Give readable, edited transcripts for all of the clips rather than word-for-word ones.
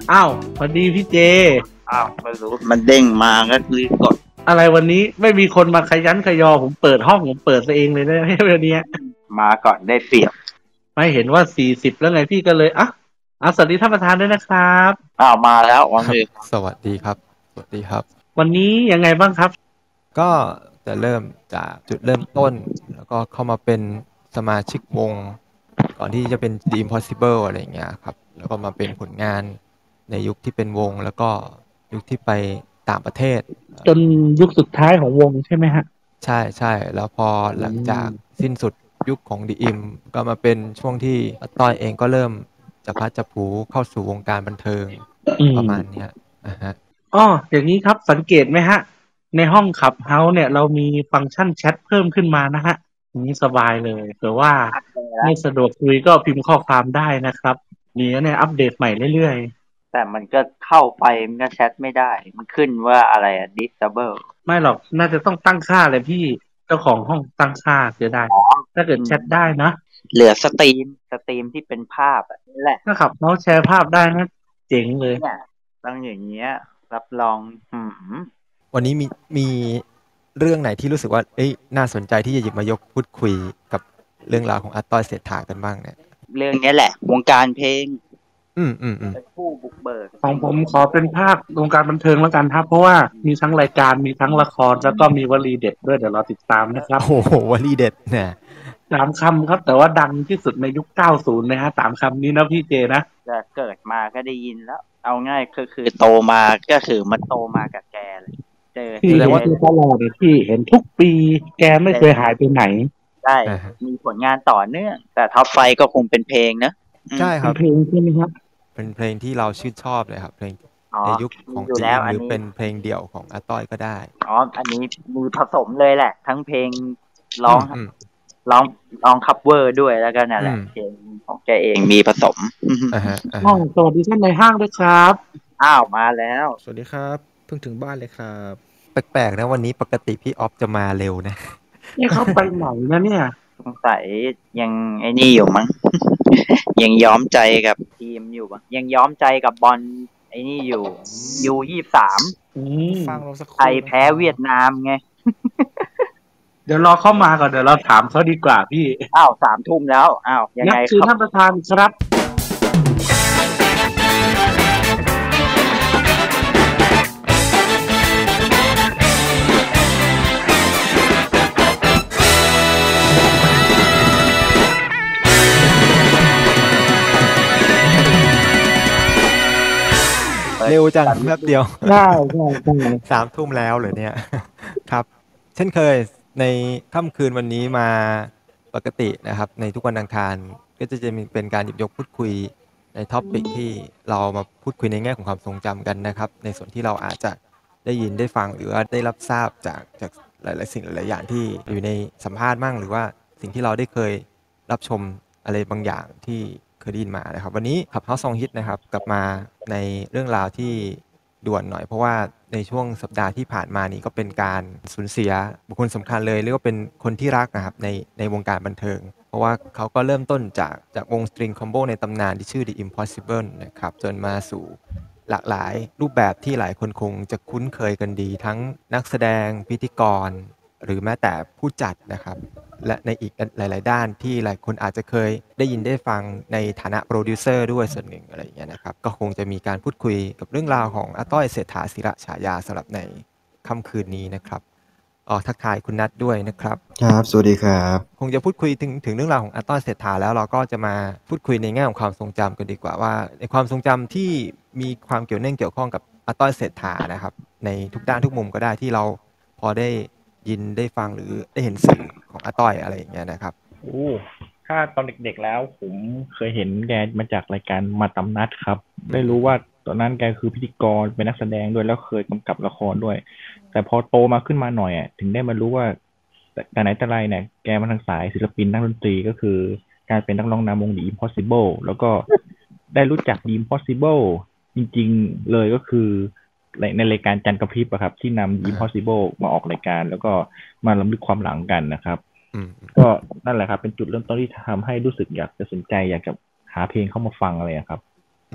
อ้าวสวัสดีพี่เจไม่รู้มันเด้งมาก็คือกดอะไรวันนี้ไม่มีคนมาขยันขยอผมเปิดห้องผมเปิดเองเลยนะวันนี้มาก่อนได้เปรียบไม่เห็นว่า40แล้วไงพี่ก็เลยสวัสดีท่านประธานด้วยนะครับมาแล้ววัครับนนี้สวัสดีครับสวัสดีครับวันนี้ยังไงบ้างครับก็จะเริ่มจากจุดเริ่มต้นแล้วก็เข้ามาเป็นสมาชิกวงก่อนที่จะเป็น The Impossible อะไรอย่างเงี้ยครับแล้วก็มาเป็นผลงานในยุคที่เป็นวงแล้วก็ยุคที่ไปต่างประเทศจนยุคสุดท้ายของวงใช่ไหมฮะใช่ใช่แล้วพอหลังจากสิ้นสุดยุคของ The Im ก็มาเป็นช่วงที่อาต้อยเองก็เริ่มจะพัดจะผูเข้าสู่วงการบันเทิงประมาณเนี้ยนะฮะอย่างนี้ครับสังเกตไหมฮะในห้องขับเฮาส์เนี่ยเรามีฟังก์ชันแชทเพิ่มขึ้นมานะฮะอย่างนี้สบายเลยเผื่อว่าไม่สะดวกคุยก็พิมพ์ข้อความได้นะครับมีเนี่ยอัปเดตใหม่เรื่อยๆแต่มันก็เข้าไปมันก็แชทไม่ได้มันขึ้นว่าอะไรdisable ไม่หรอกน่าจะต้องตั้งค่าเลยพี่เจ้าของห้องตั้งค่าเสียดายถ้าเกิดแชทได้นะเหลือสตรีมที่เป็นภาพนี่แหละถ้าขับเมาส์แชร์ภาพได้นะเจ๋งเลยเนี่ยต้องอย่างเงี้ยรับรองวันนี้มีเรื่องไหนที่รู้สึกว่าน่าสนใจที่จะหยิบมายกพูดคุยกับเรื่องราวของอาต้อยเศรษฐากันบ้างเนี่ยเรื่องนี้แหละวงการเพลงเป็นผู้บุกเบิกของผมขอเป็นภาควงการบันเทิงแล้วกันครับเพราะว่ามีทั้งรายการมีทั้งละครแล้วก็มีวลีเด็ดด้วยเดี๋ยวเราติดตามนะครับโอ้โหวลีเด็ดเนี่ย 3 คำครับแต่ว่าดังที่สุดในยุค90นะฮะ3 คำนี้นะพี่เจนะจะเกิดมาก็ได้ยินแล้วเอาง่ายคือโตมาก็คือมันโตมากับแกเลยเจอพี่เห็นตลอดพี่เห็นทุกปีแกไม่เคยหายไปไหนใช่มีผลงานต่อเนื่องแต่ท็อปไฟก็คงเป็นเพลงนะใช่ครับเพลงใช่ไหมครับเป็นเพลงที่เราชื่นชอบเลยครับเพลงในยุคของจีนหรือเป็นเพลงเดี่ยวของอาต้อยก็ได้อันนี้มีผสมเลยแหละทั้งเพลงร้องคัฟเวอร์ด้วยแล้วก็นั่นแหละเพลงของแกเองมีผสมสวัสดีท่านในห้างด้วยครับมาแล้วสวัสดีครับเพิ่งถึงบ้านเลยครับแปลกๆนะวันนี้ปกติพี่ออฟจะมาเร็วนะนี่เขาไปไหนนะเนี่ยสงสัยยังไอ้นี่อยู่มั้ง ยังย้อมใจกับทีมอยู่มั้งยังย้อมใจกับบอลไอ้นี่อยู่U23 ฟังเราสักไทยแพ้เวียดนามไงเดี๋ยวรอเข้ามาก่อนเดี๋ยวเราถามเขาดีกว่าพี่ 3 ทุ่มแล้วยังไงคือท่านประธานครับเร็วจังแป๊บเดียวใช่ 3 ทุ่มแล้วเลยเนี่ยครับเช่นเคยในค่ำคืนวันนี้มาปกตินะครับในทุกวันอังคารก็จะมีเป็นการหยิบยกพูดคุยในท็อปิกที่เรามาพูดคุยในแง่ของความทรงจำกันนะครับในส่วนที่เราอาจจะได้ยินได้ฟังหรือว่าได้รับทราบจากหลายๆสิ่งหลายๆอย่างที่อยู่ในสัมภาษณ์มั่งหรือว่าสิ่งที่เราได้เคยรับชมอะไรบางอย่างที่เคยได้ยินมานะครับวันนี้ขับเฮาส์ซองฮิตนะครับกลับมาในเรื่องราวที่ด่วนหน่อยเพราะว่าในช่วงสัปดาห์ที่ผ่านมานี้ก็เป็นการสูญเสียบุคคลสำคัญเลยเรียกว่าเป็นคนที่รักนะครับในวงการบันเทิงเพราะว่าเขาก็เริ่มต้นจากวงสตริงคอมโบในตำนานที่ชื่อ The Impossible นะครับจนมาสู่หลากหลายรูปแบบที่หลายคนคงจะคุ้นเคยกันดีทั้งนักแสดงพิธีกรหรือแม้แต่ผู้จัดนะครับและในอีกหลายๆด้านที่หลายคนอาจจะเคยได้ยินได้ฟังในฐานะโปรดิวเซอร์ด้วยส่วนหนึ่งอะไรอย่างเงี้ยนะครับก็คงจะมีการพูดคุยกับเรื่องราวของอาต้อยเศรษฐาศิระฉายาสำหรับในค่ำคืนนี้นะครับทักทายคุณนัทด้วยนะครับครับสวัสดีครับคงจะพูดคุยถึงเรื่องราวของอาต้อยเศรษฐาแล้วเราก็จะมาพูดคุยในแง่ของความทรงจำกันดีกว่าว่าในความทรงจำที่มีความเกี่ยวข้องกับอาต้อยเศรษฐานะครับในทุกด้านทุกมุมก็ได้ที่เราพอได้ยินได้ฟังหรือได้เห็นสื่อของอาต้อยอะไรอย่างเงี้ยนะครับถ้าตอนเด็กๆแล้วผมเคยเห็นแกมาจากรายการมาตำนัดครับได้รู้ว่าตอนนั้นแกคือพิธีกรเป็นนักแสดงด้วยแล้วเคยกำกับละครด้วยแต่พอโตมาขึ้นมาหน่อยถึงได้มารู้ว่าแต่ไหนแต่ไรเนี่ยแกมาทางสายศิลปินนักดนตรีก็คือการเป็นนักร้องนำวง The Impossible แล้วก็ได้รู้จัก The Impossible จริงๆเลยก็คือในรายการจันทร์กระพริบครับที่นำ The Impossible มาออกรายการแล้วก็มารำลึกความหลังกันนะครับก็นั่นแหละครับเป็นจุดเริ่มต้นที่ทำให้รู้สึกอยากจะสนใจอยากจะหาเพลงเข้ามาฟังอะไรครับ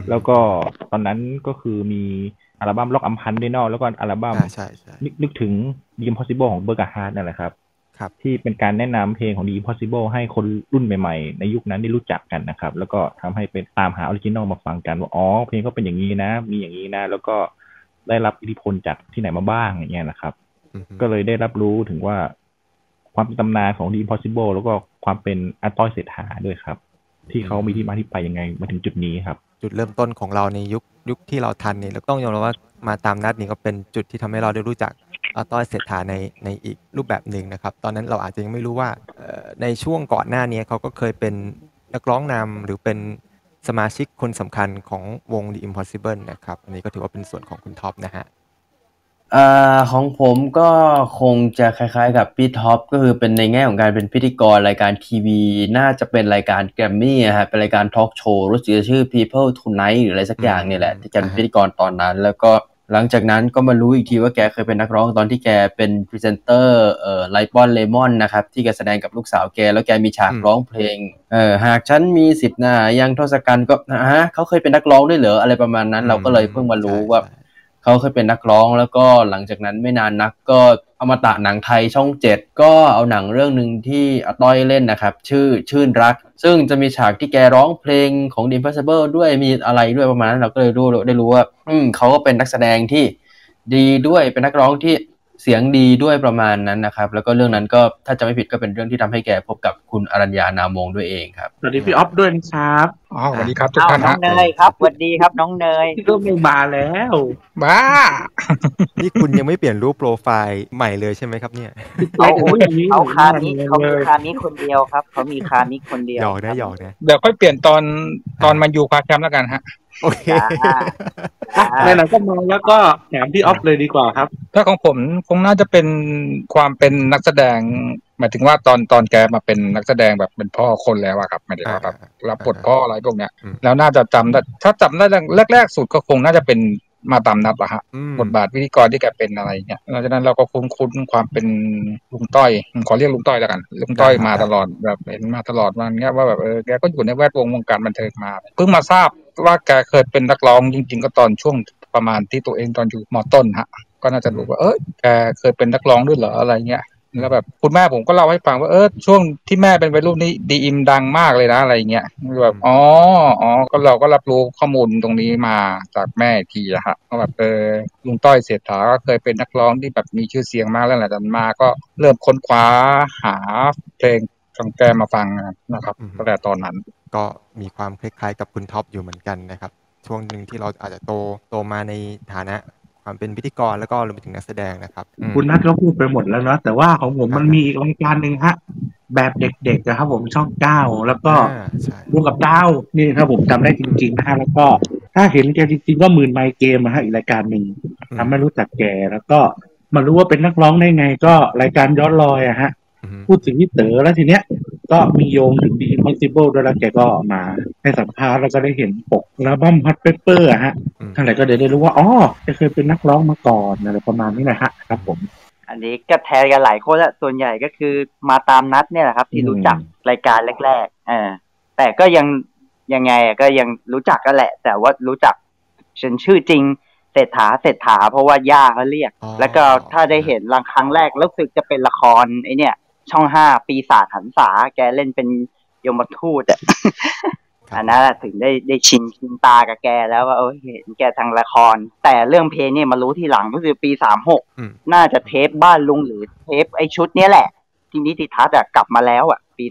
แล้วก็ตอนนั้นก็คือมีอัลบั้มล็อกอัมพันธ์ด้วยเนาะแล้วก็อัลบั้มใช่นึกถึง The Impossible ของเบอร์กาฮาร์ดนั่นแหละครับที่เป็นการแนะนำเพลงของ The Impossible ให้คนรุ่นใหม่ๆในยุคนั้นได้รู้จักกันนะครับแล้วก็ทำให้เป็นตามหาออริจินอลมาฟังกันว่าอ๋อเพลงก็เป็นอย่างนี้นะมีอย่างนี้นะแล้วก็ได้รับอิทธิพลจากที่ไหนมาบ้างอย่างเงี้ยนะครับก็เลยได้รับรู้ถึงว่าความเป็นตำนานของ The Impossible แล้วก็ความเป็นอาต้อยเศรษฐาด้วยครับที่เขามีที่มาที่ไปยังไงมาถึงจุดนี้ครับจุดเริ่มต้นของเราในยุคที่เราทันนี่เราต้องยอมรับว่ามาตามนัดนี่ก็เป็นจุดที่ทำให้เราได้รู้จักอาต้อยเศรษฐาในอีกรูปแบบหนึ่งนะครับตอนนั้นเราอาจจะยังไม่รู้ว่าในช่วงก่อนหน้านี้เขาก็เคยเป็นนักร้องนำหรือเป็นสมาชิกคนสำคัญของวง The Impossible นะครับอันนี้ก็ถือว่าเป็นส่วนของคุณท็อปนะฮะของผมก็คงจะคล้ายๆกับพี่ท็อปก็คือเป็นในแง่ของการเป็นพิธีกรรายการทีวีน่าจะเป็นรายการแกรมมี่ฮะเป็นรายการทอล์กโชว์รู้สึกจะชื่อ People Tonight หรืออะไรสักอย่างนี่แหละที่แกเป็นพิธีกรตอนนั้นแล้วก็หลังจากนั้นก็มารู้อีกทีว่าแกเคยเป็นนักร้องตอนที่แกเป็นพรีเซนเตอร์ไลปอนเลมอนนะครับที่แกแสดงกับลูกสาวแกแล้วแกมีฉากร้องเพลงหากฉันมีสิทธิ์นะยังทศกัณฐ์ก็เขาเคยเป็นนักร้องด้วยเหรออะไรประมาณนั้นเราก็เลยเพิ่งมารู้ว่าเขาเคยเป็นนักร้องแล้วก็หลังจากนั้นไม่นานนักก็อมตะหนังไทยช่อง7ก็เอาหนังเรื่องนึงที่อาต้อยเล่นนะครับชื่นรักซึ่งจะมีฉากที่แกร้องเพลงของ The Impossible ด้วยมีอะไรด้วยประมาณนั้นเราก็เลยได้รู้ว่าเขาก็เป็นนักแสดงที่ดีด้วยเป็นนักร้องที่เสียงดีด้วยประมาณนั้นนะครับแล้วก็เรื่องนั้นก็ถ้าจะไม่ผิดก็เป็นเรื่องที่ทำให้แกพบกับคุณอรัญญานามวงด้วยเองครับสวัสดีพี่ออฟด้วยนะครับสวัสดีครับทุกท่านน้องเนยครับสวัสดีครับน้องเนยก็ไม่มาแล้วบ้านี่คุณยังไม่เปลี่ยนรูปโปรไฟล์ใหม่เลยใช่ไหมครับเนี่ยเขาคานี้เขามีคานี้คนเดียวครับเขามีคานี้คนเดียวหยอกนะเดี๋ยวค่อยเปลี่ยนตอนมันอยู่คาแคมป์แล้วกันฮะโอเคในหนังก็มองแล้วก็แถมพี่ออฟเลยดีกว่าครับถ้าของผมคงน่าจะเป็นความเป็นนักแสดงหมายถึงว่าตอนแกมาเป็นนักแสดงแบบเป็นพ่อคนแล้วอะครับหมายถึงว่าแบบรับบทพ่ออะไรพวกเนี้ยแล้วน่าจะจำได้ถ้าจำได้แรกสุดก็คงน่าจะเป็นมาตามนัดละฮะบทบาทพิธีกรที่แกเป็นอะไรเงี้ยหลังจากนั้นเราก็คุ้นความเป็นลุงต้อยขอเรียกลุงต้อยแล้วกันลุงต้อยมาตลอดแบบเห็นมาตลอดวันเงี้ยว่าแบบแกก็อยู่ในแวดวงการบันเทิงมาเพิ่งมาทราบว่าแกเคยเป็นนักร้องจริงๆก็ตอนช่วงประมาณที่ตัวเองตอนอยู่ม.ต้นฮะก็น่าจะรู้ว่าแกเคยเป็นนักร้องด้วยเหรออะไรเงี้ยแล้วแบบคุณแม่ผมก็เล่าให้ฟังว่าช่วงที่แม่เป็นวัยรุ่นนี่ดีอิมดังมากเลยนะอะไรเงี้ยแบบอ๋อก็เราก็รับรู้ข้อมูลตรงนี้มาจากแม่ทีอะฮะว่าแบบลุงต้อยเศรษฐาก็เคยเป็นนักร้องที่แบบมีชื่อเสียงมากแล้วหลังจากนั้นมาก็เริ่มค้นคว้าหาเพลงของแกมาฟังนะครับตั้งแต่ตอนนั้นก็มีความคล้ายๆกับคุณท็อปอยู่เหมือนกันนะครับช่วงหนึ่งที่เราอาจจะโตมาในฐานะความเป็นพิธีกรแล้วก็รวมไปถึงนักแสดงนะครับคุณนัทก็พูดไปหมดแล้วเนาะแต่ว่าของผมมันมีอีกรายการหนึ่งฮะแบบเด็กๆนะครับผมช่อง9แล้วก็ดูกับดาวนี่ถ้าผมจำได้จริงๆนะฮะแล้วก็ถ้าเห็นแกจริงๆก็หมื่นไมล์เกมนะฮะอีกรายการหนึ่งทำให้รู้จักแกแล้วก็มารู้ว่าเป็นนักร้องได้ไงก็รายการย้อนรอยอะฮะพูดถึงพี่เต๋อแล้วทีเนี้ยก็มีโยงถึง The Impossible ด้วยแล้วแกก็มาให้สัมภาษณ์แล้วก็ได้เห็นปกอัลบั้ม Hot Pepper อะฮะทั้งหลายก็ได้รู้ว่าแกเคยเป็นนักร้องมาก่อนอะไรประมาณนี้นะฮะครับผมอันนี้ก็แทนกันหลายคนละส่วนใหญ่ก็คือมาตามนัดเนี่ยแหละครับที่รู้จักรายการแรกๆแต่ก็ยังไงก็ยังรู้จักกันแหละแต่ว่ารู้จักฉันชื่อจริงเศรษฐาเพราะว่าย่าเขาเรียกแล้วก็ถ้าได้เห็นครั้งแรกรู้สึกจะเป็นละครไอเนี่ยช่อง5ปีศาจหันษาแกเล่นเป็นยมทูตอันนั้นถึงได้ชินตากับแกแล้วว่าเห็นแกทางละครแต่เรื่องเพลงเนี่ยมารู้ทีหลังก็คือปี36น่าจะเทปบ้านลุงหรือเทปไอชุดนี้แหละที่นิติทัศน์กลับมาแล้วปี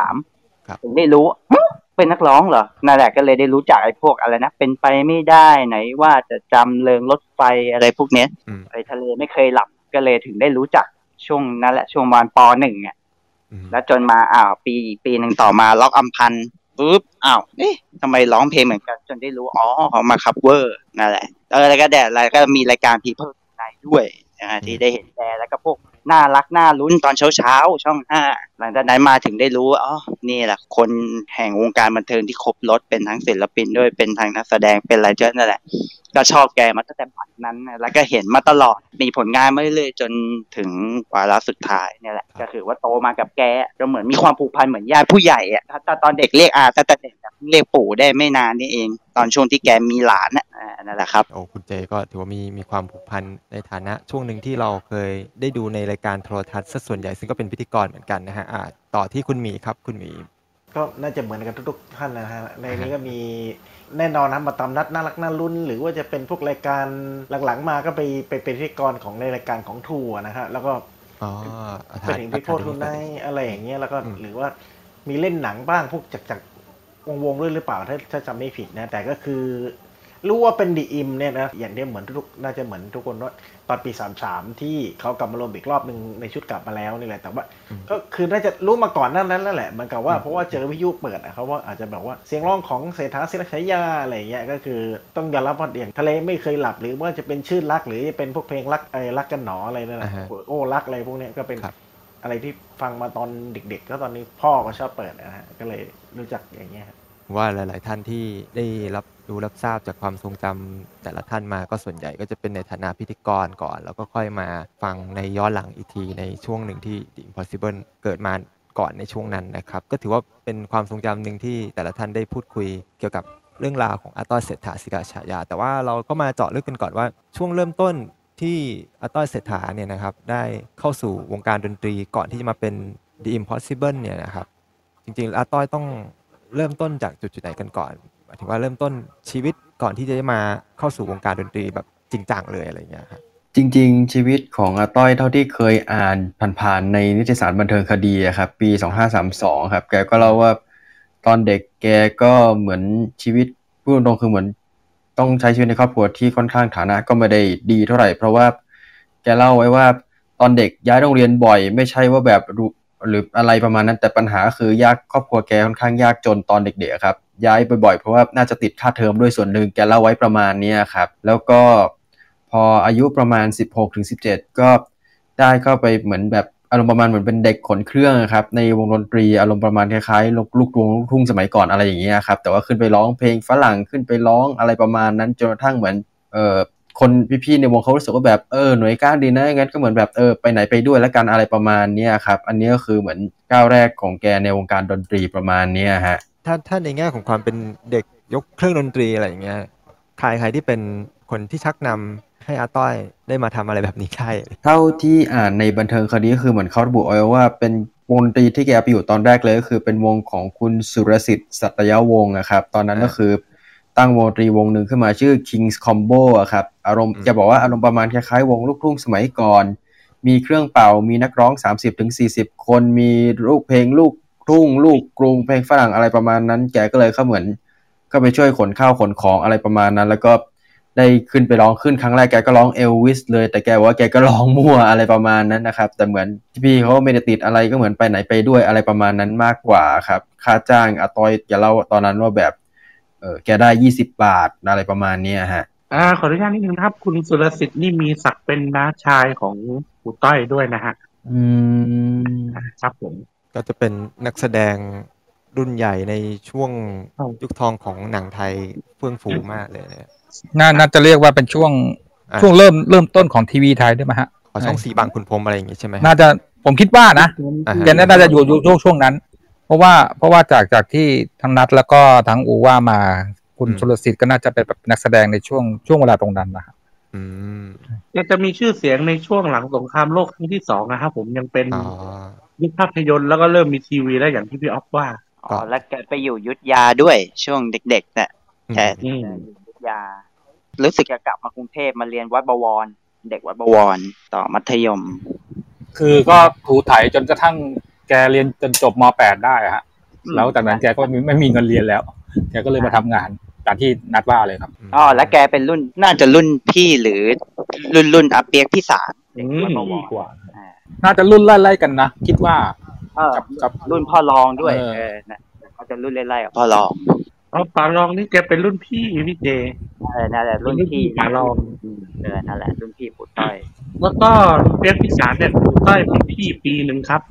33ถึงได้รู้เป็นนักร้องเหรอนั่นแหละก็เลยได้รู้จักไอ้พวกอะไรนะเป็นไปไม่ได้ไหนว่าจะจำเริงรถไฟอะไรพวกนี้ไปทะเลไม่เคยหลับก็เลยถึงได้รู้จักช่วงนั้นแหละช่วงป.1แล้วจนมาปีนึงต่อมาล็อกอัมพันธ์ปุ๊บทำไมร้องเพลงเหมือนกันจนได้รู้เขามาคัฟเวอร์นั่นแหละแล้วก็ก็มีรายการ People ในด้วยที่ได้เห็นแกแล้วก็พวกน่ารักน่าลุ้นตอนเช้าช่อง5หลังจากนั้นมาถึงได้รู้นี่แหละคนแห่งวงการบันเทิงที่ครบรสเป็นทั้งศิลปินด้วยเป็นทั้งนักแสดงเป็นอะไรเจ้านั่นแหละก็ชอบแกมาตั้งแต่ปัจจุบันนั้นนะแล้วก็เห็นมาตลอดมีผลงานมาเรื่อยๆจนถึงวาระสุดท้ายเนี่ยแหละก็คือว่าโตมากับแกก็เหมือนมีความผูกพันเหมือนญาติผู้ใหญ่อ่ะถ้าตอนเด็กเรียกอาแต่เด็กเรียกปู่ได้ไม่นานนี่เองตอนช่วงที่แกมีหลานนั่นแหละครับโอ้คุณเจก็ถือว่ามีความผูกพันในฐานะช่วงหนึ่งที่เราเคยได้ดูในรายการโทรทัศน์ซะส่วนใหญ่ซึ่งก็เป็นพิธีกรเหมือนกันนะฮะต่อที่คุณหมีครับคุณหมีก็น่าจะเหมือนกันทุกท่านนะฮะในนี้ก็มีแน่นอนนะมาตามนัดน่ารักน่าลุ้นหรือว่าจะเป็นพวกรายการหลังๆมาก็ไปเป็นพิธีกรของในรายการของทัวร์นะฮะแล้วก็ไปถึงพิโพทุนในอะไรอย่างเงี้ยแล้วก็หรือว่ามีเล่นหนังบ้างพวกจากวงด้วยหรือเปล่าถ้าจำไม่ผิดนะแต่ก็คือรู้ว่าเป็นดีอิมเนี่ยนะอย่างที่เหมือนน่าจะเหมือนทุกคนว่าตอนปี33ที่เขากลับมารวมอีกรอบนึงในชุดกลับมาแล้วนี่แหละแต่ว่าก็คือน่าจะรู้มาก่อนนั้นแหละมันกับว่าเพราะว่าเจอวิทยุเปิดเขาว่าอาจจะแบบว่าเสียงร้องของเศรษฐาศิรชัยยาอะไรเงี้ยก็คือต้องยอมรับว่าอย่างทะเลไม่เคยหลับหรือว่าจะเป็นชื่นรักหรือเป็นพวกเพลงรักกันหนออะไรนั่นแหละโอ้รักอะไรพวกนี้ก็เป็นอะไรที่ฟังมาตอนเด็กๆก็ตอนนี้พ่อก็ชอบเปิดนะฮะก็เลยรู้จักอย่างเงี้ยว่าหลายๆท่านที่ได้รับทราบจากความทรงจำแต่ละท่านมาก็ส่วนใหญ่ก็จะเป็นในฐานะพิธีกรก่อนแล้วก็ค่อยมาฟังในย้อนหลังอีกทีในช่วงหนึ่งที่ The Impossible เกิดมาก่อนในช่วงนั้นนะครับก็ถือว่าเป็นความทรงจำหนึ่งที่แต่ละท่านได้พูดคุยเกี่ยวกับเรื่องราวของอาต้อยเศรษฐาศิรชัยยาแต่ว่าเราก็มาเจาะลึกกันก่อนว่าช่วงเริ่มต้นที่อาต้อยเศรษฐาเนี่ยนะครับได้เข้าสู่วงการดนตรีก่อนที่จะมาเป็น The Impossible เนี่ยนะครับจริงๆอาต้อยต้องเริ่มต้นจากจุดไหนกันก่อนหมายถึงว่าเริ่มต้นชีวิตก่อนที่จะมาเข้าสู่วงการดนตรีแบบจริงจังเลยอะไรอย่างเงี้ยครับจริงๆชีวิตของอาต้อยเท่าที่เคยอ่านผ่านๆในนิตยสารบันเทิงคดีครับปี2532ครับแกก็เล่าว่าตอนเด็กแกก็เหมือนชีวิตพูดตรงๆคือเหมือนต้องใช้ชีวิตในครอบครัวที่ค่อนข้างฐานะก็ไม่ได้ดีเท่าไหร่เพราะว่าแกเล่าไว้ว่าตอนเด็กย้ายโรงเรียนบ่อยไม่ใช่ว่าแบบหรืออะไรประมาณนั้นแต่ปัญหาคือยากครอบครัวแกค่อนข้างยากจนตอนเด็กๆครับย้ายบ่อยๆเพราะว่าน่าจะติดค่าเทอมด้วยส่วนหนึ่งแกเล่าไว้ประมาณนี้ครับแล้วก็พออายุประมาณ 16-17 ก็ได้เข้าไปเหมือนแบบอารมณ์ประมาณเหมือนเป็นเด็กขนเครื่องครับในวงดนตรีอารมณ์ประมาณคล้ายๆลูกทุ่งสมัยก่อนอะไรอย่างเงี้ยครับแต่ว่าขึ้นไปร้องเพลงฝรั่งขึ้นไปร้องอะไรประมาณนั้นจนกระทั่งเหมือนคนพี่ๆในวงเขารู้สึกว่าแบบหน่วยก้านดีนะงั้นก็เหมือนแบบไปไหนไปด้วยแล้วกันอะไรประมาณนี้ครับอันนี้ก็คือเหมือนก้าวแรกของแกในวงการดนตรีประมาณนี้ฮะถ้าในแง่ของความเป็นเด็กยกเครื่องดนตรีอะไรอย่างเงี้ยใครที่เป็นคนที่ชักนำให้อาต้อยได้มาทำอะไรแบบนี้ได้เท่าที่อ่านในบันเทิงคดีก็คือเหมือนเขาระบุเอาไว้ว่าเป็นวงดนตรีที่แกไปอยู่ตอนแรกเลยก็คือเป็นวงของคุณสุรสิทธิ์สัตยวงศ์ครับตอนนั้นก็คือตั้งวงดนตรีวงหนึ่งขึ้นมาชื่อ King's Combo ครับอารมณ์จะบอกว่าอารมณ์ประมาณคล้ายๆวงลูกทุ่งสมัยก่อนมีเครื่องเป่ามีนักร้อง 30-40 คนมีลูกเพลงลูกทุ่งลูกกรุงเพลงฝรั่งอะไรประมาณนั้นแกก็เลยเหมือนก็ไปช่วยขนข้าวขนของอะไรประมาณนั้นแล้วก็ได้ขึ้นไปร้องขึ้นครั้งแรกแกก็ร้องเอลวิสเลยแต่แกว่าแกก็ร้องมั่วอะไรประมาณนั้นนะครับแต่เหมือนพี่เขาไม่ได้ติดอะไรก็เหมือนไปไหนไปด้วยอะไรประมาณนั้นมากกว่าครับค่าจ้างอาต้อยแกเล่าตอนนั้นว่าแบบแกได้20 บาทอะไรประมาณนี้ฮะขออนุญาตนิดนึงครับคุณสุรสิทธิ์นี่มีศักดิ์เป็นน้าชายของครูต้อยด้วยนะฮะครับผมก็จะเป็นนักแสดงรุ่นใหญ่ในช่วงยุคทองของหนังไทยเฟื่องฟูมากเลยเนี่ยน่าจะเรียกว่าเป็นช่วงเริ่มต้นของทีวีไทยได้ไหมฮะช่องสีบางขุนพรหมอะไรอย่างงี้ใช่ไหมน่าจะผมคิดว่านะแกน่าจะอยู่ช่วงนั้นเพราะว่าจากที่ทั้งนัดแล้วก็ทั้งอูว่ามาคุณสุรสิทธิ์ก็น่าจะเป็นแบบนักแสดงในช่วงเวลาตรงนั้นนะครับจะมีชื่อเสียงในช่วงหลังสงครามโลกครั้งที่2นะครับผมยังเป็นยุคภาพยนตร์แล้วก็เริ่มมีทีวีแล้วอย่างที่พี่อ๊อฟว่าแล้วแกไปอยู่ยุทธยาด้วยช่วงเด็กๆเนี่ยแกยุทธยารู้สึกจะกลับมากรุงเทพมาเรียนวัดบวรเด็กวัดบวรต่อมัธยมคือก็ถูถ่ายจนกระทั่งแกเรียนจนจบม.8 ได้ฮะแล้วจากนั้นแกก็ไม่มีเงินเรียนแล้วแกก็เลยมาทำงานตามที่นัดว่าเลยครับแล้วแกเป็นรุ่นน่าจะรุ่นพี่หรือรุ่นอาเปียกพี่สารกว่าน่าจะรุ่นไล่ๆกันนะคิดว่ากับรุ่นพ่อรองด้วยนะเขาจะรุ่นไล่ๆกับพ่อรองป๋ารองนี่แกเป็นรุ่นพี่เจนั่นแหละรุ่นพี่ป๋ารองนั่นแหละรุ่นพี่ปู่ต้อยแล้วก็เปียกพี่สารเนี่ยปู่ต้อยเป็นพี่ปีนึงครับ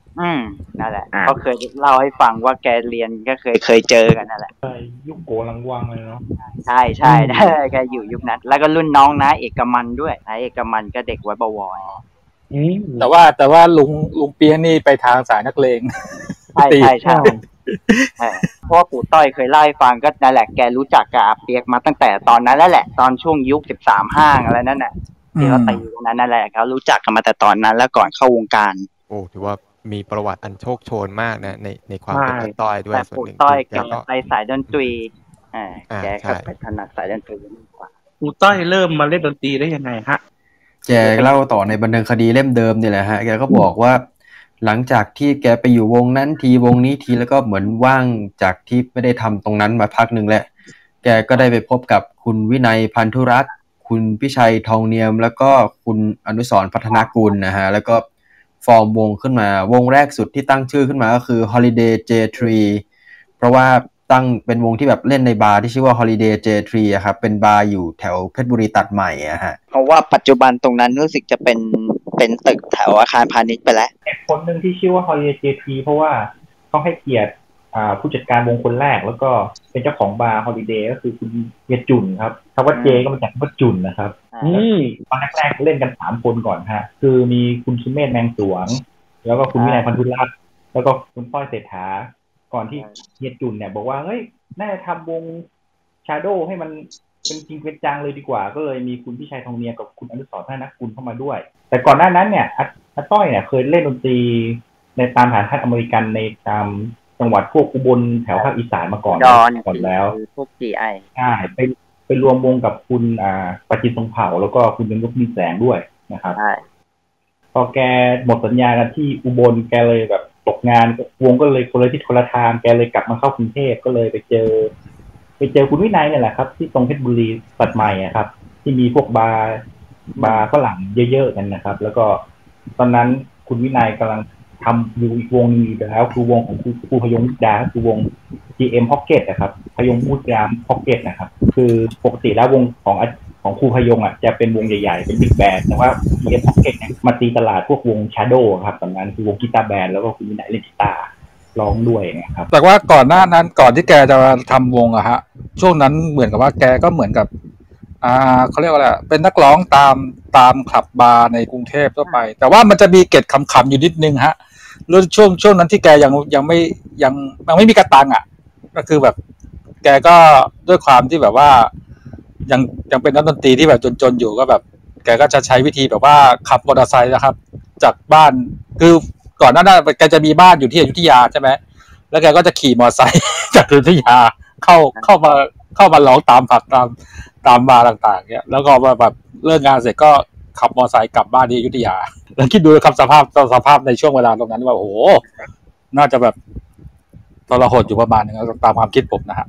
นั่นแหละเขาเคยเล่าให้ฟังว่าแกเรียนก็เคยเจอกันนั่นแหละใช่ยุคโกลังวังเลยเนาะใช่แกอยู่ยุคนั้นแล้วก็รุ่นน้องนะเอกมันด้วยนะเอกมันก็เด็กวัดบวรแต่ว่าลุงเปียนี่ไปทางสายนักเลงใช่เพราะว่าปู่ต้อยเคยเล่าให้ฟังก็นั่นแหละแกรู้จักกับอาเปียกมาตั้งแต่ตอนนั้นแล้วแหละตอนช่วงยุค13ห้างอะไรนั่นน่ะที่เขาตีกันนั่นแหละเขารู้จักกันมาแต่ตอนนั้นแล้วก่อนเข้าวงการโอ้ถือว่ามีประวัติอันโชคโชนมากนะในความเป็นปู่ต้อยด้วยส่วนหนึ่งปู่ต้อยแกไปสายดนตรีแกก็ไปถนัดสายดนตรีมากกว่าปู่ต้อยเริ่มมาเล่นดนตรีได้ยังไงฮะแกเล่าต่อในบันเทิงคดีเล่มเดิมนี่แหละฮะแกก็บอกว่าหลังจากที่แกไปอยู่วงนั้นทีวงนี้ทีแล้วก็เหมือนว่างจากที่ไม่ได้ทำตรงนั้นมาพักหนึ่งแหละแกก็ได้ไปพบกับคุณวินัยพันธุรัตน์คุณพิชัยทองเนียมแล้วก็คุณอนุสรณ์พัฒนากุลนะฮะแล้วก็ฟอร์มวงขึ้นมาวงแรกสุดที่ตั้งชื่อขึ้นมาก็คือ Holiday J3 เพราะว่าตั้งเป็นวงที่แบบเล่นในบาร์ที่ชื่อว่า Holiday J3 อะครับเป็นบาร์อยู่แถวเพชรบุรีตัดใหม่อะฮะเพราะว่าปัจจุบันตรงนั้นรู้สึกจะเป็นตึกแถวอาคารพาณิชย์ไปแล้วคนหนึ่งที่ชื่อว่า Holiday J3 เพราะว่าเขาให้เกียรติผู้จัดการวงคนแรกแล้วก็เป็นเจ้าของบาร์ Holiday ก็คือคุณเฮียจุนครับคำว่าเจก็มาจากคำว่าจุนนะครับตอนแรกๆเล่นกัน3คนก่อนฮะคือมีคุณสุเมธแมงสวงแล้วก็คุณวินัยพันธุรัตน์แล้วก็คุณต้อยเศรษฐาก่อนที่เฮียจุนเนี่ยบอกว่าเฮ้ยน่าจะทำวง Shadow ให้มันเป็นจริงเป็นจังเลยดีกว่าก็เลยมีคุณพิชัยทองเนียมกับคุณอนุสรณ์พัฒนากุลเข้ามาด้วยแต่ก่อนหน้านั้นเนี่ยอาต้อยเนี่ยเคยเล่นดนตรีในตามฐานทัพอเมริกันในตามจังหวัดพวกอุบลแถวภาคอีสานมาก่อนแล้วพวก GI ใช่ไปรวมวงกับคุณประจิตทรงเผ่าแล้วก็คุณยงมีแสงด้วยนะครับใช่พอแกหมดสัญญากันที่อุบลแกเลยแบบตกงานวงก็เลยคนละทิศคนละทางแกเลยกลับมาเข้ากรุงเทพก็เลยไปเจอคุณวินัยเนี่ยแหละครับที่ตรงเพชรบุรีตัดใหม่ครับที่มีพวกบาร์ฝรั่งเยอะๆกันนะครับแล้วก็ตอนนั้นคุณวินัยกำลังทำอยู่อีกวงนึงอยู่แล้วคือวงของครูพยงมุกดาคือวง GM Pocket นะครับพยงมุกดา Pocket นะครับคือปกติแล้ววงของครูพยงจะเป็นวงใหญ่ๆเป็นบิ๊กแบนด์แต่ว่า GM Pocket เนี่ยมาตีตลาดพวกวง Shadow ครับตอนนั้นคือวงกีตาร์แบนด์แล้วก็คุณวินัยเล่นกีตาร์ร้องด้วยนะครับแต่ว่าก่อนหน้านั้นก่อนที่แกจะทำวงอะฮะช่วงนั้นเหมือนกับว่าแกก็เหมือนกับเขาเรียกว่าอะไรเป็นนักร้องตามคลับบาร์ในกรุงเทพทั่วไปแต่ว่ามันจะมีเกร็ดขำๆอยู่นิดนึงฮะแล้วช่วงนั้นที่แกยังไม่มีกระตังอ่ะก็คือแบบแกก็ด้วยความที่แบบว่ายังเป็นนักดนตรีที่แบบจนๆอยู่ก็แบบแกก็จะใช้วิธีแบบว่าขับมอเตอร์ไซค์นะครับจากบ้านคือก่อนหน้านั้นแกจะมีบ้านอยู่ที่อยุธยาใช่ไหมแล้วแกก็จะขี่มอเตอร์ไซค์จากอยุธยาเข้ามาร้องตามผับตามบาร์ต่างๆเนี่ยแล้วก็แบบเลิกงานเสร็จก็ขับมอเตอร์ไซค์กลับบ้านที่อยุธยาแล้วคิดดูครับสภาพในช่วงเวลาตรงนั้นว่าโอ้โหน่าจะแบบทรหดอยู่ประมาณนึงตามความคิดผมนะฮะ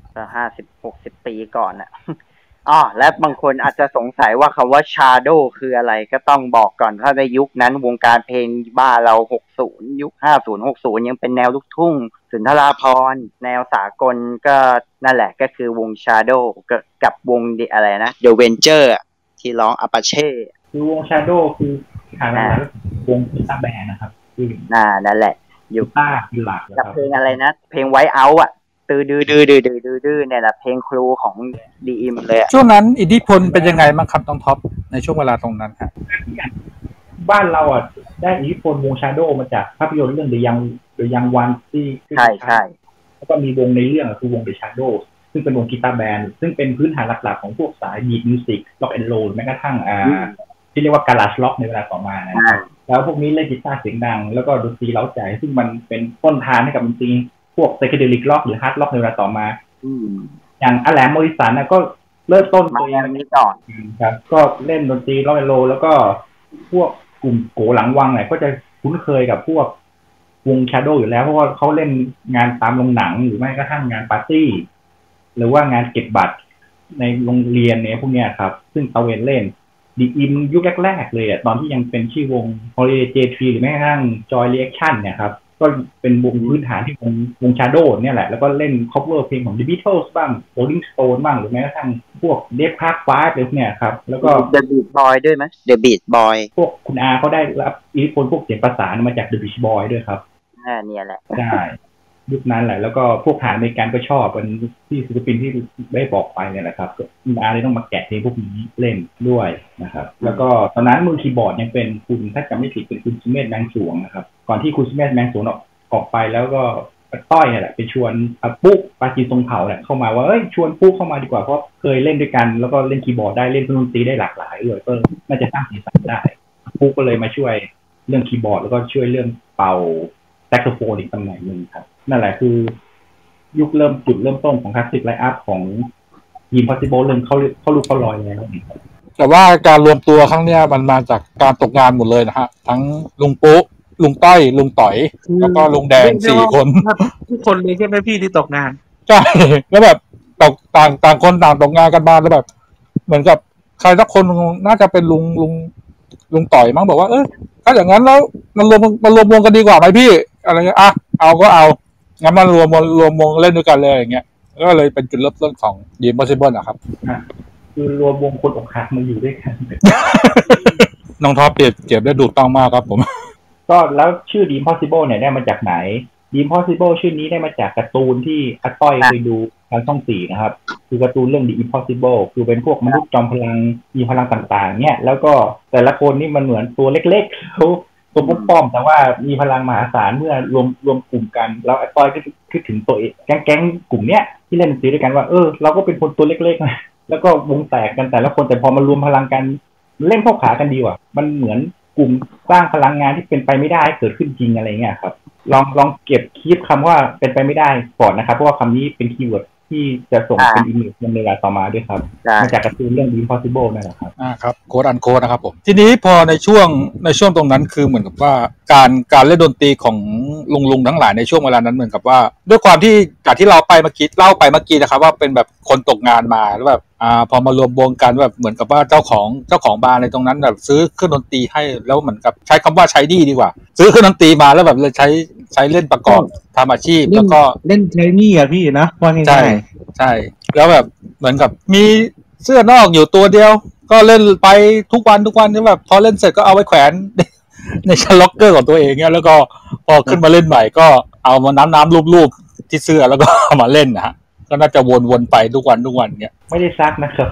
50-60 ปีก่อนน่ะและบางคนอาจจะสงสัยว่าคำว่า Shadow คืออะไรก็ต้องบอกก่อนถ้าในยุคนั้นวงการเพลงบ้าเรา60ยุค50-60ยังเป็นแนวลูกทุ่งสุนทราภรณ์แนวสากลก็นั่นแหละก็คือวง Shadow กับวงอะไรนะ The Venture ที่ร้อง Apache คือวง Shadow คือฐานหลักวงกีตาร์แบนด์นะครับนั่นแหละอยู่ป้าคือหลักกับเพลงอะไรนะเพลง White Out ดื้อเนี่ยแหละเพลงครูของ DM เลยช่วงนั้นอิทธิพลเป็นยังไงบ้างครับน้องท็อปในช่วงเวลาตรงนั้นครับบ้านเราได้อิทธิพลวง Shadow มาจากภาพยนตร์เรื่อง The Young One ที่ใช่แล้วก็มีวงในเรื่องคือวง The Shadow ซึ่งเป็นวงกีตาร์แบนด์ซึ่งเป็นพื้นฐานหลักๆของพวกสาย Beat Music Rock and Roll แม้กระทั่งที่เรียกว่า Garage Rock ในเวลาต่อมานะครับแล้วพวกนี้เล่นกีตาร์เสียงดังแล้วก็ดนตรีเร้าใจซึ่งมันเป็นต้นทางให้กับดนตรีพวก Psychedelic Rock หรือ Hard Rock ในเวลาต่อมาอย่างอแหลม มอริสันก็เริ่มต้นตัวนี้ก่อนครับก็เล่นดนตรีร็อกแอนด์โรลแล้วก็พวกกลุ่มโกหลังวังก็จะคุ้นเคยกับพวกวง Shadow อยู่แล้วเพราะว่าเขาเล่นงานตามโรงหนังหรือไม่กระทั่งงานปาร์ตี้หรือว่างานเก็บบัตรในโรงเรียนเนี่ยพวกเนี้ยครับซึ่งตะเวนเล่นดีอิมยุคแรกๆเลยตอนที่ยังเป็นชื่อวง Holiday J3 หรือแม้กระทั่ง Joy Reaction เนี่ยครับก็เป็นวงพื้นฐานที่วง Shadow เนี่ยแหละแล้วก็เล่น cover เพลงของ The Beatles บ้าง Rolling Stone บ้างหรือแม้กระทั่งพวก Dave Clark 5เนี่ยครับแล้วก็ The Beat Boy ด้วยมั้ย The Beat Boy พวกคุณอาเขาได้รับอิทธิพลพวกเสียงประสานมาจาก The Beach Boy ด้วยครับเนี่ยแหละใช่ยุคนั้นแหละแล้วก็พวกทหารอเมริกันก็ชอบเป็นที่ศิลปินที่ได้บอกไปเนี่ยแหละครับอาเลยต้องมาแกะเพลงพวกนี้เล่นด้วยนะครับแล้วก็ตอนนั้นมือคีย์บอร์ดยังเป็นคุณถ้าจำไม่ผิดเป็นคุณสุเมธแมงสวงนะครับก่อนที่คุณสุเมธแมงสวงออกไปแล้วก็ต้อยเนี่ยแหละไปชวนปุ๊กปาจีทรงเผ่าเนี่ยเข้ามาว่าชวนปุ๊กเข้ามาดีกว่าเพราะเคยเล่นด้วยกันแล้วก็เล่นคีย์บอร์ดได้เล่นเครื่องดนตรีได้หลากหลายด้วยก็น่าจะสร้างสีสันได้ปุ๊กก็เลยมาช่วยเรื่องคีย์บอร์ดแล้วก็ช่วยเรื่องเป่าแซกโซโฟนอีกตำแหน่งนึงครับนั่นแหละคือยุคจุดเริ่มต้นของคลาสสิกไลน์อัพของทีม Possible เริ่มเข้าลูกเข้ารอยแล้วแต่ว่าการรวมตัวครั้งเนี้ยมันมาจากการตกงานหมดเลยนะฮะทั้งลุงปุ๊ลุงต้อยลุงต่อยแล้วก็ลุงแดง4 คนทุกคนเลยใช่ไหมพี่ที่ตกงานใช่แล้วแบบต่างคนต่างตกงานกันมาแล้วแบบเหมือนกับใครสักคนน่าจะเป็นลุงต่อยมั้งบอกว่าถ้าอย่างนั้นแล้วมันรวมวงกันดีกว่าไหมพี่อะไรเงี้ยเอาก็เอางั้นมันรวมวงเล่นด้วยกันเลยอย่างเงี้ยก็เลยเป็นจุดเริ่มต้นของ Dream Possible นะครับคือรวมวงคนอกหักมาอยู่ด้วยกันน้องท็อปเปรียบเทียบได้ดูต้องมากครับผมก็แล้วชื่อ Dream Possible เนี่ยได้มาจากไหน Dream Possible ชื่อนี้ได้มาจากการ์ตูนที่อาต้อยเคยดูทางช่อง4นะครับคือการ์ตูนเรื่อง The Impossible คือเป็นพวกมนุษย์จอมพลังมีพลังต่างๆเนี่ยแล้วก็แต่ละคนนี่มันเหมือนตัวเล็กๆเขาตัวป้อมๆแต่ว่ามีพลังมหาศาลเมื่อรวมกลุ่มกันแล้วอาต้อยก็คิดถึงตัวเองแก๊งกลุ่มเนี้ยที่เล่นดนตรีด้วยกันว่าเราก็เป็นคนตัวเล็กๆนะแล้วก็วงแตกกันแต่ละคนแต่พอมารวมพลังกันเล่นเข้าขากันดีว่ะมันเหมือนกลุ่มสร้างพลังงานที่เป็นไปไม่ได้เกิดขึ้นจริงอะไรเงี้ยครับลองเก็บคีย์คำว่าเป็นไปไม่ได้ก่อนนะครับเพราะว่าคำนี้เป็นคีย์เวิร์ดที่จะส่งเป็นอีเมลในเวลาต่อมาด้วยครับมาจากการ์ตูนเรื่อง Impossible นั่นแหละครับครับโค้ดอันโค้ดนะครับผมทีนี้พอในช่วงตรงนั้นคือเหมือนกับว่าการเล่นดนตรีของลุงทั้งหลายในช่วงเวลานั้นเหมือนกับว่าด้วยความที่จากที่เล่าไปเมื่อกี้นะครับว่าเป็นแบบคนตกงานมาแล้วแบบพอมารวมวงกันแบบเหมือนกับว่าเจ้าของบาร์ในตรงนั้นแบบซื้อเครื่องดนตรีให้แล้วเหมือนกับใช้คำว่าใช้ดีกว่าซื้อเครื่องดนตรีมาแล้วแบบเลยใช้เล่นประกอบทำอาชีพแล้วก็เล่นใช้นี่อ่ะพี่นะว่าง่ายๆใช่แล้วแบบเหมือนกับมีเสื้อนอกอยู่ตัวเดียวก็เล่นไปทุกวันที่แบบพอเล่นเสร็จก็เอาไว้แขวนในชั้นล็อกเกอร์ของตัวเองเนี่ยแล้วก็พอขึ้นมาเล่นใหม่ก็เอามาน้ำรูปที่เสื้อแล้วก็เอามาเล่นนะฮะก็น่าจะวนไปทุกวันเนี่ยไม่ได้ซักนะครับ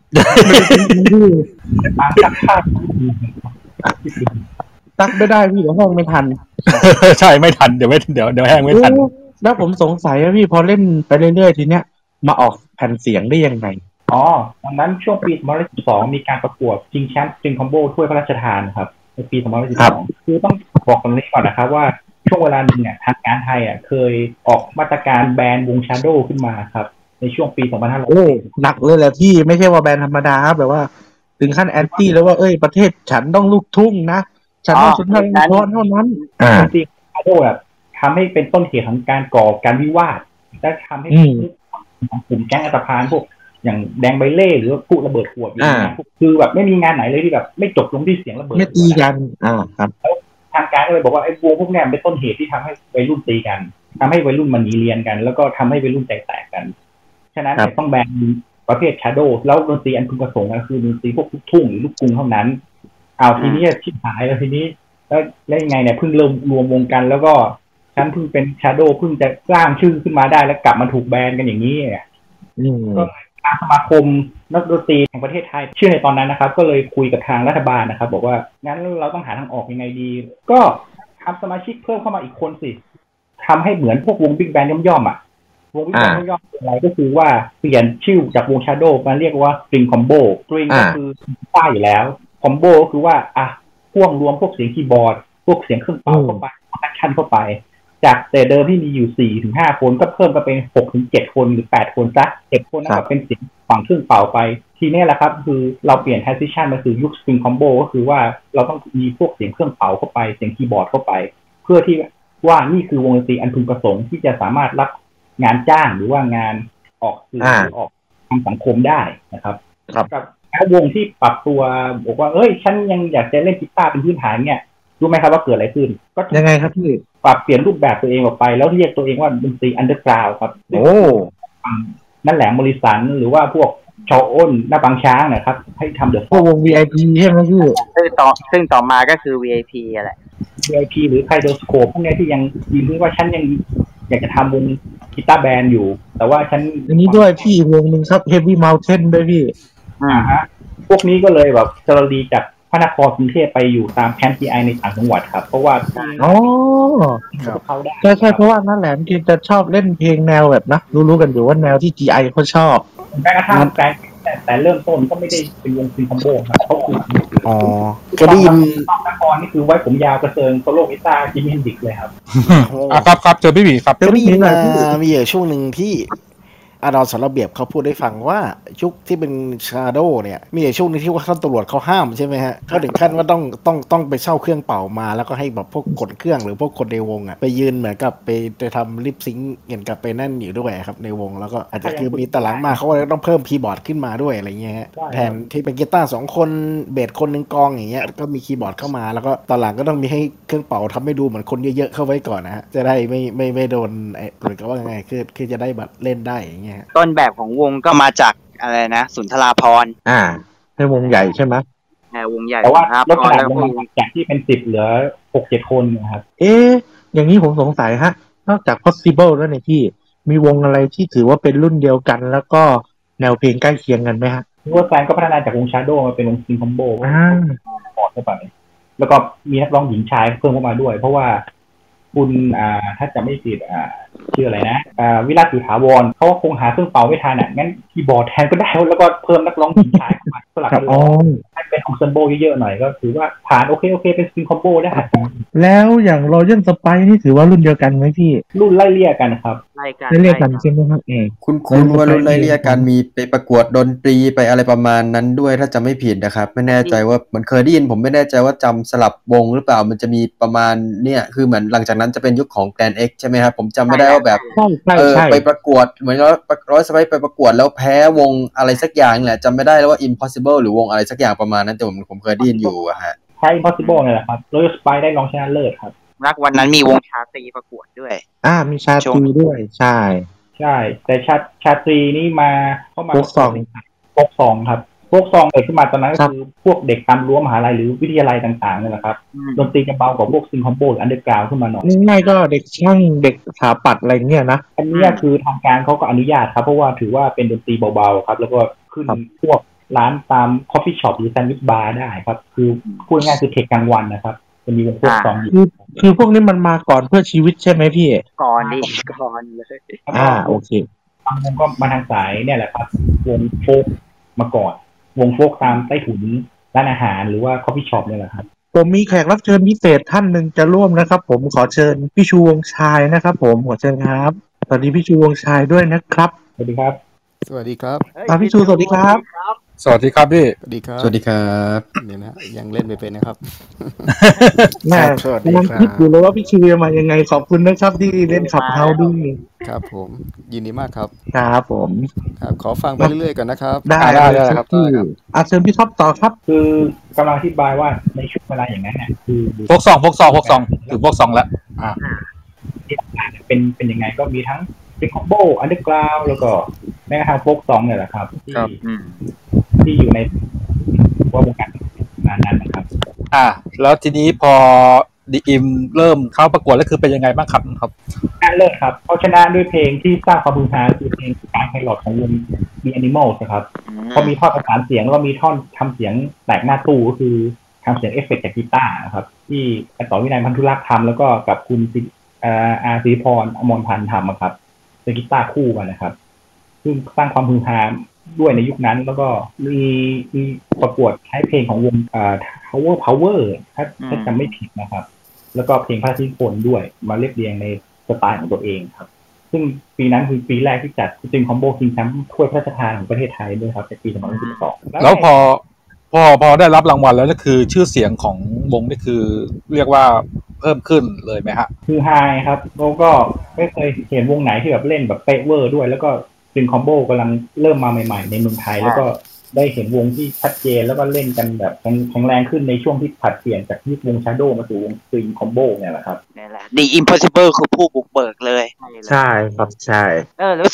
ซักไม่ได้พี่เดี๋ยวห้องไม่ทันใช่ไม่ทันเดี๋ยวแห้งไม่ทันแล้วผมสงสัยว่าพี่พอเล่นไปเรื่อยๆทีเนี้ยมาออกแผ่นเสียงได้ยังไงตอนนั้นช่วงปี2012มีการประกวดชิงแชมป์สตริงคอมโบถ้วยพระราชทานครับในปี2012คือต้องบอกกันนี้ก่อนนะครับว่าช่วงเวลานึงเนี่ยทางการไทยเคยออกมาตรการแบนวง Shadow ขึ้นมาครับในช่วงปี2500 หนักเลยแหละพี่ไม่ใช่ว่าแบนธรรมดาแบบว่าถึงขั้นแอนตี้แล้วว่าประเทศฉันต้องลูกทุ่งนะฉันต้องสุนทรภพเท่านั้นจริง Shadow ทำให้เป็นต้นเหตุของการก่อการวิวาทและทำให้กลุ่มแก๊งอัตภานพวกอย่างแดงใบเล่หรือผู้ระเบิดขวดอย่างเงี้ยคือแบบไม่มีงานไหนเลยที่แบบไม่จบลงที่เสียงระเบิดไม่ตีกันครับแล้วทางการก็เลยบอกว่าไอ้วงพวกนี้เป็นต้นเหตุที่ทำให้วัยรุ่นตีกันทำให้วัยรุ่นมันหนีเรียนกันแล้วก็ทำให้วัยรุ่นแตกกันฉะนั้นต้องแบนประเภท Shadow แล้วดนตรีอันพึงประสงค์ก็คือดนตรีพวกลูกทุ่งหรือลูกกรุงเท่านั้นเอาทีนี้ชิบหายแล้วทีนี้แล้วยังไงเนี่ยเพิ่งเริ่มรวมวงกันแล้วก็ฉันเพิ่งเป็น Shadow เพิ่งจะสร้างชื่อขึ้นมาได้แล้วกลับมาถูกแบนกันอย่างนี้ก็ทางสมาคมนักดนตรีแห่งประเทศไทยชื่อในตอนนั้นนะครับก็เลยคุยกับทางรัฐบาลนะครับบอกว่างั้นเราต้องหาทางออกยังไงดีก็ทำสมาชิกเพิ่มเข้ามาอีกคนสิทำให้เหมือนพวกวงบิ๊กแบนด์ย่อมๆวงบิ๊กแบนด์ย่อมๆอะไรก็คือว่าเปลี่ยนชื่อจากวง Shadow มาเรียกว่า String Combo String ก็คือป้ายอยู่แล้ว Combo ก็คือว่าพ่วงรวมพวกเสียงคีย์บอร์ดพวกเสียงเครื่องเป่าเข้าไปแอคชั่นเข้าไปจากแต่เดิมที่มีอยู่ 4-5 คนก็เพิ่มมาเป็น 6-7 คนหรือ 8 คนซะ7 คนนะครับเป็นเสียงฝั่งเครื่องเป่าไปทีนี้แหละครับคือเราเปลี่ยน transition มาคือยุค string combo ก็คือว่าเราต้องมีพวกเสียงเครื่องเป่าเข้าไปเสียงคีย์บอร์ดเข้าไปเพื่อที่ว่านี่คือวงดนตรีอันพึงประสงค์ที่จะสามารถรับงานจ้างหรือว่างานออกสื่อออกทางสังคมได้นะครับกับวงที่ปรับตัวบอกว่าฉันยังอยากจะเล่นกีตาร์เป็นพื้นฐานเนี่ยรู้ไหมครับว่าเกิดอะไรขึ้นก็ยังไงครับพี่ปรับเปลี่ยนรูปแบบตัวเองออกไปแล้วเรียกตัวเองว่าดนตรีอันเดอร์กราวด์ครับนั่นแหละมริสันหรือว่าพวกชออ้นหน้าบางช้างนะครับให้ทำเดอะพวกวง VIP ใช่ไหมพี่ซึ่งต่อมาก็คือ VIP แหละ VIP หรือไคโดสโคปพวกนี้ที่ยังยืนว่าฉันยังอยากจะทำวงกีตาร์แบนด์อยู่แต่ว่าฉันอันนี้ด้วยพี่วงหนึ่งครับ Heavy Mountain ด้วยพี่ฮะพวกนี้ก็เลยแบบสระดีจากพระนครกรุงเทพไปอยู่ตามแคมป์ TI ในต่างจังหวัดครับเพราะว่าอ๋อเขาได้ใช่เพราะว่านั่นแหละที่จะชอบเล่นเพลงแนวแบบนะรู้กันอยู่ว่าแนวที่ TI เขาชอบแม้กระทั่งแต่เริ่มต้นก็ไม่ได้เป็นวงซิงคอมโบครับเขาคือก็ได้ยินนครนี่คือไว้ผมยาวกระเซิงโซโล่กีตาร์จิมมี่เฮนดริกเลยครับครับเจอพี่หมีครับก็ได้ยินมีอยู่ช่วงหนึ่งที่อาดอนสารเบียบเขาพูดได้ฟังว่ายุคที่เป็นชาโดเนี่ยมีช่วงนึงที่ว่าท่านตำรวจเขาห้ามใช่ไหมฮะเขาถึงขั้นว่าต้องไปเช่าเครื่องเป่ามาแล้วก็ให้แบบพวกกดเครื่องหรือพวกคนในวงอ่ะไปยืนเหมือนกับไปทำลิปซิงค์เหมือนกับไปนั่นอยู่ด้วยครับในวงแล้วก็อาจจะคือมีตารางมาเขาเลยต้องเพิ่มคีย์บอร์ดขึ้นมาด้วยอะไรเงี้ยฮะแทนที่เป็นกีตาร์2คนเบสคนนึงกองอย่างเงี้ยก็มีคีย์บอร์ดเข้ามาแล้วก็ตอนหลังก็ต้องมีให้เครื่องเป่าทำให้ดูเหมือนคนเยอะๆเข้าไว้ก่อนนะฮะจะได้ไม่โดนหรือว่าไงคือจะได้บัตรเล่นได้อย่างเงี้ยต้นแบบของวงก็มาจากอะไรนะสุนทราภรณ์ในวงใหญ่ใช่ไหมวงใหญ่แต่ว่าลดขนาดลงมาจากที่เป็น10เหลือ 6-7 คนนะครับอย่างนี้ผมสงสัยฮะนอกจาก Possible แล้วเนี่ยพี่มีวงอะไรที่ถือว่าเป็นรุ่นเดียวกันแล้วก็แนวเพลงใกล้เคียงกันไหมฮะว่าแฟนก็พัฒนาจากวง Shadow มาเป็นวงซิงคอมโบพอร์ตเข้าไปแล้วก็มีนักร้องหญิงชายเพิ่มเข้ามาด้วยเพราะว่าคุณถ้าจะไม่ผิดชื่ออะไรนะวิราชสุถาวรเขาคงหาเครื่องเป่าไม่ทันงั้นคีย์บอร์ดแทนก็ได้แล้วก็เพิ่มนักร้องหญิงชายเข้ามาสลับกันให้เป็นองเซนโบเยอะๆหน่อยก็ถือว่าผ่านโอเคเป็นซิงคอมโบได้แล้วอย่างรอยัลสไปนี่ถือว่ารุ่นเดียวกันไหมพี่รุ่นไล่เลี่ยกันครับไล่เลี่ยกันใช่ไหมครับคุณว่ารุ่นไล่เลี่ยกันมีไปประกวดดนตรีไปอะไรประมาณนั้นด้วยถ้าจะไม่ผิดนะครับไม่แน่ใจว่ามันเคยได้ยินผมไม่แน่ใจว่าจำสลับวงหรือเปล่ามันจะมีประมาณเนี่ยคือเหมือนหลังจากนั้นจะเป็นยุคของแกรนด์เอ็กซ์ใช่ไหมครับผมจำไม่ได้ว่าแบบไปประกวดเหมือนร้อยสไปไปประกวดแล้วแพ้วงอะไรสักอย่างแหละจำไม่ได้แล้วว่า Impossible หรือวงอะไรสักอย่างประมาณนั้นแต่ผมเคยได้ยินอยู่อะฮะใช่ Impossible เนี่ยแหละครับร้อยสไปได้รองชนะเลิศครับนักวันนั้นมีวงชาตรีประกวดด้วยมีชาตรีด้วยใช่แต่ชาตรีนี่มาเข้ามาโฟกซองครับโฟกซองเกิดขึ้นมาตอนนั้นก็คือพวกเด็กตามรั้วมหาลัยหรือวิทยาลัยต่างๆนี่แหละครับดนตรีจะเบากว่าพวกซิงคอมโบหรืออันเดอร์กราวด์ขึ้นมาหน่อยง่ายก็เด็กช่างเด็กสถาปัตย์อะไรเงี้ยนะอันนี้คือทางการเขาก็อนุญาตครับเพราะว่าถือว่าเป็นดนตรีเบาๆครับแล้วก็ขึ้นพวกร้านตามคอฟฟี่ช็อปหรือแซนด์วิชบาร์ได้ครับคือพูดง่ายคือเทคกลางวันนะครับจะมีวงโฟกซองคือพวกนี้มันมาก่อนเพื่อชีวิตใช่ไหมพี่ก่อนเลยโอเคบางวงก็มาทางสายเนี่ยแหละครับวงโฟกมาก่อนวงโฟกตามใต้ถุนร้านอาหารหรือว่าคอฟฟี่ช็อปเนี่ยแหละครับผมมีแขกรับเชิญพิเศษท่านหนึ่งจะร่วมนะครับผมขอเชิญพี่ชูวงชายนะครับผมขอเชิญครับสวัสดีพี่ชูวงชายด้วยนะครับสวัสดีครับสวัสดีครับพี่ชูสวัสดีครับสวัสดีครับพี่สวัสดีครับสวัสดีครับเนี่ยนะยังเล่นไม่เป็นนะครับแม่สวัสดีครับคิดอยู่เลยว่าพี่ชูจะมายังไงขอบคุณนะครับที่เล่นขับเฮาด้วยครับผมยินดีมากครับครับผมครับขอฟังไปเรื่อยๆกันนะครับได้ครับพี่เชิญพี่ท็อปต่อครับคือกำลังอธิบายว่าในช่วงเวลาอย่างนั้นเนี่ยคือพวกซองถึงพวกซองแล้วเป็นยังไงก็มีทั้งซิงคอมโบอันเดอร์กราวด์แล้วก็แม้กระทั่งโฟกซองเนี่ยแหละครับที่อยู่ในวงการนั้นนะครับแล้วทีนี้พอดีอิมเริ่มเข้าประกวดแล้วคือเป็นยังไงบ้างครับเลิศครับเขาชนะด้วยเพลงที่สร้างความฮือฮาคือเพลงการไพลอตของวง The Animals ครับเขามีท่อนประสานเสียงแล้วก็มีท่อนทำเสียงแตกหน้าตู้ก็คือทำเสียงเอฟเฟกต์จากกีตาร์นะครับที่ต่อวินัยพันธุรักษ์ทำแล้วก็กับคุณอาศิริพรอมรพันธ์ทำครับเป็นกีตาร์คู่กันนะครับซึ่งสร้างความฮือฮาด้วยในยุคนั้นแล้วก็มีประกวดใช้เพลงของวงPower ถ้าจำไม่ผิดนะครับแล้วก็เพลงพระราชนิพนธ์ด้วยมาเรียบเรียงในสไตล์ของตัวเองครับซึ่งปีนั้นคือปีแรกที่จัดซิงคอมโบคิงแชมป์ถ้วยพระราชทานของประเทศไทยด้วยครับในปี2012 แล้วพอได้รับรางวัลแล้วก็คือชื่อเสียงของวงนี่คือเรียกว่าเพิ่มขึ้นเลยไหมฮะคือไฮครับแล้วก็ไม่เคยเห็นวงไหนที่แบบเล่นแบบเป๊ะเวอร์ด้วยแล้วก็ซิงคอมโบกำลังเริ่มมาใหม่ๆในเมืองไทยแล้วก็ได้เห็นวงที่ชัดเจนแล้วก็เล่นกันแบบแข็งแรงขึ้นในช่วงที่ผัดเปลี่ยนจากยุควง Shadow มาสู่วงซิงคอมโบเนี่ยแหละครับนี่แหละ The Impossible คือผู้บุกเบิกเลยใช่ครับใช่รู้สึก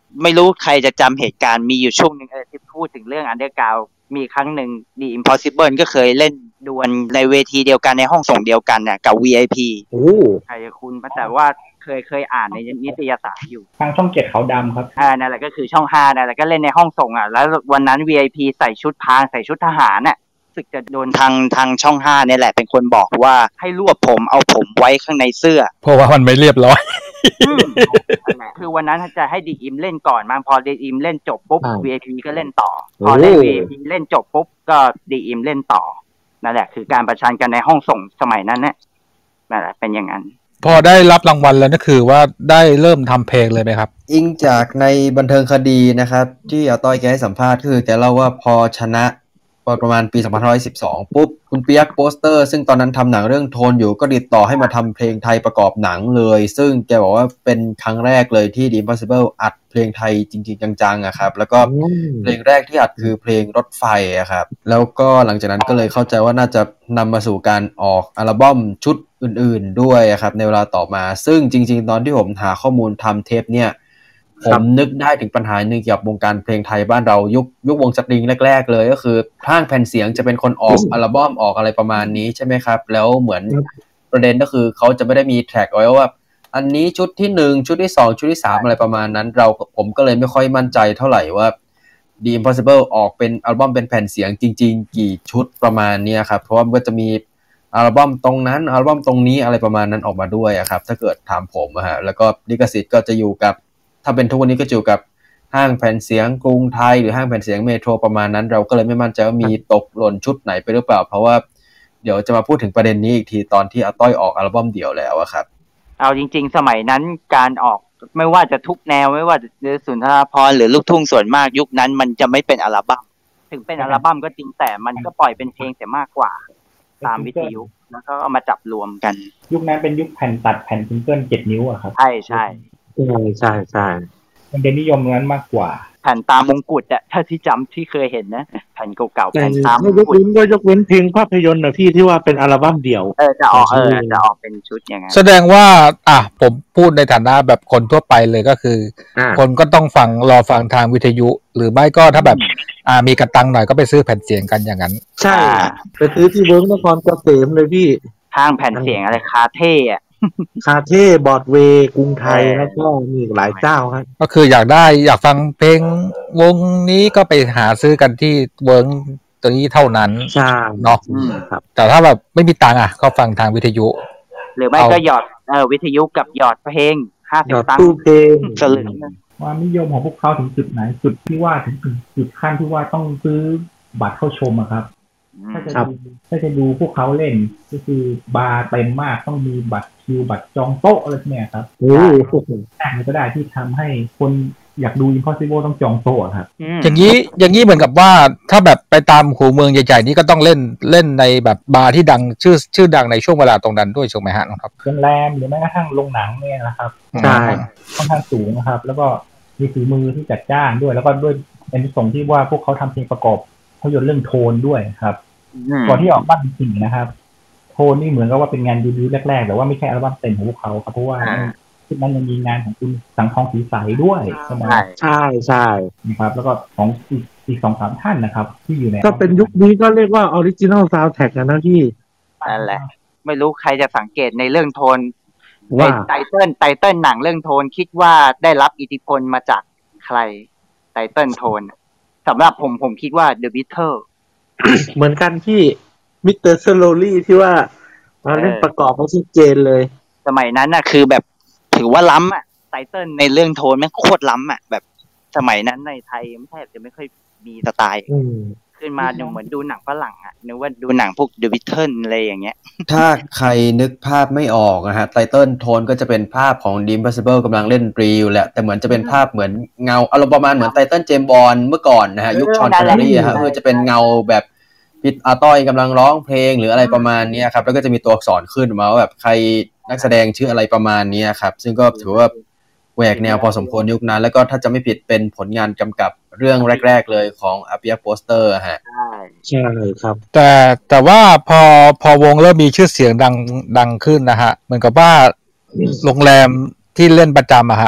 ไม่รู้ใครจะจำเหตุการณ์มีอยู่ช่วงนึงที่พูดถึงเรื่อง Underground มีครั้งหนึ่ง The Impossible ก็เคยเล่นดวลในเวทีเดียวกันในห้องส่งเดียวกันน่ะกับ VIP โอ้ใครคุณแต่ว่าเคยอ่านในนิตยสารอยู่ทางช่อง7ขาวดำครับนั่นแหละก็คือช่อง5นั่นแหละก็เล่นในห้องส่งแล้ววันนั้น VIP ใส่ชุดพรางใส่ชุดทหารน่ะสึกจะโดนทางช่อง5เนี่ยแหละเป็นคนบอกว่าให้รวบผมเอาผมไว้ข้างในเสื้อเพราะว่ามันไม่เรียบร้อยคือวันนั้นจะให้ดีอิมเล่นก่อนพอดีอิมเล่นจบปุ๊บ VIP ก็เล่นต่อพอเล่น VIP เล่นจบปุ๊บก็ดีอิมเล่นต่อนั่นแหละคือการประชันกันในห้องส่งสมัยนั้นนั่นแหละเป็นอย่างนั้นพอได้รับรางวัลแล้วนั่นคือว่าได้เริ่มทำเพลงเลยไหมครับอิงจากในบันเทิงคดีนะครับที่อาต้อยแกให้สัมภาษณ์คือแกเล่าว่าพอชนะประมาณปี2512ปุ๊บคุณเปียกโปสเตอร์ซึ่งตอนนั้นทำหนังเรื่องโทนอยู่ก็ติดต่อให้มาทำเพลงไทยประกอบหนังเลยซึ่งแกบอกว่าเป็นครั้งแรกเลยที่ The Impossible อัดเพลงไทยจริงๆจังๆอะครับแล้วก็เพลงแรกที่อัดคือเพลงรถไฟอะครับแล้วก็หลังจากนั้นก็เลยเข้าใจว่าน่าจะนำมาสู่การออกอัลบั้มชุดอื่นๆด้วยครับในเวลาต่อมาซึ่งจริงๆตอนที่ผมหาข้อมูลทำเทปเนี่ยผมนึกได้ถึงปัญหาหนึ่งเกี่ยวกับวงการเพลงไทยบ้านเรายุควงสตริงแรกๆเลยก็คือห้างแผ่นเสียงจะเป็นคนออกอัลบั้มออกอะไรประมาณนี้ใช่ไหมครับแล้วเหมือนประเด็นก็คือเขาจะไม่ได้มีแทร็กไว้ว่าอันนี้ชุดที่1ชุดที่2ชุดที่3อะไรประมาณนั้นผมก็เลยไม่ค่อยมั่นใจเท่าไหร่ว่า The Impossible ออกเป็นอัลบั้มเป็นแผ่นเสียงจริงๆกี่ชุดประมาณนี้ครับเพราะว่ามันก็จะมีอัลบั้มตรงนั้นอัลบั้มตรงนี้อะไรประมาณนั้นออกมาด้วยครับถ้าเกิดถามผมฮะแล้วก็ลิขสิทธิ์ก็จะอยู่กับถ้าเป็นทุกวันนี้ก็อยู่กับห้างแผ่นเสียงกรุงไทยหรือห้างแผ่นเสียงเมโทรประมาณนั้นเราก็เลยไม่มั่นใจว่ามีตกหล่นชุดไหนไปหรือเปล่าเพราะว่าเดี๋ยวจะมาพูดถึงประเด็นนี้อีกทีตอนที่อาต้อยออกอัลบั้มเดี่ยวแล้วครับเอาจริงๆสมัยนั้นการออกไม่ว่าจะทุกแนวไม่ว่าจะสุนทรภรณ์หรือลูกทุ่งส่วนมากยุคนั้นมันจะไม่เป็นอัลบั้มถึงเป็นอัลบั้มก็จริงแต่มันก็ปล่อยเป็นเพลงแต่มากกว่าตามวิทยุแล้วก็เอามาจับรวมกันยุคนั้นเป็นยุคแผ่นตัดแผ่นซิงเกิล7 นิ้วอะครับใช่ใช่ใช่ใช่มันเป็นนิยมนั้นมากกว่าแผ่นตามงกุฎอะถ้าที่จำที่เคยเห็นนะแผ่นเก่าๆแผ่นตามมงกุฎยกเว้นเพลงภาพยนตร์นะพี่ที่ว่าเป็นอัลบั้มเดี่ยวจะออกเป็นชุดอย่างนั้นแสดงว่าผมพูดในฐานะแบบคนทั่วไปเลยก็คือคนก็ต้องรอฟังทางวิทยุหรือไม่ก็ถ้าแบบมีกระตังหน่อยก็ไปซื้อแผ่นเสียงกันอย่างนั้นใช่ไปซื้อที่เวิร์กนครเกษมเลยพี่ห้างแผ่นเสียงอะไรคาเท่คาเท่บอร์ดเวย์กรุงไทยแล้วก็มีหลายเจ้าครับก็คืออยากฟังเพลงวงนี้ก็ไปหาซื้อกันที่เวิร์กตัวนี้เท่านั้นใช่เนาะครับแต่ถ้าแบบไม่มีตังค์ก็ฟังทางวิทยุหรือไม่ก็หยอดวิทยุกับหยอดเพลง50 ตังค์เพลงสลึงความนิยมของพวกเขาถึงจุดไหนจุดที่ว่าถึงจุดขั้นที่ว่าต้องซื้อบัตรเข้าชมครับถ้าจะดูพวกเขาเล่นก็คือบาร์เต็มมากต้องมีบัตรคิวบัตรจองโต๊ะอะไรเนี่ยครับแต่ก็ได้ที่ทำให้คนอยากดู Impossible ต้องจองโต๊ะครับอย่างนี้เหมือนกับว่าถ้าแบบไปตามหัวเมืองใหญ่ๆนี่ก็ต้องเล่นในแบบบาร์ที่ดังชื่อดังในช่วงเวลาตรงนั้นด้วยใช่ไหมฮะครับโรงแรมหรือแม้กระทั่งโรงหนังเนี่ยนะครับใช่ค่อนข้างสูงนะครับแล้วก็มีฝีมือที่จัดจ้างด้วยแล้วก็ด้วยเป็นส่งที่ว่าพวกเขาทำเพลงประกอบภาพยนตร์เรื่องโทนด้วยครับก่อนที่ออกบ้านจริงๆนะครับโทนนี่เหมือนกับว่าเป็นงานดีบิวต์แรกๆแต่ว่าไม่ใช่อัลบั้มเต็มของพวกเขาครับเพราะว่าชุดนั้นยังมีงานของคุณสังทองศรีใสด้วยใช่ไหมใช่ใช่นะครับแล้วก็ของอีก 2-3 ท่านนะครับที่อยู่ในก็เป็นยุคนี้ก็เรียกว่าออริจินอลซาวด์แทร็กนะพี่นั่นแหละไม่รู้ใครจะสังเกตในเรื่องโทนว่าไตเติ้ลหนังเรื่องโทนคิดว่าได้รับอิทธิพลมาจากใครไตเติ้ลโทนสำหรับผมคิดว่า The Beatles เหมือนกันที่มิสเตอร์สโลลี่ที่ว่าเล่นประกอบมาชัดเจนเลยสมัยนั้นน่ะคือแบบถือว่าล้ำไตเติ้ลในเรื่องโทนแม่งโคตรล้ำแบบสมัยนั้นในไทยแทบจะไม่ค่อยมีสไตล์ขึ้นมาเหมือนดูหนังฝรั่งนึกว่าดูหนังพวก The Beatles อะไรอย่างเงี้ยถ้าใครนึกภาพไม่ออกนะฮะไตเติ้ลโทนก็จะเป็นภาพของ The Impossible กำลังเล่นดนตรีอยู่แหละแต่เหมือนจะเป็นภาพเหมือนเงาอารมณ์ประมาณเหมือนไตเติ้ลเจมส์บอนด์เมื่อก่อนนะฮะยุคชอนคอนเนอรี่ฮะคือจะเป็นเงาแบบพี่อาต้อยกำลังร้องเพลงหรืออะไรประมาณนี้ครับแล้วก็จะมีตัวอักษรขึ้นมาว่าแบบใครนักแสดงชื่ออะไรประมาณนี้ครับซึ่งก็ถือว่าแหวกแนวพอสมควรยุคนั้นแล้วก็ถ้าจะไม่ผิดเป็นผลงานกำกับเรื่องแรกๆเลยของอาเปียโปสเตอร์ฮะใช่ครับแต่ว่าพอวงเริ่มมีชื่อเสียงดังขึ้นนะฮะเหมือนกับว่าโรงแรมที่เล่นประจำฮะ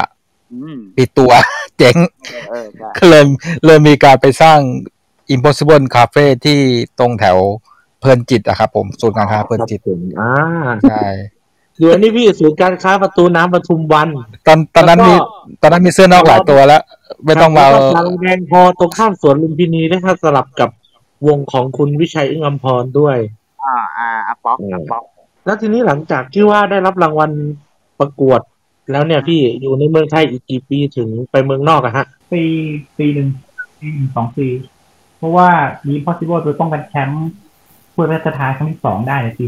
ปิดตัวเจ๋งก็เริ่มมีการไปสร้าง Impossible Cafe ที่ตรงแถวเพลินจิตอะครับผมศูนย์การค้าเพลินจิตใช่อยู่อันนี้พี่ศูนย์การค้าประตูน้ำปทุมวันตอนนั้นมีเสื้อนอกหลายตัวแล้วไม่ต้องมาแดงพอตรงข้ามสวนลุมพินีได้ค่ะสลับกับวงของคุณวิชัยอึ้งอำพรด้วยป๊อกแล้วทีนี้หลังจากที่ว่าได้รับรางวัลประกวดแล้วเนี่ยพี่อยู่ในเมืองไทยอีกกี่ปีถึงไปเมืองนอกอะฮะปีหนึ่ง2 ปีเพราะว่ามี Possible จะต้องกันแชมป์ถ้วยพระราชทานครั้งที่ 2ได้ในปี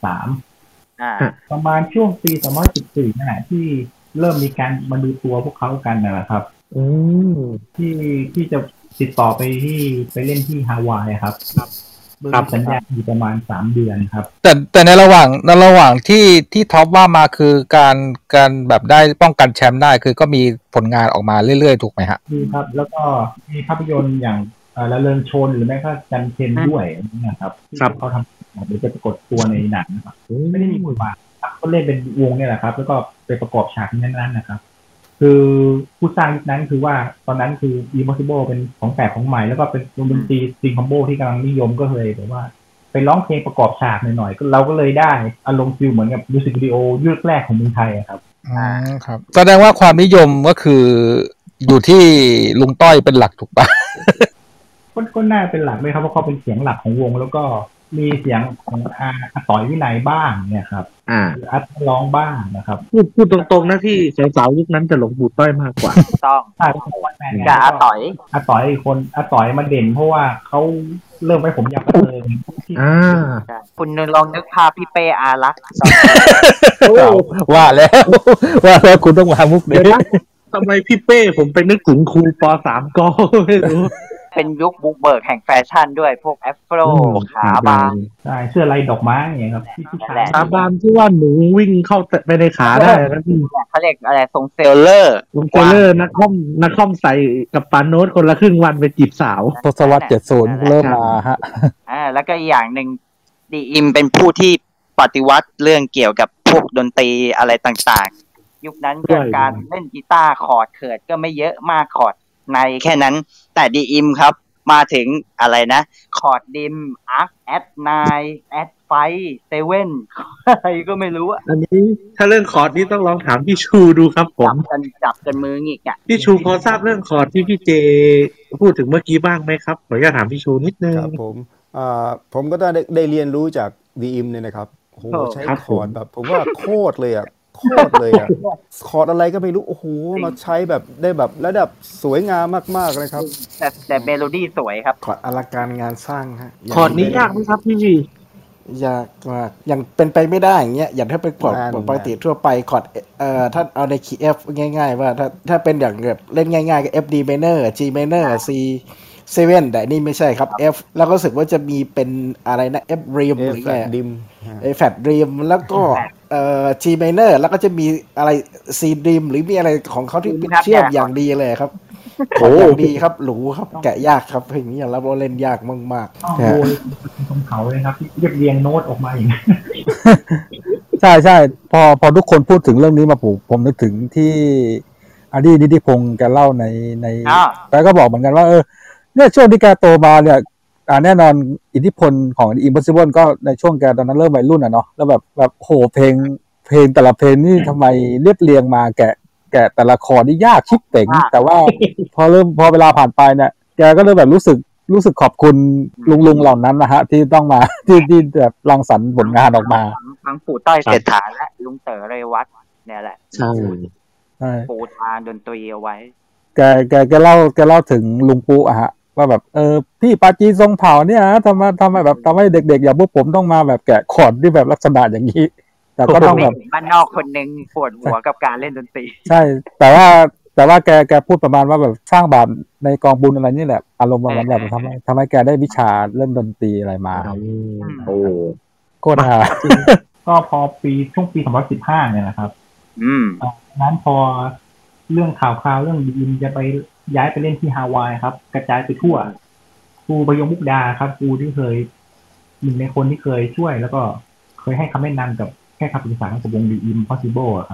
2013ประมาณช่วงปี2014นั่นแหละที่เริ่มมีการมาดูตัวพวกเขากันนะครับที่จะติดต่อไปเล่นที่ฮาวายครับสัญญาอยู่ประมาณ3 เดือนครับแต่ในระหว่างที่ท็อปว่ามาคือการแบบได้ป้องกันแชมป์ได้คือก็มีผลงานออกมาเรื่อยๆถูกไหมฮะมีครับแล้วก็มีภาพยนตร์อย่างละเริงชนหรือแม้กระทั่งจันเพ็ญด้วยนะครับที่เขาทำหรือจะปรากฏตัวในหนังนะครับไม่ได้มีบทบาทก็เล่นเป็นวงเนี่ยแหละครับแล้วก็ไปประกอบฉากนั้นนะครับคือผู้สร้างยุคนั้นคือว่าตอนนั้นคือ Impossible เป็นของแปลกของใหม่แล้วก็เป็นวงดนตรีซิงคอมโบที่กำลังนิยมก็เลยแบบว่าไปร้องเพลงประกอบฉากหน่อยๆก็เราก็เลยได้อารมณ์ฟิลเหมือนกับมิวสิกวิดีโอยุคแรกของเมืองไทยครับครับแสดงว่าความนิยมก็คืออยู่ที่ลุงต้อยเป็นหลักถูกปะก็น่าเป็นหลักเลยครับเพราะเขาเป็นเสียงหลักของวงแล้วก็มีเสียงของอาต่อยวินัยบ้างเนี่ยครับอัดร้องบ้างนะครับพูดตรงๆนะที่สาวๆยุคนั้นจะหลงปู่ต้อยมากกว่าต้องกับอาต่อยคนอาต่อยมาเด่นเพราะว่าเขาเริ่มไว้ผมยาวก็เลยคุณลองนึกภาพพี่เป้อารักษ์ว่าแล้วคุณต้องมามุกเดี๋ยวนะทำไมพี่เป้ผมไปนึกถึงครูป.3 ก็ไม่รู้เป็นยุคบุกเบิกแห่งแฟชั่นด้วยพวกแอฟโรขาบางใช่เสื้อลายดอกไม้อย่างเงี้ยครับขาบางที่ว่าหนูวิ่งเข้าไปในขาได้นะพี่เขาเรียกอะไรทรงเซลเลอร์นักคอมใส่กับปานโน้ตคนละครึ่งวันไปจีบสาวทศวรรษ70เริ่มมาฮะแล้วก็อีกอย่างนึงดีอิมเป็นผู้ที่ปฏิวัติเรื่องเกี่ยวกับพวกดนตรีอะไรต่างๆยุคนั้นการเล่นกีตาร์คอร์ดเขิดก็ไม่เยอะมากคอร์ดในแค่นั้นแต่ดีอิมครับมาถึงอะไรนะคอร์ดดิมอาร์คแอดไนแอดไฟเซเว่นอะไรก็ไม่รู้อันนี้ถ้าเรื่องคอร์ดนี้ต้องลองถามพี่ชูดูครับผมจับกันมืองิกอ่ะพี่ชูพอทราบเรื่องคอร์ดที่พี่เจพูดถึงเมื่อกี้บ้างไหมครับขออนุญาตถามพี่ชูนิดนึงครับผมก็ได้เรียนรู้จากดีอิมเนี่ยนะครับโหใช้คอร์ดแบบผมว่าโคตรเลยอ่ะคอร์ดอะไรก็ไม่รู้โอ้โหมาใช้แบบได้แบบระดับสวยงามมากๆเลยครับแต่เมโลดี้สวยครับคอร์ดอลังการงานสร้างฮะคอร์ดนี้ยากไหมครับพี่จียากมากอย่างเป็นไปไม่ได้อย่างเงี้ยอย่างถ้าเป็นคอร์ดปกติทั่วไปคอร์ดถ้าเอาในคีย์ F ง่ายๆว่าถ้าเป็นอย่างแบบเล่นง่ายๆก็ F D minor G minor C 7แต่นี่ไม่ใช่ครับ F แล้วก็รู้สึกว่าจะมีเป็นอะไรนะ F rim หรือไงแฟดริมแล้วก็G minor แล้วก็จะมีอะไร C rim หรือมีอะไรของเขาที่เชื่อมอย่างดีเลยครับโอ้ดีครับหรูครับแกะยากครับเพลงนี้แล้วเล่นยากมากๆโอ้ยตรงเขาเลยครับเรียงโน้ตออกมาอย่างนี้ใช่พอทุกคนพูดถึงเรื่องนี้มาผมนึกถึงที่อดีนิติพงศ์แกเล่าในแกก็บอกเหมือนกันว่าเนี่ยช่วงที่แกโตมาเนี่ยแน่นอนอิทธิพลของ Impossible ก็ในช่วงแกตอนนั้นเริ่มวัยรุ่นเนาะแล้วแบบโหเพลงแต่ละเพลงนี่ทำไมเรียบเรียงมาแกะแต่ละคอร์ดนี่ยากชิบเป๋งแต่ว่าพอเวลาผ่านไปเนี่ยแกก็เลยแบบรู้สึกขอบคุณลุงเหล่านั้นนะฮะที่ต้องมาที่แบบรังสรรค์ผลงานออกมาทั้งปู่ต้อยเศรษฐาและลุงเต๋อเรวัตเนี่ยแหละใช่ปูทางดนตรีเอาไว้แกเล่าถึงลุงปู่อะฮะว่าแบบพี่ปาจีทรงเผ่าเนี่ยทำไมแบบทำให้เด็กๆอย่างพวกผมต้องมาแบบแกะคอร์ดที่แบบลักษณะอย่างนี้แต่ก็ต้องแบบบ้านนอกคนนึงปวดหัวกับการเล่นดนตรีใช่แต่ว่าแกพูดประมาณว่าแบบสร้างบาปในกองบุญอะไรนี่แหละอารมณ์ประมาณแบบทำให้แกได้วิชาเล่นดนตรีอะไรมาโอ้โคตรฮาก็พอช่วงปี2015เนี่ยนะครับนั้นพอเรื่องข่าวเรื่องดีมจะไปย้ายไปเล่นที่ฮาวายครับกระจายไปทั่วครูประยงมุกดาครับครูที่เคยหนึ่งในคนที่เคยช่วยแล้วก็เคยให้คำแนะนำกับแค่คำปรึกษาของวงดีอิม Possible ครับ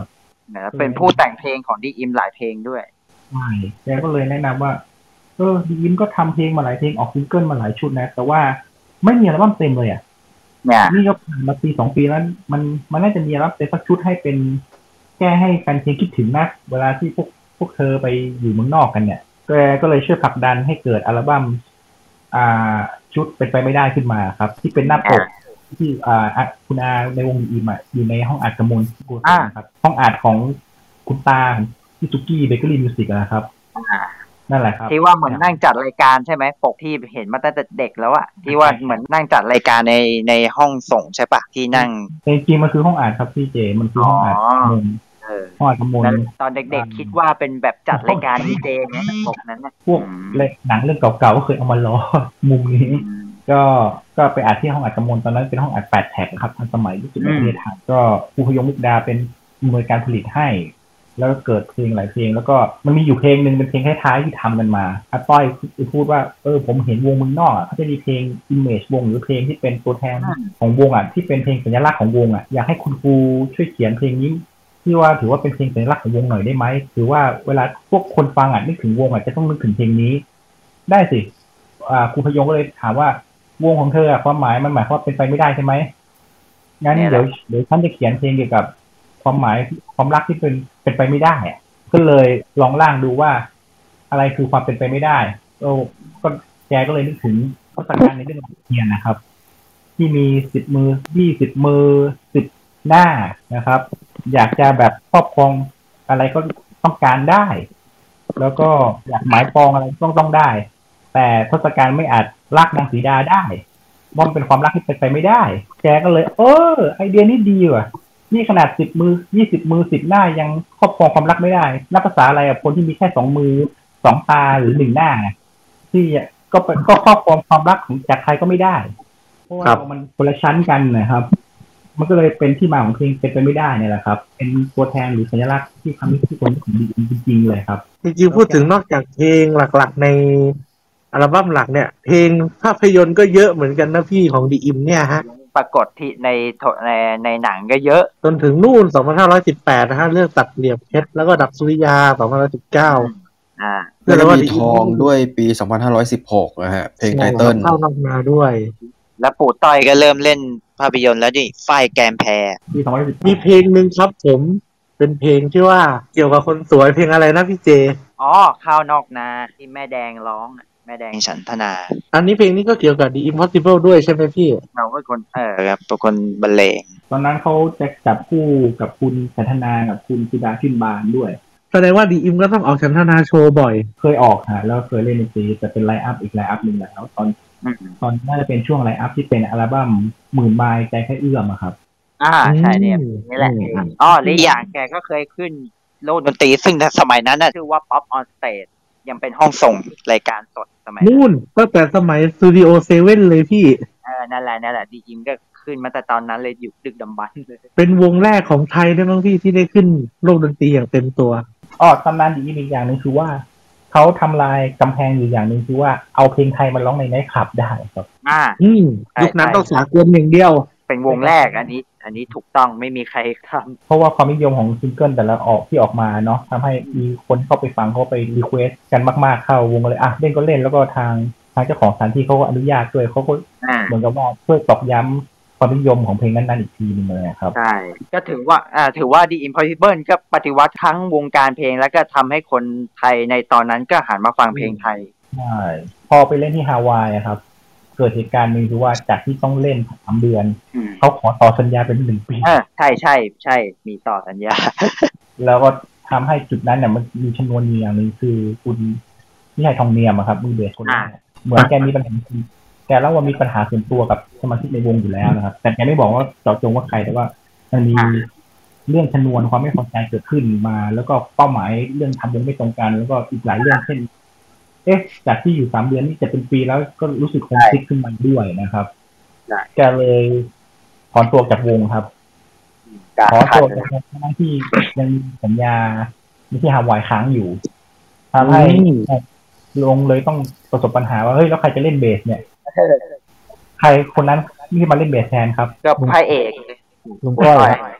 นะเป็นผู้แต่งเพลงของดีอิมหลายเพลงด้วยใช่แกก็เลยแนะนำว่าดีอิมก็ทำเพลงมาหลายเพลงออกซิงเกิลมาหลายชุดนะแต่ว่าไม่มีอัลบั้มเต็มเลยอ่ะนี่ก็ผ่านมาปี2 ปีแล้วมันน่าจะมีอัลบั้มเต็มสักชุดให้เป็นแก้ให้แฟนเพลงคิดถึงนะเวลาที่พวกเธอไปอยู่เมืองนอกกันเนี่ยแกก็เลยช่วยผลักดันให้เกิดอัลบั้มชุดเป็นไปไม่ได้ขึ้นมาครับที่เป็นหน้าปกที่คุณอาในวงอีมอยู่ในห้องอัดกระมวลโกศลครับห้องอัดของคุณตาที่ซุกี้เบเกอรี่มิวสิกนะครับนั่นแหละครับที่ว่าเหมือนนั่งจัดรายการใช่ไหมปกที่เห็นมาตั้งแต่เด็กแล้วอะที่ว่าเหมือนนั่งจัดรายการในห้องส่งใช่ปะที่นั่งจริงๆมันคือห้องอัดครับพี่เจมันคือห้องอัดห้องอัดกระมวลตอนเด็กๆคิดว่าเป็นแบบจัดรายการดีเจเนี่ยปกนั้นนะพวกหนังเรื่องเก่าๆก็เคยเอามาล้อมุมนี้ก็ไปอัดที่ห้องอัดกระมวลตอนนั้นเป็นห้องอัด8 แท็กครับทันสมัยที่สุดในประเทศไทยก็ครูพยงมุกดาเป็นอำนวยการผลิตให้แล้วเกิดเพลงหลายเพลงแล้วก็มันมีอยู่เพลงนึงเป็นเพลงท้ายๆที่ทำกันมาอาต้อยพูดว่าผมเห็นวงเมืองนอกเขาจะมีเพลง image วงหรือเพลงที่เป็นตัวแทนของวงที่เป็นเพลงสัญลักษณ์ของวงอยากให้คุณครูช่วยเขียนเพลงนี้ที่ว่าถือว่าเป็นเพลงสัญลักษณ์ของวงหน่อยได้ไหมถือว่าเวลาพวกคนฟังนึกถึงวงจะต้องนึกถึงเพลงนี้ได้สิครูพยงก็เลยถามว่าวงของเธอความหมายมันหมายความเป็นไปไม่ได้ใช่ไหมงั้นเดี๋ยวฉันจะเขียนเพลงเกี่ยวกับความหมายความรักที่เป็นไปไม่ได้ก็เลยลองร่างดูว่าอะไรคือความเป็นไปไม่ได้ก็แกก็เลยนึกถึงทศกัณฐ์ในเรื่องเทียนนะครับที่มี10 มือ20 มือ10 หน้านะครับอยากจะแบบครอบครองอะไรก็ต้องการได้แล้วก็อยากหมายปองอะไรต้องได้แต่ทศกัณฐ์ไม่อาจรักนางสีดาได้มันเป็นความรักที่เป็นไปไม่ได้แกก็เลยไอเดียนี้ดีว่ะนี่ขนาด10 มือ20 มือ10 หน้ายังครอบครองความรักไม่ได้นับภาษาอะไรคนที่มีแค่2 มือ2 ตาหรือ1 หน้าที่ก็ครอบครองความรักของจากใครก็ไม่ได้เพราะว่ามันคนละชั้นกันนะครับมันก็เลยเป็นที่มาของเพลงเป็นไปไม่ได้เนี่ยแหละครับเป็นตัวแทนหรือสัญลักษณ์ที่ทำให้ทุกคนถึงดีจริงๆเลยครับจริงๆพูดถึงนอกจากเพลงหลักๆในอัลบั้มหลักเนี่ยเพลงภาพยนตร์ก็เยอะเหมือนกันนะพี่ของดีอิมเนี่ยฮะปรากฏที่ในหนังก็เยอะจนถึงนู่น2518นะฮะเรื่องตัดเหลี่ยมเพชรแล้วก็ดับสุริยา2519 แล้วก็มีทองด้วยปี2516นะฮะเพลงไตเติ้ลเข้านอกมาด้วยแล้วปู่ต้อยก็เริ่มเล่นภาพยนตร์แล้วดิฝ้ายแกมแพรมีเพลงนึงครับผมเป็นเพลงที่ว่าเกี่ยวกับคนสวยเพลงอะไรนะพี่เจข้าวนอกนาที่แม่แดงร้องแม่แดงฉันทนาอันนี้เพลงนี้ก็เกี่ยวกับ The Impossible ด้วยใช่ไหมพี่เราเป็นคนครับเป็นคนบรรเลงตอนนั้นเขาจะจับคู่กับคุณฉันทนากับคุณสุดาชื่นบานด้วยแสดงว่า The Im ก็ต้องออกฉันทนาโชว์บ่อยเคยออกแล้วเคยเล่นดนตรีแต่เป็นไลน์อัพอีกไลน์อัพนึงแล้วตอนน่าจะเป็นช่วงไลน์อัพที่เป็นอัลบั้ม10,000 ไมล์ใจแค่เอื้อมครับใช่เนี่ยนี่แหละและอย่างแกก็เคยขึ้นโลกดนตรีซึ่งสมัยนั้นชื่อว่า Pop on Stage ยังเป็นห้องส่งรายการสดสมัยนู่นตั้งแต่สมัย Studio 7เลยพี่นั่นแหละดีอิมก็ขึ้นมาแต่ตอนนั้นเลยอยู่ดึกดำบรรพ์เลยเป็นวงแรกของไทยด้วยมั้งพี่ที่ได้ขึ้นโลกดนตรีอย่างเต็มตัวตำนานดีอิมอีกอย่างนึงคือว่าเขาทำลายกำแพงอยู่อย่างนึงคือว่าเอาเพลงไทยมาร้องในไนท์คลับได้ครับยุคนั้นต้องสากลอย่างเดียวเป็นวงแรกอันนี้ถูกต้องไม่มีใครทำเพราะว่าความนิยมของซิงเกิลแต่ละที่ออกมาเนาะทำให้มีคนเข้าไปฟังเขาไปรีเควสกันมากๆเข้าวงเลยเล่นก็เล่นแล้วก็ทางเจ้าของสถานที่เขาก็อนุญาตด้วยเขาก็เหมือนกับว่าช่วยตอกย้ำความนิยมของเพลงนั้นๆอีกทีนึงเลยครับใช่ก็ถือว่า The Impossible ก็ปฏิวัติทั้งวงการเพลงแล้วก็ทำให้คนไทยในตอนนั้นก็หันมาฟังเพลงไทยใช่พอไปเล่นที่ฮาวายครับเกิดเหตุการณ์นึงคือว่าจากที่ต้องเล่น3 เดือนเขาขอต่อสัญญาเป็น1 ปีใช่มีต่อสัญญาแล้วก็ทำให้จุดนั้นเนี่ยมันมีชนวนอย่างนึงคือคุณนิชัยทองเนียมครับมือเบสคนแรกเหมือนแกมีปัญหาแกแล้วว่ามีปัญหาส่วนตัวกับสมาชิกในวงอยู่แล้วนะครับแต่แกไม่บอกว่าเจาะจงว่าใครแต่ว่ามันมีเรื่องชนวนความไม่พอใจเกิดขึ้นมาแล้วก็เป้าหมายเรื่องทำวงไม่ตรงกันแล้วก็อีกหลายเรื่องเช่นจากที่อยู่3 เดือนนี่จะเป็นปีแล้วก็รู้สึกคงคิดขึ้นมาด้วยนะครับแกเลยถอนตัวจากวงครับถอนตัวจากวงทั้งที่ยังสัญญาที่ฮาวายค้างอยู่ทำให้ลงเลยต้องประสบปัญหาว่าเฮ้ยแล้วใครจะเล่นเบสเนี่ยใครคนนั้นที่มาเล่นเบสแทนครับก็พระเอกลุงก้อย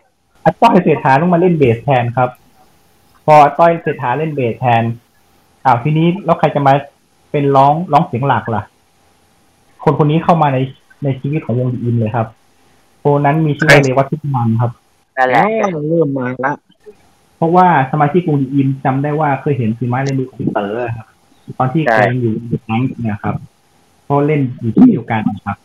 อาต้อยเศรษฐาต้องมาเล่นเบสแทนครับพออาต้อยเศรษฐาเล่นเบสแทนทีนี้แล้วใครจะมาเป็นร้องเสียงหลักล่ะคนนี้เข้ามาในชีวิตของวงดีอินเลยครับคนนั้นมีชื่อเรวัตทิพมันครับนั่นแหละเริ่มมาละเพราะว่าสมาชิกวงดีอินจำได้ว่าเคยเห็นฝีไม้ลายมือของเต๋อครับตอนที่แกยังอยู่ในแก๊งเนี่ยครับเพราะเล่นอยู่ที่เดียวกันครับ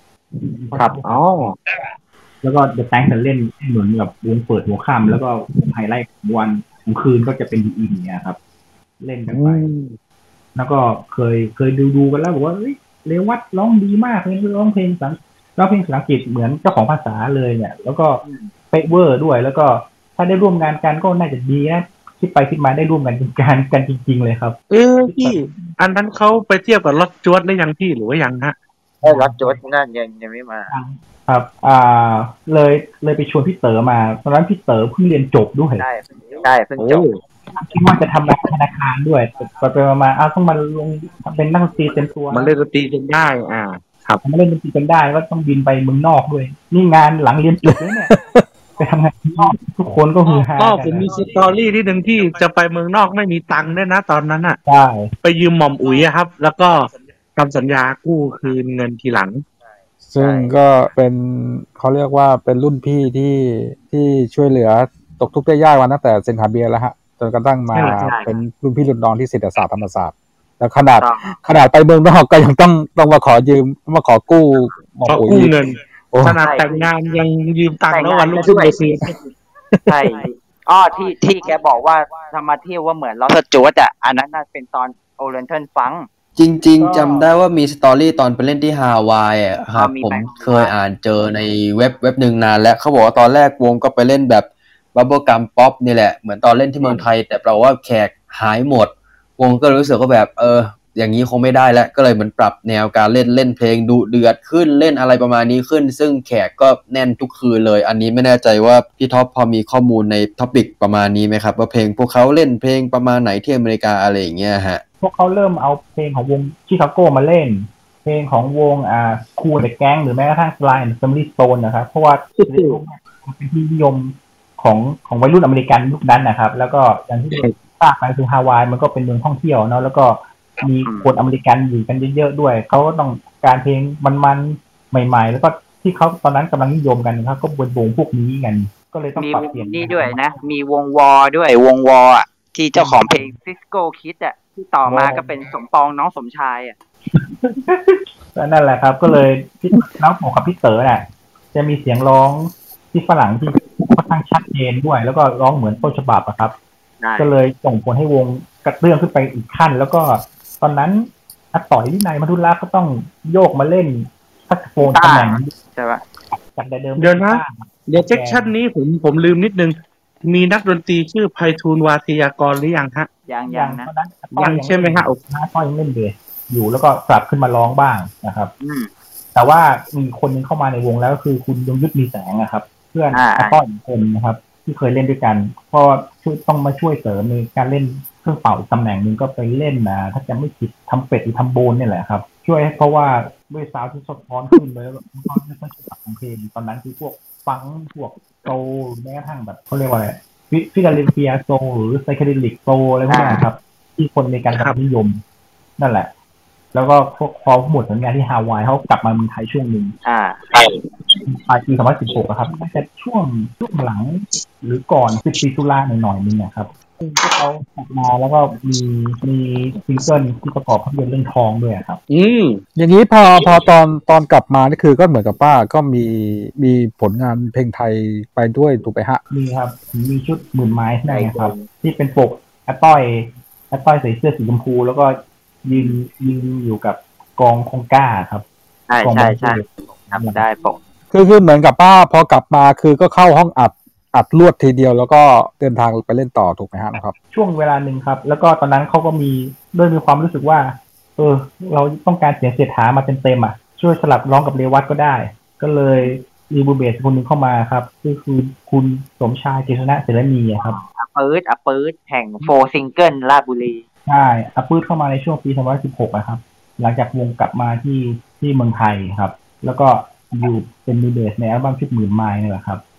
แล้วก็เดอะแตงค์เล่นเหมือนกับวงเปิดหัวค่ำแล้วก็ไฮไลท์ของวันของคืนก็จะเป็นดีอินเนี่ยครับเล่นกันไปแล้วก็เคยดูกันแล้วบอกว่าเรวัตร้องดีมากเลยร้องเพลงภาษาอังกฤษเหมือนเจ้าของภาษาเลยเนี่ยแล้วก็เป๊ะเวอร์ด้วยแล้วก็ถ้าได้ร่วมงานกันก็น่าจะดีนะคิดไปคิดมาได้ร่วมกันกันจริงๆเลยครับพี่อันนั้นเขาไปเทียบกับล็อตจวดได้ยังพี่หรือว่ายังฮะล็อตจวดนั่นยังไม่มาครับเลยไปชวนพี่เต๋อมาตอนนั้นพี่เต๋อเพิ่งเรียนจบด้วยใช่เพิ่งจบคิดว่าจะทำงานธนาคารด้วยไปมาต้องมาลงเป็นนักดนตรีเต็มตัวมันเล่นดนตรีจนได้ครับมาเล่นดนตรีจนได้ก็ต้องบินไปเมืองนอกด้วยนี่งานหลังเรียนจบเนี่ยไปทำงานนอกทุกคนก็ฮือฮาผมมีสตอรี่ที่หนึ่งที่จะไปเมืองนอกไม่มีตังค์ด้วยนะตอนนั้นอ่ะใช่ไปยืมหม่อมอุ๋ยครับแล้วก็ทำสัญญากู้คืนเงินทีหลังซึ่งก็เป็นเขาเรียกว่าเป็นรุ่นพี่ที่ช่วยเหลือตกทุกข์ได้ยากมาตั้งแต่เซนคาเบียแล้วฮะจนกระทั่งมาเป็นรุ่นพี่รุ่นน้องที่เศรษฐศาสตร์ธรรมศาสตร์แล้วขนาดไปเมืองนอกก็ยังต้องมาขอยืมมาขอกู้เงินขนาดแต่งงานยังยืมตังค์แล้ววันรุ่งขึ้นไปซื้อใช่ที่แกบอกว่าทำมาเที่ยวว่าเหมือนลอสจวดอันนั้นน่าเป็นตอนโอเรนเทิลฟังจริงๆจำได้ว่ามีสตอรี่ตอนไปเล่นที่ฮาวายครับผมเคยอ่านเจอในเว็บหนึ่งนานแล้วเขาบอกว่าตอนแรกวงก็ไปเล่นแบบบับเบิ้ลกัมป๊อปนี่แหละเหมือนตอนเล่นที่เมืองไทยแต่แปลว่าแขกหายหมดวงก็รู้สึกว่าแบบอย่างนี้คงไม่ได้แล้วก็เลยเหมือนปรับแนวการเล่นเพลงดุเดือดขึ้นเล่นอะไรประมาณนี้ขึ้นซึ่งแขกก็แน่นทุกคืนเลยอันนี้ไม่แน่ใจว่าพี่ท็อปพอมีข้อมูลในท็อปิกประมาณนี้ไหมครับว่าเพลงพวกเขาเล่นเพลงประมาณไหนที่อเมริกาอะไรอย่างเงี้ยฮะพวกเขาเริ่มเอาเพลงของวงชิคาโกมาเล่นเพลงของวงคูลเดอะแก๊งหรือแม้กระทั่งสไลน์แฟมิลี่สโตนนะครับเพราะว่าเป็นที่นิยมของวัยรุ่นอเมริกันยุคนั้นนะครับแล้วก็อย่างที่ทราบไปคือฮาวายมันก็เป็นเมืองท่องเที่ยวเนาะแล้วก็มีคนอเมริกันอยู่กันเยอะๆด้วยเขาก็ต้องการเพลงมันๆใหม่ๆแล้วก็ที่เขาตอนนั้นกำลังนิยมกันนะครับก็วงพวกนี้กันก็เลยต้องปรับเปลี่ยนนี่ด้วยนะมีวงวอด้วยวงวอที่เจ้าของเพลงซิสโก้คิดที่ต่อมาก็เป็นสมปองน้องสมชายนั่นแหละครับก็เลยพี่น้องผมกับพี่เต๋อเนี่ยจะมีเสียงร้องที่ฝรั่งที่ค่อนข้างชัดเจนด้วยแล้วก็ร้องเหมือนต้นฉบับครับก็เลยส่งผลให้วงกระเตื้องขึ้นไปอีกขั้นแล้วก็ตอนนั้นอาต่อยวินัยมัทุลาก็ต้องโยกมาเล่นแซกโซโฟนตำแหน่งใช่ป่ะจากเดิมเดี๋ยวนะเดี๋ยวเซกชันนี้ผมลืมนิดนึงมีนักดนตรีชื่อไพฑูรย์วาทยากรหรือยังฮะยังนะยังใช่ไหมฮะก็ยังเล่นเบสอยู่แล้วก็กลับขึ้นมาร้องบ้างนะครับแต่ว่ามีคนนึงเข้ามาในวงแล้วก็คือคุณยงยุทธมีแสงนะครับเพื่อนอาต้อยอีกคนนะครับที่เคยเล่นด้วยกันเพราะต้องมาช่วยเสริมในการเล่นเครื่องเป่าตำแหน่งนึงก็ไปเล่นถ้าจะไม่ผิดทำเป็ดหรือทำโบนนี่แหละครับช่วยเพราะว่าด้วยซาวด์ที่สะท้อนขึ้นเลยแล้วก็ไม่ค่อยฉบับของเพลงตอนนั้นคือพวกฟังพวกโซแม้กระทั่งแบบเขาเรียกว่าอะไรฟิลาเดลเฟียโซหรือไซเคเดลิกโซอะไรพวกนี้ครับที่คนในการนิยมนั่นแหละแล้วก็พอหมดผลงานที่ฮาวายเขากลับมาเมืองไทยช่วงนึงปลายปี2016ครับน่าจะช่วงหลังหรือก่อน14ตุลาหน่อยๆนึงนะครับพวกเขากลับมาแล้วก็มีซิงเกิลที่ประกอบภาพยนตร์เรื่องทองด้วยครับอย่างนี้พอตอนกลับมานี่คือก็เหมือนกับป้าก็มีผลงานเพลงไทยไปด้วยถูกไหมฮะมีครับมีชุดหมื่นไม้ใช่ครับที่เป็นปกอาต้อยใส่เสื้อสีชมพูแล้วก็ยืนอยู่กับกองคงก้าครับใช่ทำได้ปกคือเหมือนกับป้าพอกลับมาคือก็เข้าห้องอัดลวดทีเดียวแล้วก็เดินทางไปเล่นต่อถูกไหมครับช่วงเวลาหนึ่งครับแล้วก็ตอนนั้นเขาก็มีความรู้สึกว่าเราต้องการเสียงเสียดหามาเต็มช่วยสลับร้องกับเรวัตก็ได้ก็เลยมีบูเบสคนหนึ่งเข้ามาครับคือคุณสมชายเจษณะเสรณีครับอัปปื๊ดแห่งโฟร์ซิงเกิลราชบุรีใช่อัปปื๊ดเข้ามาในช่วงปี2016นะครับหลังจากวงกลับมาที่เมืองไทยครับแล้วก็อยู่เป็นมือเบสในอัลบั้มชุดหมื่นไม้นี่แหละครับ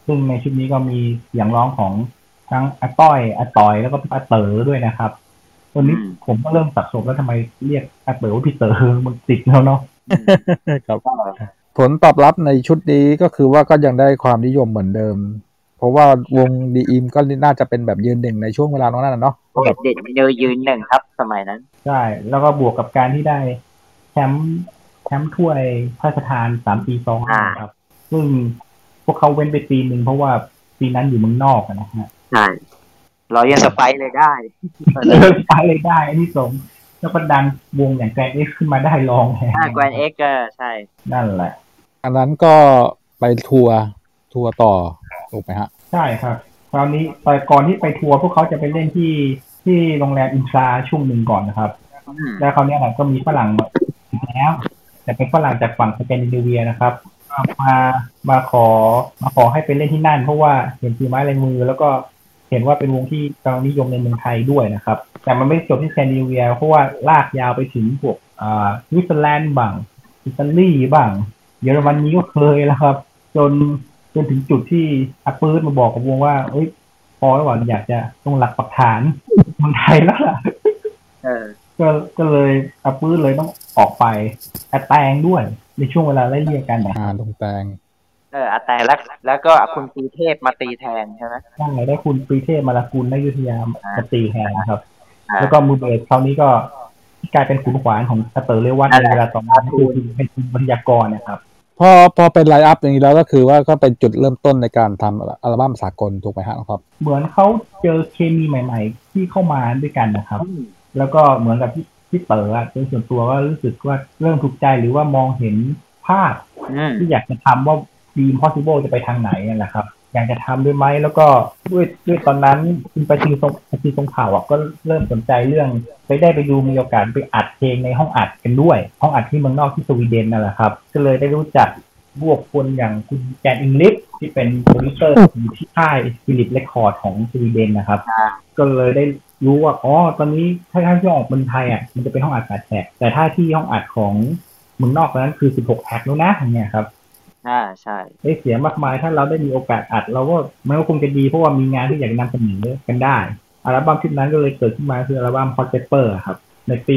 ซึ่งในชุดนี้ก็มีเสียงร้องของทั้งอาต้อยอาต่อยแล้วก็อาเต๋อด้วยนะครับวันนี้ผมก็เริ่มสับสนแล้วทำไมเรียกอาเต๋อว่าพี่เต๋อมันติดแล้วเนาะครับผลตอบรับในชุดนี้ก็คือว่าก็ยังได้ความนิยมเหมือนเดิมเพราะว่าวงดีอิมก็น่าจะเป็นแบบยืนหนึ่งในช่วงเวลานั้นเนาะเด็ดยืนหนึ่งครับสมัยนั้นใช่แล้วก็บวกกับการที่ได้แชมป์ถ้วยพระราชทาน3 ปีซ้อนนะครับซึ่งพวกเขาเว้นไปปีนึงเพราะว่าปีนั้นอยู่เมืองนอกนะฮะใช่เรายังสไปเลยได้สไปเลยได้ที่สมแล้วก็ดันวงอย่างแกรนด์เอ็กซ์ขึ้นมาได้รองแกรนด์เอ็กซ์ก็ใช่นั่นแหละอันนั้นก็ไปทัวร์ต่อถูกไหมฮะใช่ครับคราวนี้ไปก่อนที่ไปทัวร์พวกเขาจะไปเล่นที่โรงแรมอินทราช่วงหนึ่งก่อนนะครับแล้วคราวนี้แหละก็มีฝรั่งแล้วแต่เป็นฝรั่งจากฝั่งสแกนดิเนเวียนะครับมาขอให้ไปเล่นที่นั่นเพราะว่าเห็นฝีไม้ลายมือแล้วก็เห็นว่าเป็นวงที่กำลังนิยมในเมืองไทยด้วยนะครับแต่มันไม่จบที่สแกนดิเนเวียเพราะว่าลากยาวไปถึงพวกสวิตเซอร์แลนด์บ้างอิตาลีบ้างเยอรมนีก็เคยแล้วครับจนถึงจุดที่อาปื้ดมาบอกกับวงว่าเอ้ยพอแล้วว่าอยากจะต้องหลักปักฐานเมืองไทยแล้วล่ะก็เลยอาปื้ดเลยต้องออกไปอาแตงด้วยในช่วงเวลาไล่เลี่ยกันนะตรงแตงอาแตงแล้วก็คุณปรีเทพมาตีแทนใช่ไหมใช่ได้คุณปรีเทพมาลากุลนยุทธยามาตีแทนนะครับแล้วก็มือเบสคราวนี้ก็กลายเป็นขุนขวานของอาเต๋อเรวัตในเวลาต่อมาคือเป็นคุณบรรยากรนะครับพอเป็นไลน์อัพอย่างนี้แล้วก็คือว่าก็เป็นจุดเริ่มต้นในการทำอัลบั้มสากลถูกไหมครับเหมือนเขาเจอเคมีใหม่ๆที่เข้ามาด้วยกันนะครับแล้วก็เหมือนกับที่เต๋อโดยส่วนตัวก็รู้สึกว่าเริ่มถูกใจหรือว่ามองเห็นภาพที่อยากจะทำว่าดีม possible จะไปทางไหนนั่นแหละครับอยากจะทำด้วยไหมแล้วก็ด้วยตอนนั้นคุณประชีทรงข่าวก็เริ่มสนใจเรื่องไปดูมีโอกาสไปอัดเพลงในห้องอัดกันด้วยห้องอัดที่เมืองนอกที่สวีเดนนั่นแหละครับก็เลยได้รู้จักพวกคนอย่างคุณแจนอิงลิฟที่เป็นโปรดิวเซอร์อยู่ที่ค่ายฟิลิปเรคคอร์ดของสวีเดนนะครับก็เลยได้รู้ว่าตอนนี้ถ้าที่ออกเมืองไทยมันจะเป็นห้องอัด8 แท็กแต่ถ้าที่ห้องอัดของเมืองนอกนั้นคือ16 แท็กแล้วนะอย่างเงี้ยครับใช่ได้เสียมากมายถ้าเราได้มีโอกาสอัดเราก็มันก็คงจะดีเพราะว่ามีงานที่อยากนำเสนอกันได้อัลบั้มชุดนั้นก็เลยเกิดขึ้นมาคืออัลบั้ม Hot Pepper ครับในปี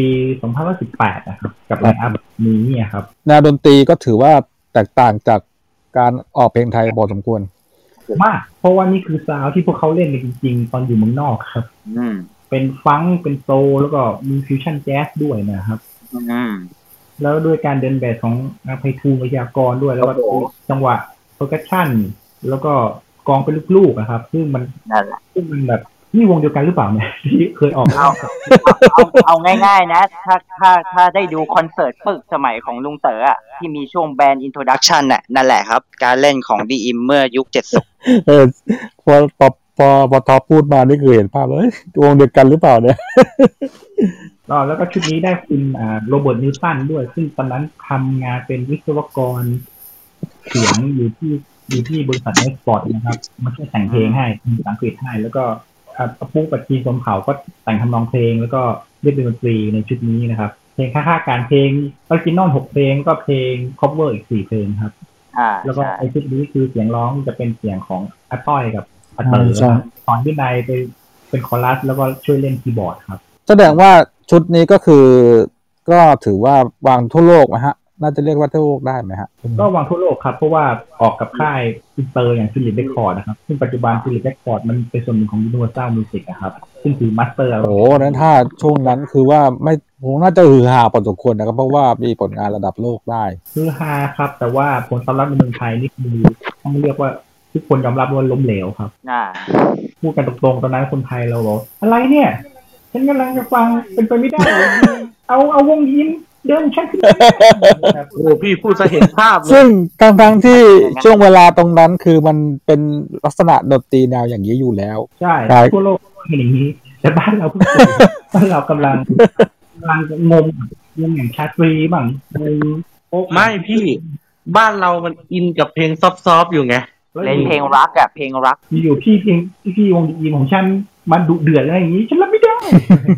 2018นะครับกับไลน์อัพนี้ครับแนวดนตรีก็ถือว่าแตกต่างจากการออกเพลงไทยพอสมควรมากเพราะว่านี่คือซาวด์ที่พวกเขาเล่นจริงๆตอนอยู่เมืองนอกครับเป็นฟังก์เป็นโซลแล้วก็มีฟิวชั่นแจ๊สด้วยนะครับแล้วด้วยการเดินแบบของไพฑูรย์วิทยากรด้วยแล้วก็จังหวะโปรแกรชันแล้วก็กองเป็นลูกๆนะครับซึ่งมันแบบนี่วงเดียวกันหรือเปล่าเนี่ยที่เคยออกเอาง่ายๆนะถ้าได้ดูคอนเสิร์ตปึกสมัยของลุงเต๋อที่มีช่วงแบนด์อินโทรดักชันนั่นแหละครับการเล่นของดีอิมเมื่อยุค 70พอท็อปพูดมานี่คือเห็นภาพเลยวงเดียวกันหรือเปล่าเนี่ยแล้วก็ชุดนี้ได้คุณโรเบิร์ตนิวตันด้วยซึ่งตอนนั้นทำงานเป็นวิศวกรเสียงอยู่ที่บริษัทเนสปอร์ตนะครับมาช่วยแต่งเพลงให้ภาษาอังกฤษให้แล้วก็ปุ๊กปัจจีสมเผาก็แต่งทำนองเพลงแล้วก็เล่นดนตรีในชุดนี้นะครับเพลงค่าการเพลงออริจินอล6 เพลงก็เพลงคอฟเวอร์อีก4 เพลงครับแล้วก็ไอชุดนี้คือเสียงร้องจะเป็นเสียงของอาต้อยกับอาเต๋อตอนที่นายไปเป็นคอรัสแล้วก็ช่วยเล่นคีย์บอร์ดครับแสดงว่าชุดนี้ก็คือก็ถือว่าวางทั่วโลกนะฮะน่าจะเรียกว่าทั่วโลกได้ไหมฮะก็วางทั่วโลกครับเพราะว่าออกกับค่ายอินเตอร์อย่างฟิลิปเรคคอร์ดนะครับซึ่งปัจจุบันฟิลิปเรคคอร์ดมันเป็นส่วนหนึ่งของยูนิเวอร์แซลมิวสิกนะครับซึ่งถือมาสเตอร์นั้นถ้าช่วงนั้นคือว่าไม่คงน่าจะฮือฮาพอสมควรนะครับเพราะว่ามีผลงานระดับโลกได้ฮือฮาครับแต่ว่าผลตอบรับในเมืองไทยนี่คือต้องเรียกว่าทุกคนยอมรับว่าล้มเหลวครับพูดกันตรงๆตอนนั้นคนไทยเราบอกอะไรเนี่ยฉันกำลังจะฟังเป็นไปไม่ได้เอาวงยิ้มเดินชักขึ้นโอ้พี่พูดจะเห็นภาพซึ่งทั้งที่ช่วงเวลาตรงนั้นคือมันเป็นลักษณะดนตรีแนวอย่างนี้อยู่แล้วใช่ทั่วโลกเห็นอย่างนี้แต่บ้านเรากำลังงงอย่างชาตรีบ้างไม่พี่บ้านเรามันอินกับเพลงซอฟๆอยู่ไงเล่นเพลงรักเพลงรักอยู่ที่วงดีของฉันมันดุเดือดอะไรอย่างนี้ฉันรับไม่ได้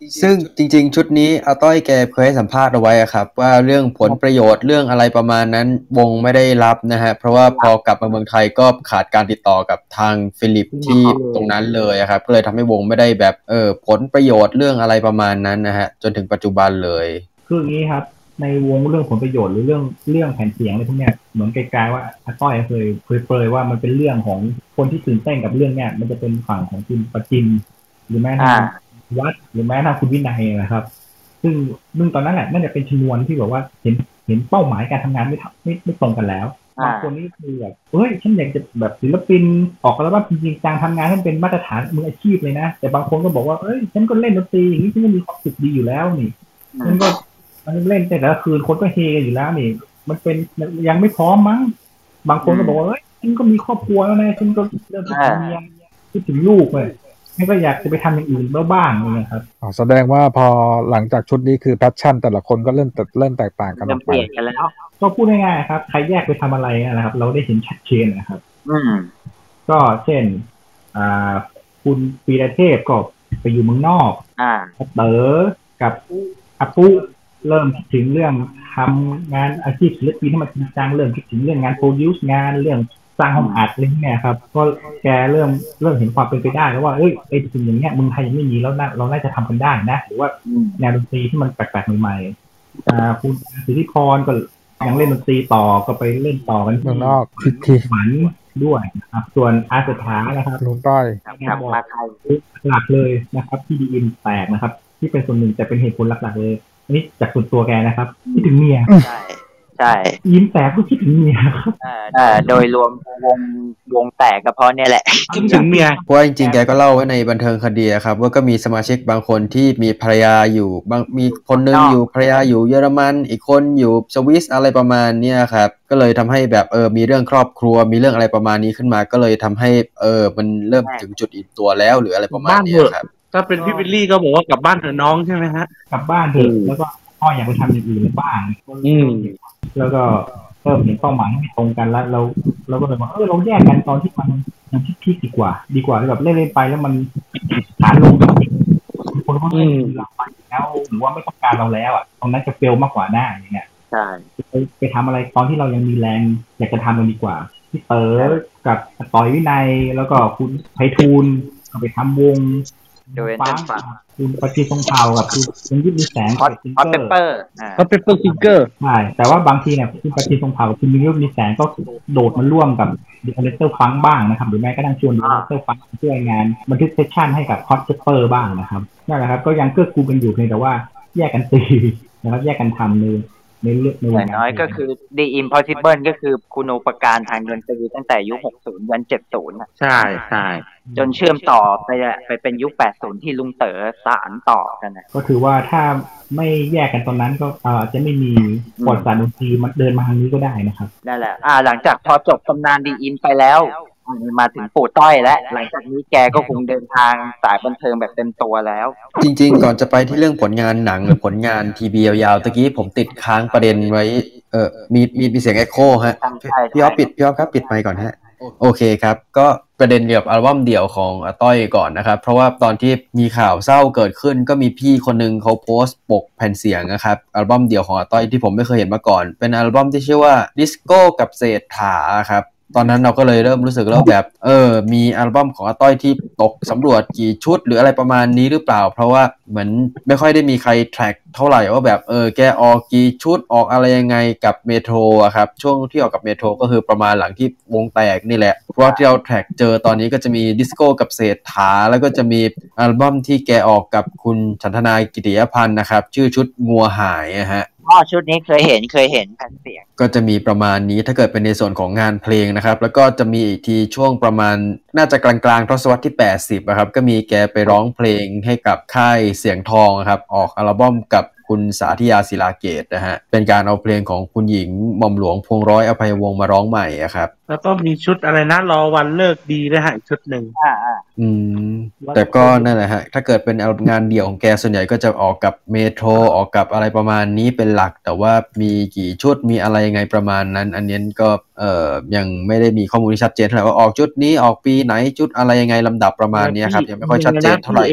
ซึ่งจริงๆชุดนี้อาต้อยแกเคยให้สัมภาษณ์เอาไว้ครับว่าเรื่องผลประโยชน์เรื่องอะไรประมาณนั้นวงไม่ได้รับนะฮะเพราะว่าพอกลับมาเมืองไทยก็ขาดการติดต่อกับทางฟิลิปที่ตรงนั้นเลยครับก็เลยทำให้วงไม่ได้แบบผลประโยชน์เรื่องอะไรประมาณนั้นนะฮะจนถึงปัจจุบันเลยคืออย่างนี้ครับในวงเรื่องผลประโยชน์หรือเรื่องแผ่นเสียงอะไรพวกเนี้ยเหมือนไกลๆว่าอาต้อยเคยเปรยว่ามันเป็นเรื่องของคนที่ตื่นเต้นกับเรื่องเนี้ยมันจะเป็นฝั่งของคุณประจิมหรือแม้ทางวัดหรือแม้ทางคุณวินัยนะครับซึ่งตอนนั้นแหละน่าจะเป็นชนวนที่แบบว่าเห็นเป้าหมายการทำงานไม่ตรงกันแล้วบางคนนี่คือแบบฉันอยากจะแบบศิลปินออกแล้วว่าจริงๆจังทำงานให้เป็นมาตรฐานมืออาชีพเลยนะแต่บางคนก็บอกว่าฉันก็เล่นดนตรีอย่างนี้ฉันก็มีความสุขดีอยู่แล้วนี่ฉันก็มันเล่นแต่ละคืนคนก็เฮกันอยู่แล้วนี่มันเป็นยังไม่พร้อมมั้งบางคนก็บอกว่าฉันก็มีครอบครัวแล้วนะฉันก็เริ่มคิดถึงเมียคิดถึงลูกเลยฉันก็อยากจะไปทำอย่างอื่นบ้างเลยครับแสดงว่าพอหลังจากชุดนี้คือแพชชั่นแต่ละคนก็เริ่มแตกต่างกันออกไปแล้วก็พูดง่ายๆครับใครแยกไปทำอะไรนะครับเราได้เห็นชัดเจนนะครับก็เช่นคุณปีระเทพก็ไปอยู่เมืองนอกเต๋อกับอาปุเริ่มคิดถึงเรื่องทำงานอาชีพศิลปินให้มันจริงจังเริ่มคิดถึงเรื่องงานโปรดิวซ์งานเรื่องสร้างห้องอัดอะไรเนี่ยครับก็แกเริ่มเห็นความเป็นไปได้แล้วว่าไอ้สิ่งอย่างเงี้ยเมืองไทยยังไม่มีแล้วเราน่าจะทำกันได้นะหรือว่าแนวดนตรีที่มันแปลกๆใหม่ๆคุณสิทธิพรก็ยังเล่นดนตรีต่อก็ไปเล่นต่อกันข้างนอกที่หมันด้วยนะครับส่วนอาสถานะครับลุงต้อยมาไทยหลักเลยนะครับที่ดีอินแตกนะครับที่เป็นส่วนหนึ่งแต่เป็นเหตุผลหลักๆเลยอันนี้จากส่วนตัวแกนะครับคิดถึงเมียใช่ยิ้มแตกก็คิดถึงเมียครับโดยรวมวงแตกก็เพราะเนี่ยแหละคิดถึงเมียเพราะจริงๆแกก็เล่าไว้ในบันเทิงคดีครับว่าก็มีสมาชิกบางคนที่มีภรรยาอยู่มีคนนึงอยู่ภรรยาอยู่เยอรมันอีกคนอยู่สวิสอะไรประมาณเนี้ยครับก็เลยทำให้แบบมีเรื่องครอบครัวมีเรื่องอะไรประมาณนี้ขึ้นมาก็เลยทำให้มันเริ่มถึงจุดอิ่มตัวแล้วหรืออะไรประมาณนี้ครับถ้าเป็นพี่วิลลี่ก็บอกว่ากลับบ้านเถอะน้องใช่ไหมฮะกลับบ้านเถอะแล้วก็พ่ออยากไปทำอย่างอื่นบ้างแล้วก็เริ่มเห็นเป้าหมายไม่ตรงกันแล้วเราก็เลยว่าเราแยกกันตอนที่มันยังพีคดีกว่าที่แบบเล่นไปแล้วมันฐานลงคนก็ไม่ดูเราไปแล้วหรือว่าไม่ต้องการเราแล้วอ่ะตรงนั้นจะเฟลมากกว่าหน้าอย่างเงี้ยใช่ไปทำอะไรตอนที่เรายังมีแรงอยากจะทำมันดีกว่าพี่เต๋อกับต่อยวินัยแล้วก็คุณไพฑูรย์ก็ไปทำวงโดยคุณปฏิทรงเผ่ากับคุณยึดมีแสงฮอตเปเปอร์ซิงเกอร์ใช่แต่ว่าบางทีเนี่ยคุณปฏิทรงเผ่าคุณยึดมีแสงก็โดดมาร่วมกับดีคอนเนคเตอร์ฟังบ้างนะครับหรือแม้กระทั่งชวนดีคอนเนคเตอร์ฟังช่วยงานบันทึกเซสชั่นให้กับฮอตเปเปอร์บ้างนะครับนั่นแหละครับก็ยังเกื้อกูลกันอยู่เพียงแต่ว่าแยกกันตีนะครับแยกกันทำในเรื่องอย่างน้อยก็คือ The Impossible ก็คือคุณูปการทางดนตรีตั้งแต่ยุค60ยัน70 ใช่ใช่จนเชื่อมต่อไปเป็นยุค80ที่ลุงเต๋อสานต่อกันนะก็ถือว่าถ้าไม่แยกกันตอนนั้นก็จะไม่มีบทสารดนตรีมันเดินมาทางนี้ก็ได้นะครับนั่นแหละหลังจากพอจบตำนาน The In ไปแล้วมาถึงปู่ต้อยแล้วหลังจากนี้แกก็คงเดินทางสายบันเทิงแบบเต็มตัวแล้วจริงๆก่อนจะไปที่เรื่องผลงานหนังหรือผลงานทีวียาวๆตะกี้ผมติดค้างประเด็นไว้มีเสียงเอ็กโคฮะพี่อ๊อฟครับปิดไมค์ก่อนฮะโอเคครับก็ประเด็นเกี่ยวกับอัลบั้มเดี่ยวของอาต้อยก่อนนะครับเพราะว่าตอนที่มีข่าวเศร้าเกิดขึ้นก็มีพี่คนนึงเขาโพสต์ปกแผ่นเสียงนะครับอัลบั้มเดี่ยวของอาต้อยที่ผมไม่เคยเห็นมาก่อนเป็นอัลบั้มที่ชื่อว่าดิสโก้กับเศรษฐาครับตอนนั้นเราก็เลยเริ่มรู้สึกแล้วแบบมีอัลบั้มของอาต้อยที่ตกสำรวจกี่ชุดหรืออะไรประมาณนี้หรือเปล่าเพราะว่าเหมือนไม่ค่อยได้มีใครแทร็กเท่าไหร่ว่าแบบแกออกกี่ชุดออกอะไรยังไงกับเมโทรอะครับช่วงที่ออกกับเมโทรก็คือประมาณหลังที่วงแตกนี่แหละเพราะที่เราแทร็กเจอตอนนี้ก็จะมีดิสโก้กับเศรษฐาแล้วก็จะมีอัลบั้มที่แกออกกับคุณฉันทนายกิติยพันธ์นะครับชื่อชุดงัวหายอะฮะชุดนี้เคยเห็นแผ่นเสียงก็จะมีประมาณนี้ถ้าเกิดเป็นในส่วนของงานเพลงนะครับแล้วก็จะมีอีกทีช่วงประมาณน่าจะกลางๆทศวรรษที่80นะครับก็มีแกไปร้องเพลงให้กับค่ายเสียงทองครับออกอัลบั้มกับคุณสาธิยาศิลาเกตนะฮะเป็นการเอาเพลงของคุณหญิงหม่อมหลวงพวงร้อยอภัยวงศ์มาร้องใหม่ครับแล้วก็มีชุดอะไรนะรอวันเลิกดีนะฮะชุดหนึ่งแต่ก็นั่นแหละฮะถ้าเกิดเป็นงานเดี่ยวของแกส่วนใหญ่ก็จะออกกับเมโทรออกกับอะไรประมาณนี้เป็นหลักแต่ว่ามีกี่ชุดมีอะไรยังไงประมาณนั้นอันนี้ก็ยังไม่ได้มีข้อมูลที่ชัดเจนเท่าไหร่ว่าออกชุดนี้ออกปีไหนชุดอะไรยังไงลำดับประมาณนี้ครับยังไม่ค่อยชัดเจนเท่าไหร่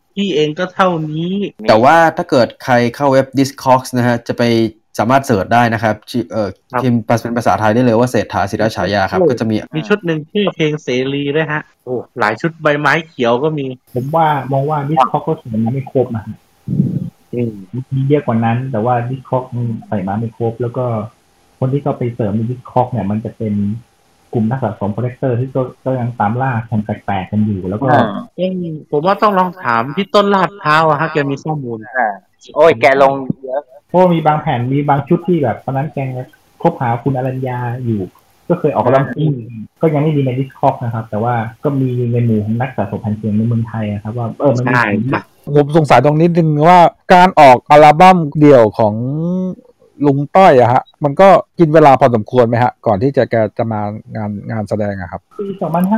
พี่เองก็เท่านี้แต่ว่าถ้าเกิดใครเข้าเว็บ Discogs นะฮะจะไปสามารถเสิร์ชได้นะครับพิมพ์เป็นภาษาไทยได้เลยว่าเศรษฐาศิรฉายาครับก็จะมีชุดหนึ่งชื่อเพลงเสรีด้วยฮะโอ้หลายชุดใบไม้เขียวก็มีผมว่ามองว่าดิสคอกก็ใส่มาไม่ครบนะมีเยอะกว่านั้นแต่ว่าดิสคอกใส่มาไม่ครบแล้วก็คนที่เขาไปเสริมในดิสคอกเนี่ยมันจะเป็นกลุ่มนักสะสมคอลเลกเตอร์ที่ก็ยังตามล่าคนแปลกๆกันอยู่แล้วก็ผมว่าต้องลองถามพี่ต้นลาดพร้าวอะฮะแกมีข้อมูลโอ้ยแกลงเยอะเพราะมีบางแผ่นมีบางชุดที่แบบตอนนั้นแกคบหาคุณอรัญญาอยู่ก็เคยออกกำลังก็ยังไม่มีในดิสคอกนะครับแต่ว่าก็มีในหมู่ของนักสะสมแผ่นเสียงในเมืองไทยครับว่ามันมีผมสงสัยตรงนี้นึงว่าการออกอัลบั้มเดี่ยวของลุงต้อยอะฮะมันก็กินเวลาพอสมควรไหมฮะก่อนที่แกจะมางานแสดงอะครับปี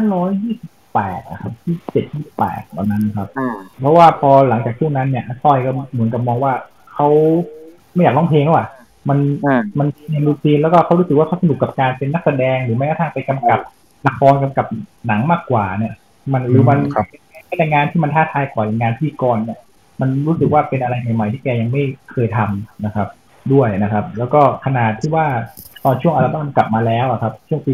2528ครับ27-28ตอนนั้นครับเพราะว่าพอหลังจากช่วงนั้นเนี่ยต้อยก็เหมือนกับมองว่าเขาไม่อยากร้องเพลงแล้วอ่ะมันในรูทีนแล้วก็เขารู้สึกว่าเขาสนุกกับการเป็นนักแสดงหรือแม้กระทั่งไปกำกับละครกำกับหนังมากกว่าเนี่ยมันหรือมันเป็นงานที่มันท้าทายกว่างานพิธีกรเนี่ยมันรู้สึกว่าเป็นอะไรใหม่ๆที่แกยังไม่เคยทำนะครับด้วยนะครับแล้วก็ขนาดที่ว่าตอนช่วงอัลบั้มกลับมาแล้วครับช่วงปี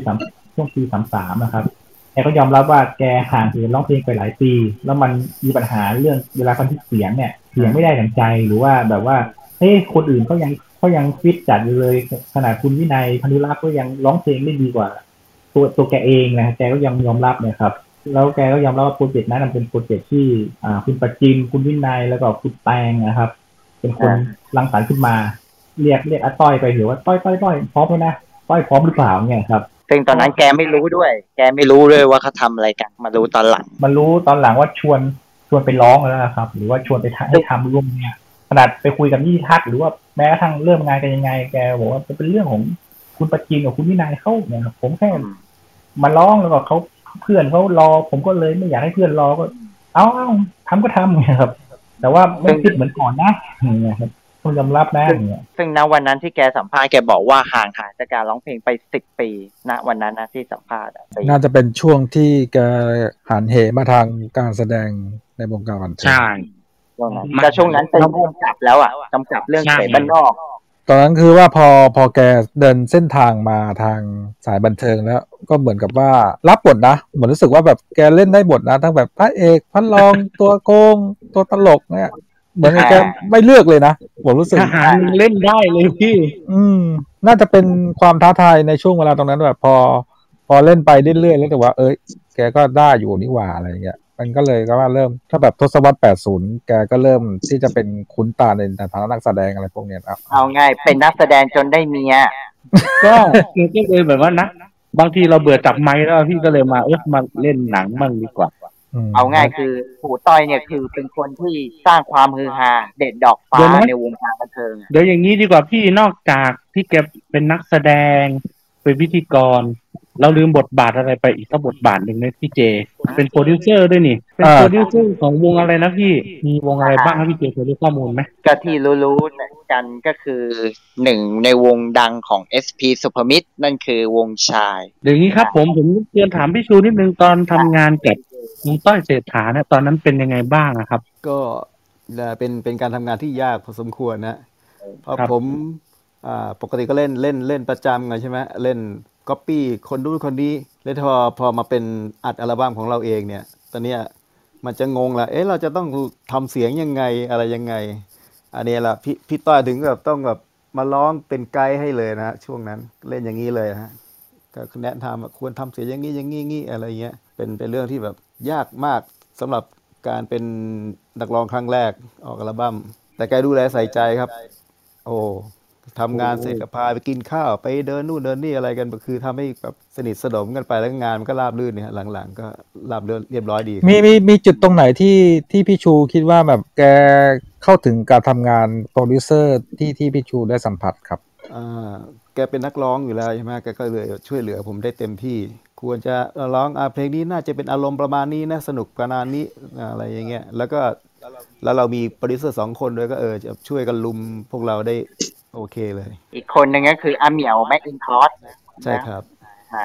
33นะครับแกก็ยอมรับว่าแกห่างเหินร้องเพลงไปหลายปีแล้วมันมีปัญหาเรื่องเวลาบันทึกเสียงเนี่ยเสียงไม่ได้ดั่งใจหรือว่าแบบว่าคนอื่นเขายังฟิตจัดอยู่เลยขนาดคุณวินัยพานุรักษ์ก็ยังร้องเพลงได้ดีกว่าตัวแกเองนะแกก็ยังยอมรับเนี่ยครับแล้วแกก็ยอมรับว่าโปรเจกต์นั้นเป็นโปรเจกต์ที่คุณประจิมคุณวินัยแล้วก็คุณแตงนะครับเป็นคนรังสรรค์ขึ้นมาเรียกอาต้อยไปหรือว่าต้อยพร้อมไหมนะต้อยพร้อมหรือเปล่าเนี่ยครับซึ่งตอนนั้นแกไม่รู้ด้วยว่าเขาทำอะไรกันมารู้ตอนหลังว่าชวนไปร้องแล้วนะครับหรือว่าชวนไปให้ทำร่วมเนี่ยขนาดไปคุยกับยี่ทักหรือว่าแม้กระทั่งเริ่มงานกันยังไงแกบอกว่าเป็นเรื่องของคุณประจิมกับคุณวินัยเข้าเนี่ยครับผมแค่มาร้องแล้วก็เขาเพื่อนเขารอผมก็เลยไม่อยากให้เพื่อนรอก็เอาทำก็ทำนะครับแต่ว่าไม่คิดเหมือนก่อนนะเนี่ยครับต้องยอมรับนะเนี่ยซึ่งณวันนั้นที่แกสัมภาษณ์แกบอกว่าห่างหายจากการร้องเพลงไป10 ปีณวันนั้นนะที่สัมภาษณ์น่าจะเป็นช่วงที่แกหันเหมาทางการแสดงในวงการบันเทิงใช่แต่ช่วงนั้นเป็นผู้กำกับแล้วกำกับเรื่องเสบ้านนอกตอนนั้นคือว่าพอแกเดินเส้นทางมาทางสายบันเทิงแล้วก็เหมือนกับว่ารับบทนะเหมือนรู้สึกว่าแบบแกเล่นได้บทนะทั้งแบบพระเอกพระรองตัวโกงตัวตลกเนี่ยเหมือนแกไม่เลือกเลยนะผมรู้สึกทหารเล่นได้เลยพี่น่าจะเป็นความท้าทายในช่วงเวลาตรงนั้นแบบพอเล่นไปเรื่อยๆแล้วแต่ว่าแกก็ได้อยู่นี่หว่าอะไรเงี้ยมันก็เลยก็ว่าเริ่มถ้าแบบทศวรรษ80แกก็เริ่มที่จะเป็นคุ้นตาในฐานะนักแสดงอะไรพวกนี้ครับเอาง่ายเป็นนักแสดงจนได้เมียก็เลยแบบว่านะบางทีเราเบื่อจับไมค์แล้วพี่ก็เลยมามาเล่นหนังบ้างดีกว่าเอาง่ายคือปู่ต้อยเนี่ยคือเป็นคนที่สร้างความฮือฮาเด็ดดอกฟ้าในวงการบันเทิงเดี๋ยวอย่างนี้ดีกว่าพี่นอกจากที่แกเป็นนักแสดงเป็นพิธีกรเราลืมบทบาทอะไรไปอีกสักบทบาทหนึ่งนะพี่เจเป็นโปรดิวเซอร์ด้วยนี่เป็นโปรดิวเซอร์ของวงอะไรนะพี่มีวงอะไรบ้างครับพี่เจเคยรู้ข้อมูลไหมก็ที่รู้กันก็คือหนึ่งในวงดังของ SP สุภมิตรนั่นคือวงชายอย่างนี้ครับผมเรียนถามพี่ชูนิดนึงตอนทำงานกับลุงต้อยเศรษฐาเนี่ยตอนนั้นเป็นยังไงบ้างครับก็เป็นการทำงานที่ยากพอสมควรนะเพราะผมปกติก็เล่นประจำไงใช่ไหมเล่นก๊อปปี้คนนู้นคนนี้แล้วพอมาเป็นอัดอัลบั้มของเราเองเนี่ยตอนเนี้ยมันจะงงละเราจะต้องทำเสียงยังไงอะไรยังไงอันนี้ละพี่ต้อยถึงแบบต้องแบบมาร้องเป็นไกด์ให้เลยนะช่วงนั้นเล่นอย่างนี้เลยฮะก็แนะนำควรทำเสียงอย่างนี้อย่างนี้อะไรเงี้ยเป็นเรื่องที่แบบยากมากสำหรับการเป็นนักร้องครั้งแรกออกอัลบั้มแต่แกดูแลใส่ใจครับโอ้ทำงานเสร็จก็พาไปกินข้าวไปเดินนู่นเดินนี่อะไรกันคือทำให้แบบสนิทสนมกันไปแล้วงานมันก็ราบรื่นเนี่ยหลังๆก็ราบรื่นเรียบร้อยดีมีจุดตรงไหนที่พี่ชูคิดว่าแบบแกเข้าถึงการทำงานโปรดิวเซอร์ที่พี่ชูได้สัมผัสครับแกเป็นนักร้องอยู่แล้วใช่ไหมแกก็เลยช่วยเหลือผมได้เต็มที่ควรจะร้องเพลงนี้น่าจะเป็นอารมณ์ประมาณนี้นะสนุกประมาณนี้อะไรอย่างเงี้ยแล้วเรามีโปรดิวเซอร์2 คนด้วยก็จะช่วยกันลุมพวกเราได้โอเคเลยอีกคนนึงก็คืออาเหมียวแมคอินทอสใช่ครับ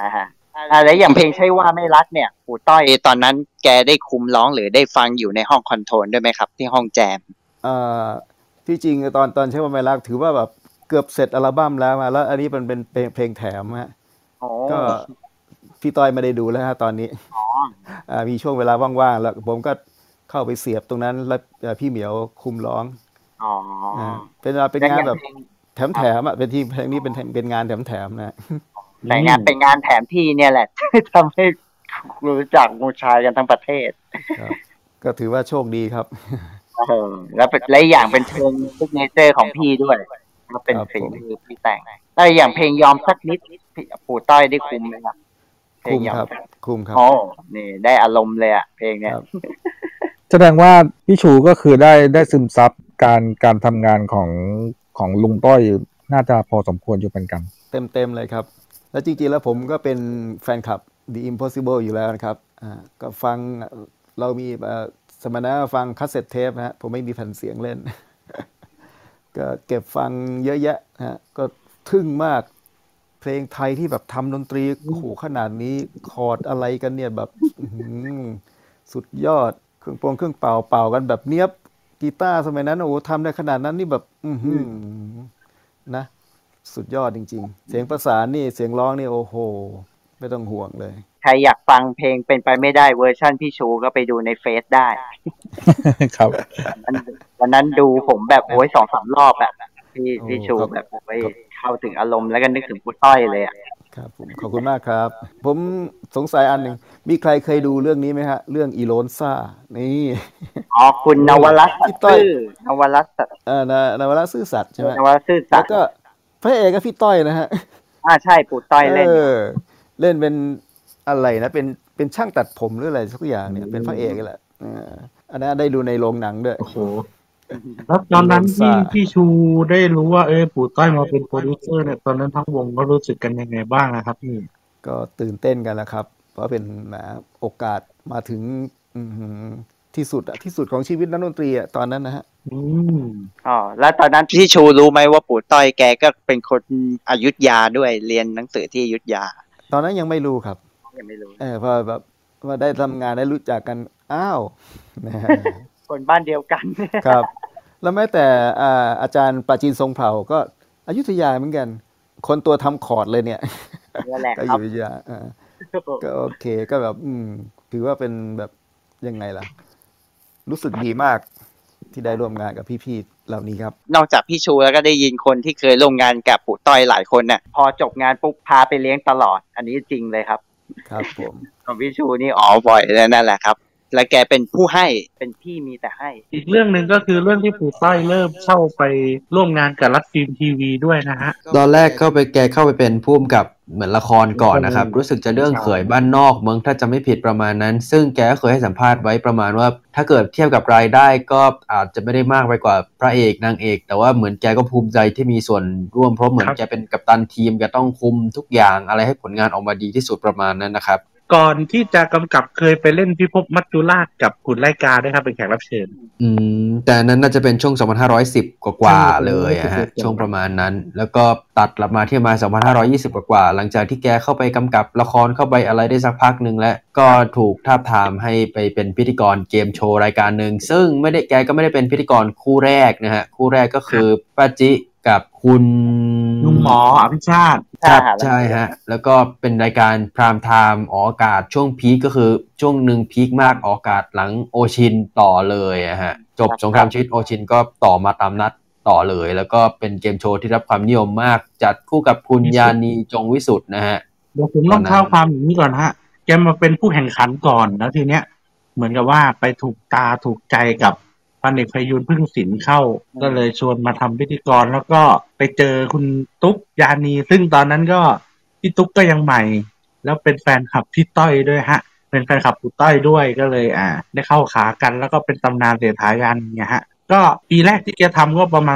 แล้วอย่างเพลงใช่ว่าไม่รักเนี่ยปู่ต้อยตอนนั้นแกได้คุมร้องหรือได้ฟังอยู่ในห้องคอนโทรลด้วยไหมครับที่ห้องแจมที่จริงตอนใช้ว่าไม่รักถือว่าแบบเกือบเสร็จอัลบั้มแล้วมาแล้วอันนี้มันเป็นเพลงแถมฮะก็พี่ต้อยไม่ได้ดูแล้วฮะตอนนี้มีช่วงเวลาว่างๆแล้วผมก็เข้าไปเสียบตรงนั้นแล้วพี่เหมียวคุมร้องเป็นงานแบบแถมอ่ะเป็นที่เพลงนี้เป็นงานแถมนะแต่งานเป็นงานแถมที่เนี่ยแหละทำให้รู้จักมูชายกันทั้งประเทศก็ถือว่าโชคดีครับแล้วอย่างเป็นเพลงซิกเนเจอร์ของพี่ด้วยก็เป็นสิ่งที่พี่แต่งแล้วอย่างเพลงยอมสักนิดปู่ต้อยได้คุมไหมครับคุมครับโอ้นี่ได้อารมณ์เลยอ่ะเพลงเนี้ยแสดงว่าพี่ชูก็คือได้ซึมซับการทำงานของลุงต้อยน่าจะพอสมควรอยู่เป็นกันเต็มเลยครับแล้วจริงๆแล้วผมก็เป็นแฟนคลับ The Impossible อยู่แล้วนะครับก็ฟังเรามีสมัยนั้นฟังคัสเซ็ตเทปนะฮะผมไม่มีแผ่นเสียงเล่น ก็เก็บฟังเยอะแยะฮะก็ทึ่งมากเพลงไทยที่แบบทำดนตรีโอ้โหขนาดนี้คอร์ดอะไรกันเนี่ยแบบสุดยอดเครื่องเป่ากันแบบเนี้ยบกีตาร์สมัยนั้นโอ้โหทำได้ขนาดนั้นนี่แบบนะสุดยอดจริงๆเสียงประสานนี่เสียงร้องนี่โอ้โหไม่ต้องห่วงเลยใครอยากฟังเพลงเป็นไปไม่ได้เวอร์ชั่นพี่ชูก็ไปดูในเฟซได้ครับวันนั้นดูผมแบบโอ้ย 2-3 รอบแบบพี่ชูแบบโอ้ยเข้าถึงอารมณ์แล้วก็นึกถึงปู่ต้อยเลยอ่ะครับผมขอบคุณมากครับผมสงสัยอันหนึ่งมีใครเคยดูเรื่องนี้ไหมฮะเรื่องอีโลนซ่านี่คุณนวรัตน์นวรัตน์นวรัตน์ซื่อสัตย์ใช่ไหมนวรัตน์ซื่อสัตย์แล้วก็พระเอกก็พี่ต้อยนะฮะใช่ปู่ต้อยเล่นเป็นอะไรนะเป็นช่างตัดผมหรืออะไรสักอย่างเนี่ยเป็นพระเอกแหละอันนั้นได้ดูในโรงหนังด้วยโอ้โหแล้วตอนนั้นพี่ชูได้รู้ว่าปู่ต้อยมาเป็นโปรดิวเซอร์เนี่ยตอนนั้นทั้งวงก็รู้สึกกันยังไงบ้างนะครับพี่ก็ตื่นเต้นกันแล้วครับเพราะเป็นโอกาสมาถึงที่สุดของชีวิตนักดนตรีตอนนั้นนะฮะแล้วตอนนั้นพี่ชูรู้ไหมว่าปู่ต้อยแกก็เป็นคนอยุธยาด้วยเรียนหนังสือที่อยุธยาตอนนั้นยังไม่รู้ครับยังไม่รู้พอแบบว่าได้ทำงานได้รู้จักกันอ้าวคนบ้านเดียวกันครับแล้วแม้แต่อาจารย์ปราจีนทรงเผ่าก็อยุธยาเหมือนกันคนตัวทำคอร์ดเลยเนี่ยก็อยู่อยุธยาก็โอเคก็แบบถือว่าเป็นแบบยังไงล่ะรู้สึกดีมากที่ได้ร่วมงานกับพี่ๆเหล่านี้ครับนอกจากพี่ชูแล้วก็ได้ยินคนที่เคยร่วมงานกับปู่ต้อยหลายคนน่ะพอจบงานปุ๊บพาไปเลี้ยงตลอดอันนี้จริงเลยครับครับผมของพี่ชูนี่บ่อยแล้วนั่นแหละครับและแกเป็นผู้ให้เป็นพี่มีแต่ให้อีกเรื่องนึงก็คือเรื่องที่ปู่ต้อยเริ่มเข้าไปร่วมงานกับรัฐฟิล์มทีวีด้วยนะฮะตอนแรกแกเข้าไปเป็นผู้กำกับเหมือนละครก่อนนะครับรู้สึกจะเรื่องเขยบ้านนอกมั้งถ้าจะไม่ผิดประมาณนั้นซึ่งแกก็เคยให้สัมภาษณ์ไว้ประมาณว่าถ้าเกิดเทียบกับรายได้ก็อาจจะไม่ได้มากไปกว่าพระเอกนางเอกแต่ว่าเหมือนแกก็ภูมิใจที่มีส่วนร่วมเพราะเหมือนแกเป็นกัปตันทีมแกต้องคุมทุกอย่างอะไรให้ผลงานออกมาดีที่สุดประมาณนั้นนะครับก่อนที่จะกำกับเคยไปเล่นพิภพมัจจุราชกับขุนไลกาด้วยครับเป็นแขกรับเชิญแต่นั้นน่าจะเป็นช่วง2510กว่าเลยฮะช่วงประมาณนั้นแล้วก็ตัดกลับมาที่มา2520กว่าหลังจากที่แกเข้าไปกำกับละครเข้าไปอะไรได้สักพักนึงแล้วก็ถูกทาบทามให้ไปเป็นพิธีกรเกมโชว์รายการนึงซึ่งแกก็ไม่ได้เป็นพิธีกรคู่แรกนะฮะคู่แรกก็คือป้าจิกับคุณลุงหมออภิชาติครับใช่ฮะแล้วก็เป็นรายการพรามไทม์ออกอากาศช่วงพีคก็คือช่วงหนึ่งพีคมากออกอากาศหลังโอชินต่อเลยฮะจบสงครามชีวิตโอชินก็ต่อมาตามนัดต่อเลยแล้วก็เป็นเกมโชว์ที่รับความนิยมมากจัดคู่กับคุณยานีจงวิสุทธ์นะฮะเดี๋ยวผมต้องเท้าความอย่างนี้ก่อนฮะแกมาเป็นผู้แข่งขันก่อนแล้วทีเนี้ยเหมือนกับว่าไปถูกใจกับพันเอกไพฑูรย์พึ่งศิลป์เข้าก็เลยชวนมาทำพิธีกรแล้วก็ไปเจอคุณตุ๊กยานีซึ่งตอนนั้นก็พี่ตุ๊กก็ยังใหม่แล้วเป็นแฟนคลับพี่ต้อยด้วยฮะเป็นแฟนคลับปู่ต้อยด้วยก็เลยได้เข้าขากันแล้วก็เป็นตำนานเสถายันเนี่ยฮะก็ปีแรกที่แกทำก็ประมาณ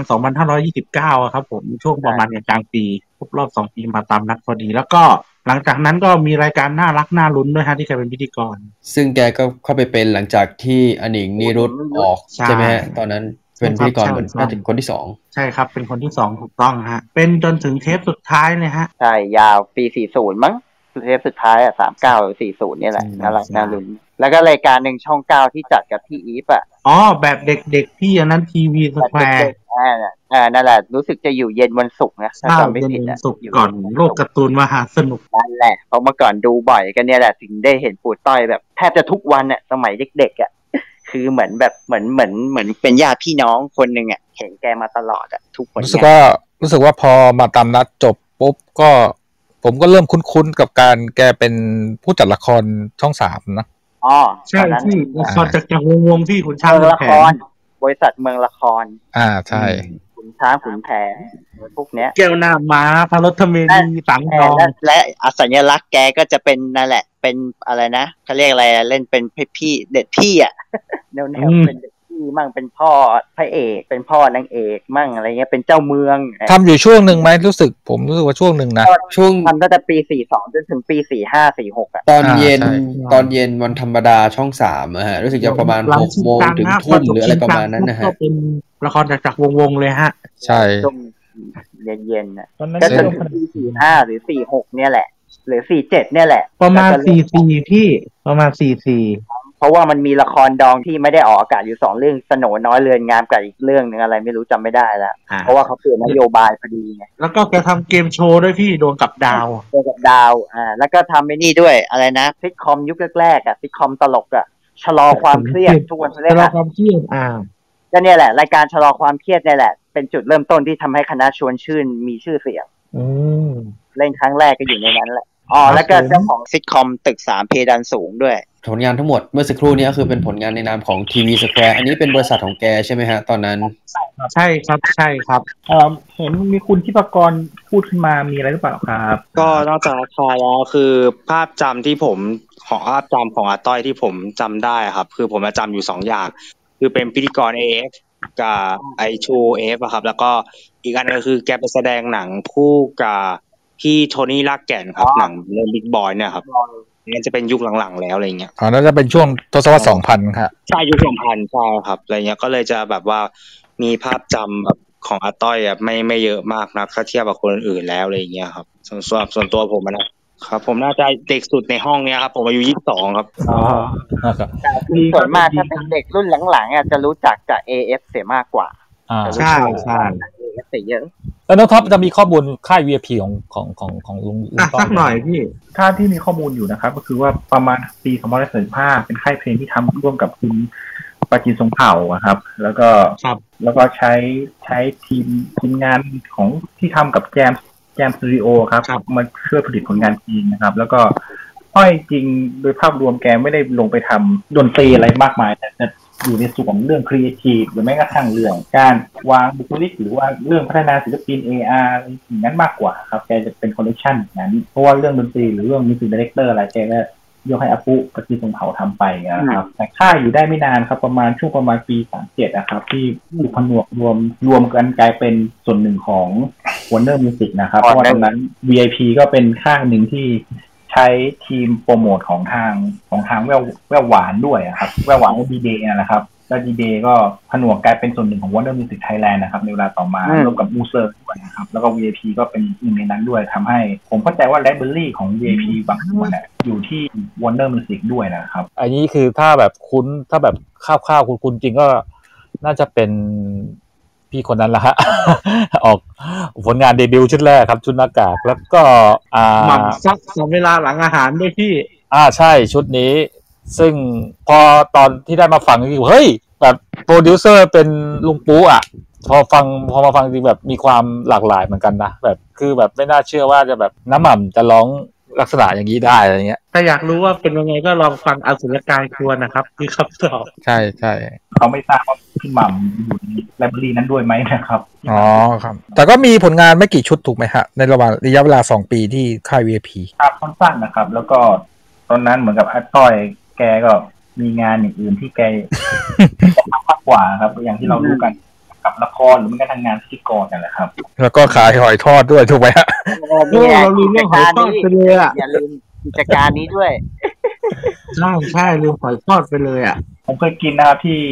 2529ครับผมช่วงประมาณกลางปีครบรอบ2 ปีมาตามนัดพอดีแล้วก็หลังจากนั้นก็มีรายการน่ารักน่าลุ้นด้วยฮะที่แกเป็นพิธีกรซึ่งแกก็เข้าไปเป็นหลังจากที่อนิงนิรุตออกใช่ไหมฮะตอนนั้นเป็นพิธีกรเหมือนน่าจะคนที่2 ใช่ครับเป็นคนที่2ถูกต้องฮะเป็นจนถึงเทปสุดท้ายเลยฮะใช่ยาวปี40มั้งเทปสุดท้าย39หรือ40เนี่ยแหละน่ารักน่าลุ้นแล้วก็รายการหนึ่งช่อง9ที่จัดกับพี่อีฟแบบเด็กๆพี่อันนั้นทีวีสแควร์นั่นแหละรู้สึกจะอยู่เย็นวันศุกร์นะถ้าจำไม่ผิดศุกร์ก่อนโลกการ์ตูนมหาสนุกนั่นแหละเพราะเมื่อก่อนดูบ่อยกันเนี่ยแหละถึงได้เห็นปู่ต้อยแบบแทบจะทุกวันสมัยเด็กๆคือเหมือนแบบเหมือนเป็นญาติพี่น้องคนนึงเห็นแกมาตลอดทุกคนรู้สึกว่าพอมาตามนัดจบปุ๊บก็ผมก็เริ่มคุ้นๆกับการแกเป็นผู้จัดละครช่อง3นะใช่ที่ละครจากวงที่ขุนช้างละครบริษัทเมืองละครใช่ขุนช้างขุนแผนพวกเนี้ยแก้วหน้าม้าพระรถเมลีสังทองและสัญลักษณ์แกก็จะเป็นนั่นแหละเป็นอะไรนะเขาเรียกอะไรเล่นเป็นพี่เด็ดพี่แนวเป็นเด็ดพี่มั่งเป็นพ่อพระเอกเป็นพ่อนางเอกมั่งอะไรเงี้ยเป็นเจ้าเมืองทำอยู่ช่วงหนึ่งไหมผมรู้สึกว่าช่วงหนึ่งนะช่วงทำตั้งแต่ปี42จนถึงปี45 46 ตอนเย็นวันธรรมดาช่อง3รู้สึกจะประมาณ6 โมงถึงทุ่มหรืออะไรประมาณนั้นนะฮะก็เป็นละครจากวงเลยฮะใช่เย็นก็จนถึงปี45หรือ46เนี่ยแหละหรือ47เนี่ยแหละประมาณ44พี่ประมาณ44 เพราะว่ามันมีละครดองที่ไม่ได้ออกอากาศอยู่2เรื่องสโหนน้อยเรือนงามกับอีกเรื่องนึงอะไรไม่รู้จำไม่ได้แล้วเพราะว่าเขาเปลี่ยนนโยบายพอดีไงแล้วก็แกทำเกมโชว์ด้วยพี่ดวงกับดาวแล้วก็ทำไม่นี่ด้วยอะไรนะซิทคอมยุคแรกซิทคอมตลกชะลอความเครียดทุกวันชะลอความเครียดก็เนี่ยแหละรายการชะลอความเครียดเนี่ยแหละเป็นจุดเริ่มต้นที่ทำให้คณะชวนชื่นมีชื่อเสียงเล่นครั้งแรกก็อยู่ในนั้นแหละแล้วก็เจ้าของซิทคอมตึก3เพดานสูงด้วยผลงานทั้งหมดเมื่อสักครู่นี้ก็คือเป็นผลงานในนามของทีวีสแควร์อันนี้เป็นบริษัทของแกใช่ไหมฮะตอนนั้นใช่ครับเห็นมีคุณทิพกรพูดขึ้นมามีอะไรหรือเปล่าครับก็นอกจากละครแล้วคือภาพจำที่ผมของภาพจำของอาต้อยที่ผมจำได้ครับคือผมจำอยู่2อย่างคือเป็นพิธีกร AF กับไอชู AF ครับแล้วก็อีกอันนึงคือแกไปแสดงหนังคู่กับพี่โทนี่ลากแก่นครับหนังเรื่องบิ๊กบอยเนี่ยครับนี่จะเป็นยุคหลังๆแล้วอะไรเงี้ยน่าจะเป็นช่วงทศวรรษ 2000 ครับใช่ยุค 2000 ใช่ครับอะไรเงี้ยก็เลยจะแบบว่ามีภาพจำแบบของอาต้อยไม่เยอะมากนะถ้าเทียบกับคนอื่นแล้วอะไรเงี้ยครับส่วนตัวผมนะครับผมน่าจะเด็กสุดในห้องเนี้ยครับผมอายุ22ครับส่วนมากถ้าเป็นเด็กรุ่นหลังๆจะรู้จักจาก AF เสียมากกว่าใช่ AF เสียเยอะแล้วน้องท็อปจะมีข้อมูลค่าย VIP ของลุงต้อมสักหน่อยพี่ถ้าที่มีข้อมูลอยู่นะครับก็คือว่าประมาณปี2545เป็นค่ายเพลงที่ทำร่วมกับคุณปาจีนทรงเผ่าครับแล้วก็ใช้ทีมงานของที่ทำกับแจมสตูดิโอครับมาช่วยผลิตผลงานเพลงนะครับแล้วก็จริงโดยภาพรวมแกไม่ได้ลงไปทำดนตรีอะไรมากมายแต่อยู่ในส่วนของเรื่องครีเอทีฟหรือแม้กระทั่งเรื่องการวางบุคลิกหรือว่าเรื่องพัฒนาศิลปิน AR อย่างนั้นมากกว่าครับแกจะเป็นคอลเลคชันนั้นเพราะว่าเรื่องดนตรีหรือเรื่องมิวสิกไดเรคเตอร์อะไรแกก็ยกให้อาปุปฏิทรงเผ่าทำไปนะครับแต่ค่ายอยู่ได้ไม่นานครับประมาณปี37นะครับที่ถูกผนวกรวมกันกลายเป็นส่วนหนึ่งของ Warner Music นะครับเพราะว่าตอนนั้น VIP ก็เป็นค่ายหนึ่งที่ใช้ทีมโปรโมทของทางแววหวานด้วยครับแววหวานก็ดีเดย์นะครับแล้วดีเดย์ก็ผนวกกลายเป็นส่วนหนึ่งของ Warner Music Thailand นะครับในเวลาต่อมาร่วมกับมูเซอร์ด้วยนะครับแล้วก็ VIP ก็เป็นหนึ่งในนั้นด้วยทำให้ผมเข้าใจว่า library ของ VIP บางส่วนอยู่ที่ Warner Music ด้วยนะครับอันนี้คือถ้าแบบถ้าแบบคร่าวๆคุณจริงก็น่าจะเป็นพี่คนนั้นละฮะ ออกผลงานเดบิวต์ชุดแรกครับชุดหน้ากากแล้วก็หม่ำซักเวลาหลังอาหารด้วยพี่ใช่ชุดนี้ซึ่งพอตอนที่ได้มาฟังจริงเฮ้ยแบบโปรดิวเซอร์เป็นลุงปูพอมาฟังจริงแบบมีความหลากหลายเหมือนกันนะแบบคือแบบไม่น่าเชื่อว่าจะแบบน้ำหม่ำจะร้องลักษณะอย่างนี้ได้อะไรเงี้ยถ้าอยากรู้ว่าเป็นยังไงก็ลองฟังอสุรกายครัวนะครับพี่ครับตอบใช่เขาไม่ทราบว่าพี่หม่ำอยู่ในไลบรารีนั้นด้วยไหมนะครับครับแต่ก็มีผลงานไม่กี่ชุดถูกไหมฮะในระยะเวลา2 ปีที่ค่าย VIP ครับสั้นๆนะครับแล้วก็ตอนนั้นเหมือนกับอาต้อยแกก็มีงานอย่างอื่นที่แกทำมากกว่าครับอย่างที่เรารู้กันกับละครหรือมันก็ทำงานพิธีกรนั่นแหละครับแล้วก็ขายหอยทอดด้วยถูกไหมฮะเราลืมเรื่องหอยทอดไปเลยอย่าลืมกิจการนี้ด้วยใช่ลืมหอยทอดไปเลยผมเคยกินนะครับ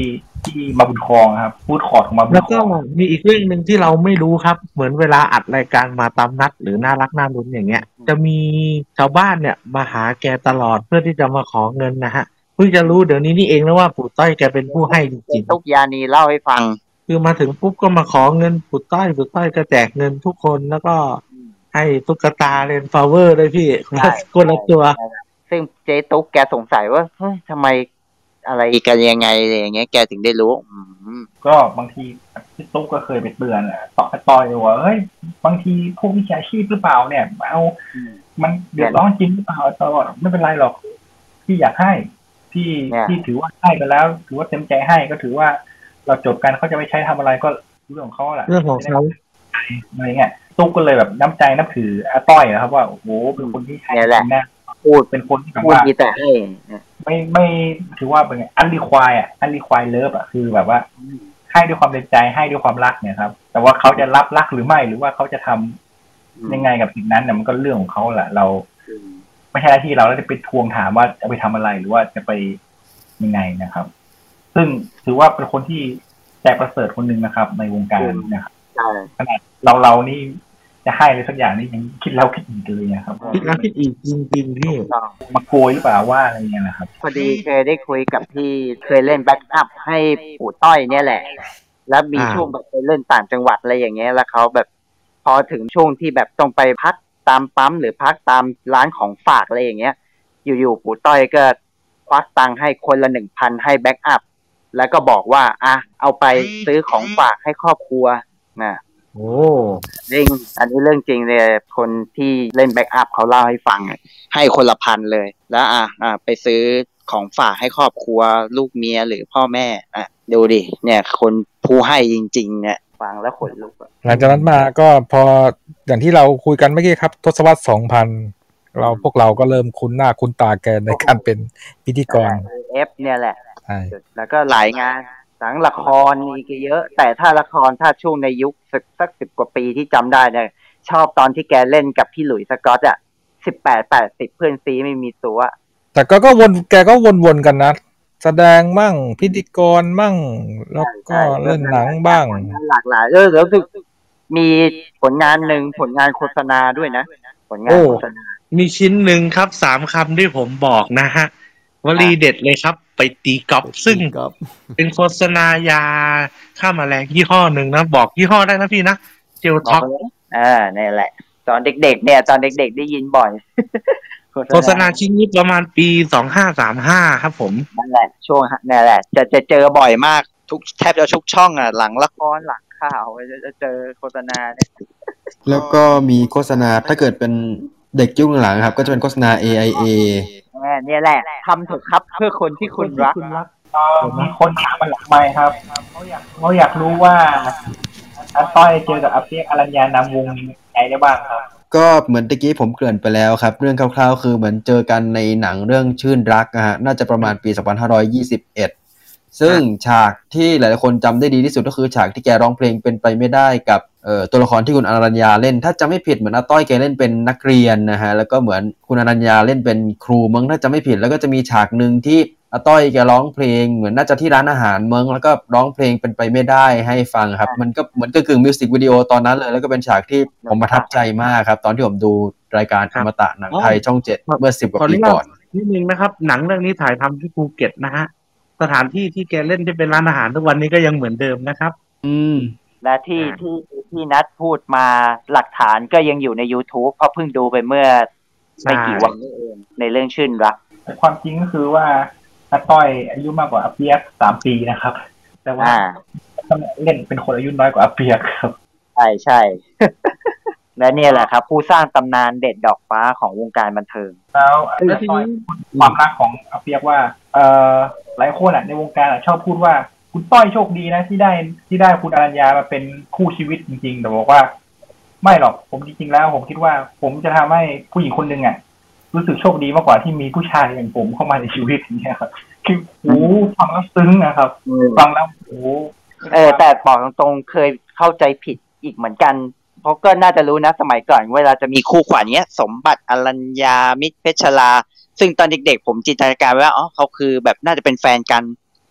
ที่มาบุญครองครับฟู้ดคอร์ทของมาบุญครองแล้วก็มีอีกเรื่องหนึ่งที่เราไม่รู้ครับเหมือนเวลาอัดรายการมาตามนัดหรือน่ารักน่าลุ้นอย่างเงี้ยจะมีชาวบ้านเนี่ยมาหาแกตลอดเพื่อที่จะมาขอเงินนะฮะเพิ่งจะรู้เดี๋ยวนี้นี่เองนะว่าปู่ต้อยแกเป็นผู้ให้จริงๆทุกยานีเล่าให้ฟังคือมาถึงปุ๊บก็มาขอเงินปู่ต้อยก็แจกเงินทุกคนแล้วก็ให้ตุ๊กตาเรนฟลาเวอร์ด้วยพี่คนละตัวซึ่งเจ๊ตุ๊กแกสงสัยว่าเฮ้ยทำไมอะไรกันยังไงอะไรอย่างเงี้ยแกถึงได้รู้ก็บางทีพี่ตุ๊กก็เคยไปเตือนต่อยว่าเฮ้ยบางทีพวกวิชาชีพหรือเปล่าเนี่ยเอามันเดือดร้อนจริงหรือเปล่าตลอดไม่เป็นไรหรอกพี่อยากให้พี่ถือว่าให้ไปแล้วถือว่าเต็มใจให้ก็ถือว่าเราจบกันเขาจะไม่ใช้ทำอะไรก็เรื่องของเขาแหละเรื่องของเขาอะไรเงี้ยตุ๊กก็เลยแบบน้ำใจนับถืออาต้อยนะครับว่าโอ้โหเป็นคนที่ใช้นะพูดเป็นคนที่แบบว่าแต่ให้ไม่ถือว่าเป็นอันรีควายเลิฟคือแบบว่าให้ด้วยความเต็มใจให้ด้วยความรักเนี่ยครับแต่ว่าเขาจะรับรักหรือไม่หรือว่าเขาจะทำยังไงกับสิ่งนั้นเนี่ยมันก็เรื่องของเขาแหละเราไม่ใช่หน้าที่เราจะไปทวงถามว่าจะไปทำอะไรหรือว่าจะไปยังไงนะครับซึ่งถือว่าเป็นคนที่ใจประเสริฐคนหนึ่งนะครับในวงการนะครับขนาดเรานี่จะให้อะไรสักอย่างนี่ยังคิดแล้วคิดอีกเลยนะครับคิดแล้วคิดอีกจริงๆพี่มาโกยหรือเปล่าว่าอะไรเงี้ยนะครับพอดีเคยได้คุยกับที่เคยเล่นแบ็กอัพให้ปู่ต้อยเนี่ยแหละแล้วมีช่วงแบบไปเล่นต่างจังหวัดอะไรอย่างเงี้ยแล้วเขาแบบพอถึงช่วงที่แบบต้องไปพักตามปั๊มหรือพักตามร้านของฝากอะไรอย่างเงี้ยอยู่ๆปู่ต้อยก็ควักตังค์ให้คนละ 1,000 ให้แบ็กอัพแล้วก็บอกว่าเอาไปซื้อของฝากให้ครอบครัวนะโอ้จริงอันนี้เรื่องจริงเลยคนที่เล่นแบ็กอัพเขาเล่าให้ฟังให้คนละ 1,000เลยแล้วไปซื้อของฝากให้ครอบครัวลูกเมียหรือพ่อแม่ดูดิเนี่ยคนผู้ให้จริงๆเนี่ยฟังแล้วขนลุกหลังจากนั้นมาก็พออย่างที่เราคุยกันเมื่อกี้ครับทศวรรษ 2000พวกเราก็เริ่มคุ้นหน้าคุ้นตาแกในการเป็นพิธีกรเนี่ยแหละใช่แล้วก็หลายงานทั้งละครอีกเยอะแต่ถ้าละครถ้าช่วงในยุคสัก10 กว่าปีที่จำได้เนี่ยชอบตอนที่แกเล่นกับพี่หลุยส์สกอต18-80เพื่อนซีไม่มีตัวแต่แกก็วนกันนะแสดงมั่งพิธีกรมั่งแล้วก็เล่นหนังบ้างหลากหลายแล้วมีผลงานโฆษณาด้วยนะผลงานโฆษณามีชิ้นหนึ่งครับ3 คำที่ผมบอกนะฮะวลีเด็ดเลยครับไปตีกอล์ฟซึ่งเป็นโฆษณายาฆ่าแมลงยี่ห้อหนึ่งนะบอกยี่ห้อได้นะพี่นะเจลท็อกนี่แหละตอนเด็กๆได้ยินบ่อยโฆษณาชิ้นนี้ประมาณปี2535ครับผมนั่นแหละช่วงนี่แหละจะเจอบ่อยมากแทบจะทุกช่องหลังละครหลังข่าวจะเจอโฆษณาเนี่ยแล้วก็มีโฆษณาถ้าเกิดเป็นเด็กยุคหลังครับก็จะเป็นโฆษณา AIA เนี่ยแหละทำเถอะครับเพื่อคนที่คุณรักมีคนถามมาหลังไมค์ครับเขาอยากรู้ว่าอาต้อยเจอกับอาเปียกอรัญญานามวงไหนได้บ้างครับก็เหมือนตะกี้ผมเกริ่นไปแล้วครับเรื่องคร่าวๆคือเหมือนเจอกันในหนังเรื่องชื่นรักนะฮะน่าจะประมาณปี2521ซึ่งฉากที่หลายๆคนจำได้ดีที่สุดก็คือฉากที่แกร้องเพลงเป็นไปไม่ได้กับตัวละครที่คุณอรัญญาเล่นถ้าจำไม่ผิดเหมือนอาต้อยแกเล่นเป็นนักเรียนนะฮะแล้วก็เหมือนคุณอรัญญาเล่นเป็นครูมั้งถ้าจำไม่ผิดแล้วก็จะมีฉากนึงที่อาต้อยแกร้องเพลงเหมือนน่าจะที่ร้านอาหารมั้งแล้วก็ร้องเพลงเป็นไปไม่ได้ให้ฟังครับมันก็เหมือนกึ่งมิวสิกวิดีโอตอนนั้นเลยแล้วก็เป็นฉากที่ผมประทับใจมากครับตอนที่ผมดูรายการอมตะหนังไทยช่อง7เมื่อ10 กว่าปีก่อนนิดนึงนะครับหนังเรื่องนี้ถ่ายทำที่ภูเก็ตนะฮะสถานที่ที่แกเล่นที่เป็นร้านอาหารทุกวันนี้ก็ยังเหมือนเดิมนะครับและที่นัดพูดมาหลักฐานก็ยังอยู่ใน YouTube เพราะเพิ่งดูไปเมื่อไม่กี่วันนี้เองในเรื่องชื่นรักความจริงก็คือว่าอาต้อยอายุมากกว่าอาเปียก3 ปีนะครับแต่ว่าเล่นเป็นคนอายุน้อยกว่าอาเปียกครับใช่และเนี่ยแหละครับผู้สร้างตำนานเด็ดดอกฟ้าของวงการบันเทิงแล้วอาต้อยความรักของอาเปียกว่าหลายคนในวงการชอบพูดว่าคุณต้อยโชคดีนะที่ได้คุณอรัญญามาเป็นคู่ชีวิตจริงๆแต่บอกว่าไม่หรอกผมจริงๆแล้วผมคิดว่าผมจะทำให้ผู้หญิงคนหนึ่งรู้สึกโชคดีมากกว่าที่มีผู้ชายอย่างผมเข้ามาในชีวิตอย่างเงี้ยครับคือฟังแล้วซึ้งนะครับฟังแล้วแต่บอกตรงๆเคยเข้าใจผิดอีกเหมือนกันเพราะก็น่าจะรู้นะสมัยก่อนเวลาจะมีคู่ขวัญเนี้ยสมบัติอรัญญามิตรเพชรลาซึ่งตอนเด็กๆผมจินตนาการว่าเขาคือแบบน่าจะเป็นแฟนกัน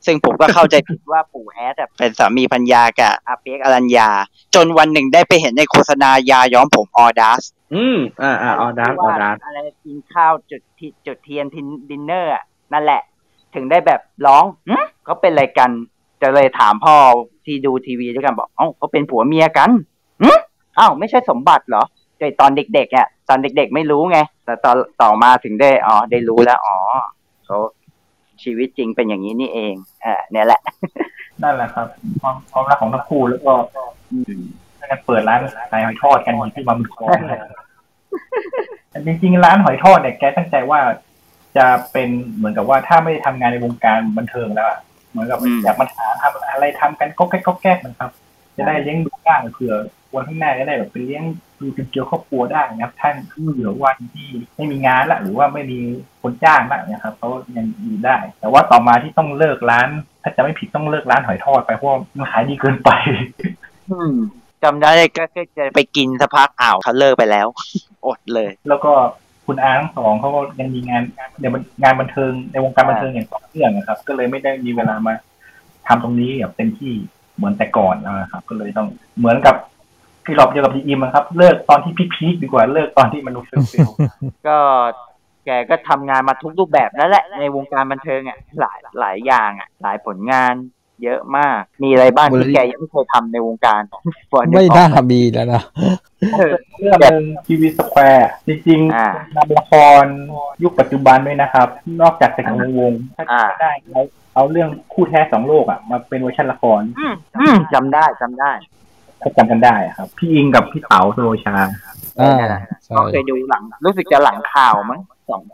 ซึ่งผมก็เข้าใจผิดว่าปู่แอดเป็นสามีภรรยากับอาเปียกอรัญญาจนวันหนึ่งได้ไปเห็นในโฆษณายาย้อมผมออดัสออดัสอะไรกินข้าวจุดเทียนดินเนอร์นั่นแหละถึงได้แบบร้องเขาเป็นอะไรกันจะเลยถามพ่อที่ดูทีวีด้วยกันบอกเขาเป็นผัวเมียกันไม่ใช่สมบัติเหรอแต่ตอนเด็กๆตอนเด็กๆไม่รู้ไงแต่ตอนต่อมาถึงได้รู้แล้วเขาชีวิตจริงเป็นอย่างนี้นี่เองเนี่ยแหละนั่นแหละครับความรักของทั้งคู่แล้วก็การเปิดร้านขายหอยทอดกันที่มาบุญครองจริงๆร้านหอยทอดเนี่ยแกตั้งใจว่าจะเป็นเหมือนกับว่าถ้าไม่ได้ทำงานในวงการบันเทิงแล้วเหมือนกับอยากมาหาทำอะไรทำกันก็แก๊กนะครับจะได้เลี้ยงดูบ้างเผื่อวันข้างหน้าจะได้แบบไปเลี้ยงดูเป็นเกี่ยวครอบครัวได้นะครับท่านเผื่อวันที่ไม่มีงานละหรือว่าไม่มีคนจ้างละนะครับเขายังอยู่ได้แต่ว่าต่อมาที่ต้องเลิกร้านถ้าจะไม่ผิดต้องเลิกร้านหอยทอดไปเพราะมันขายดีเกินไปจำได้ก็จะไปกินสักพักเขาเลิกไปแล้วอดเลยแล้วก็คุณอาทั้งสองเขาก็ยังมีงานในงานบันเทิงในวงการบันเทิงอย่างต่อเนื่องนะครับก็เลยไม่ได้มีเวลามาทำตรงนี้แบบเต็มที่เหมือนแต่ก่อนนะครับก็เลยต้องเหมือนกับที่เราเจอกับพี่อิมครับเลิกตอนที่พีคดีกว่าเลิกตอนที่มันเฟลก็แกก็ทำงานมาทุกรูปแบบนั่นแหละในวงการบันเทิงหลายอย่างหลายผลงานเยอะมากมีอะไรบ้างที่แกยังไม่เคยทำในวงการไม่น่ามีแล้วนะเรื่องนึงทีวีสแควร์จริงๆนำละครยุคปัจจุบันด้วยนะครับนอกจากแต่ของวงถ้าได้เอาเรื่องคู่แท้สองโลกมาเป็นเวอร์ชันละครจำได้ถ้าจำกันได้ครับพี่อิงกับพี่เต๋าสุโรชาก็เคยดูหลังรู้สึกจะหลังข่าวมั้ง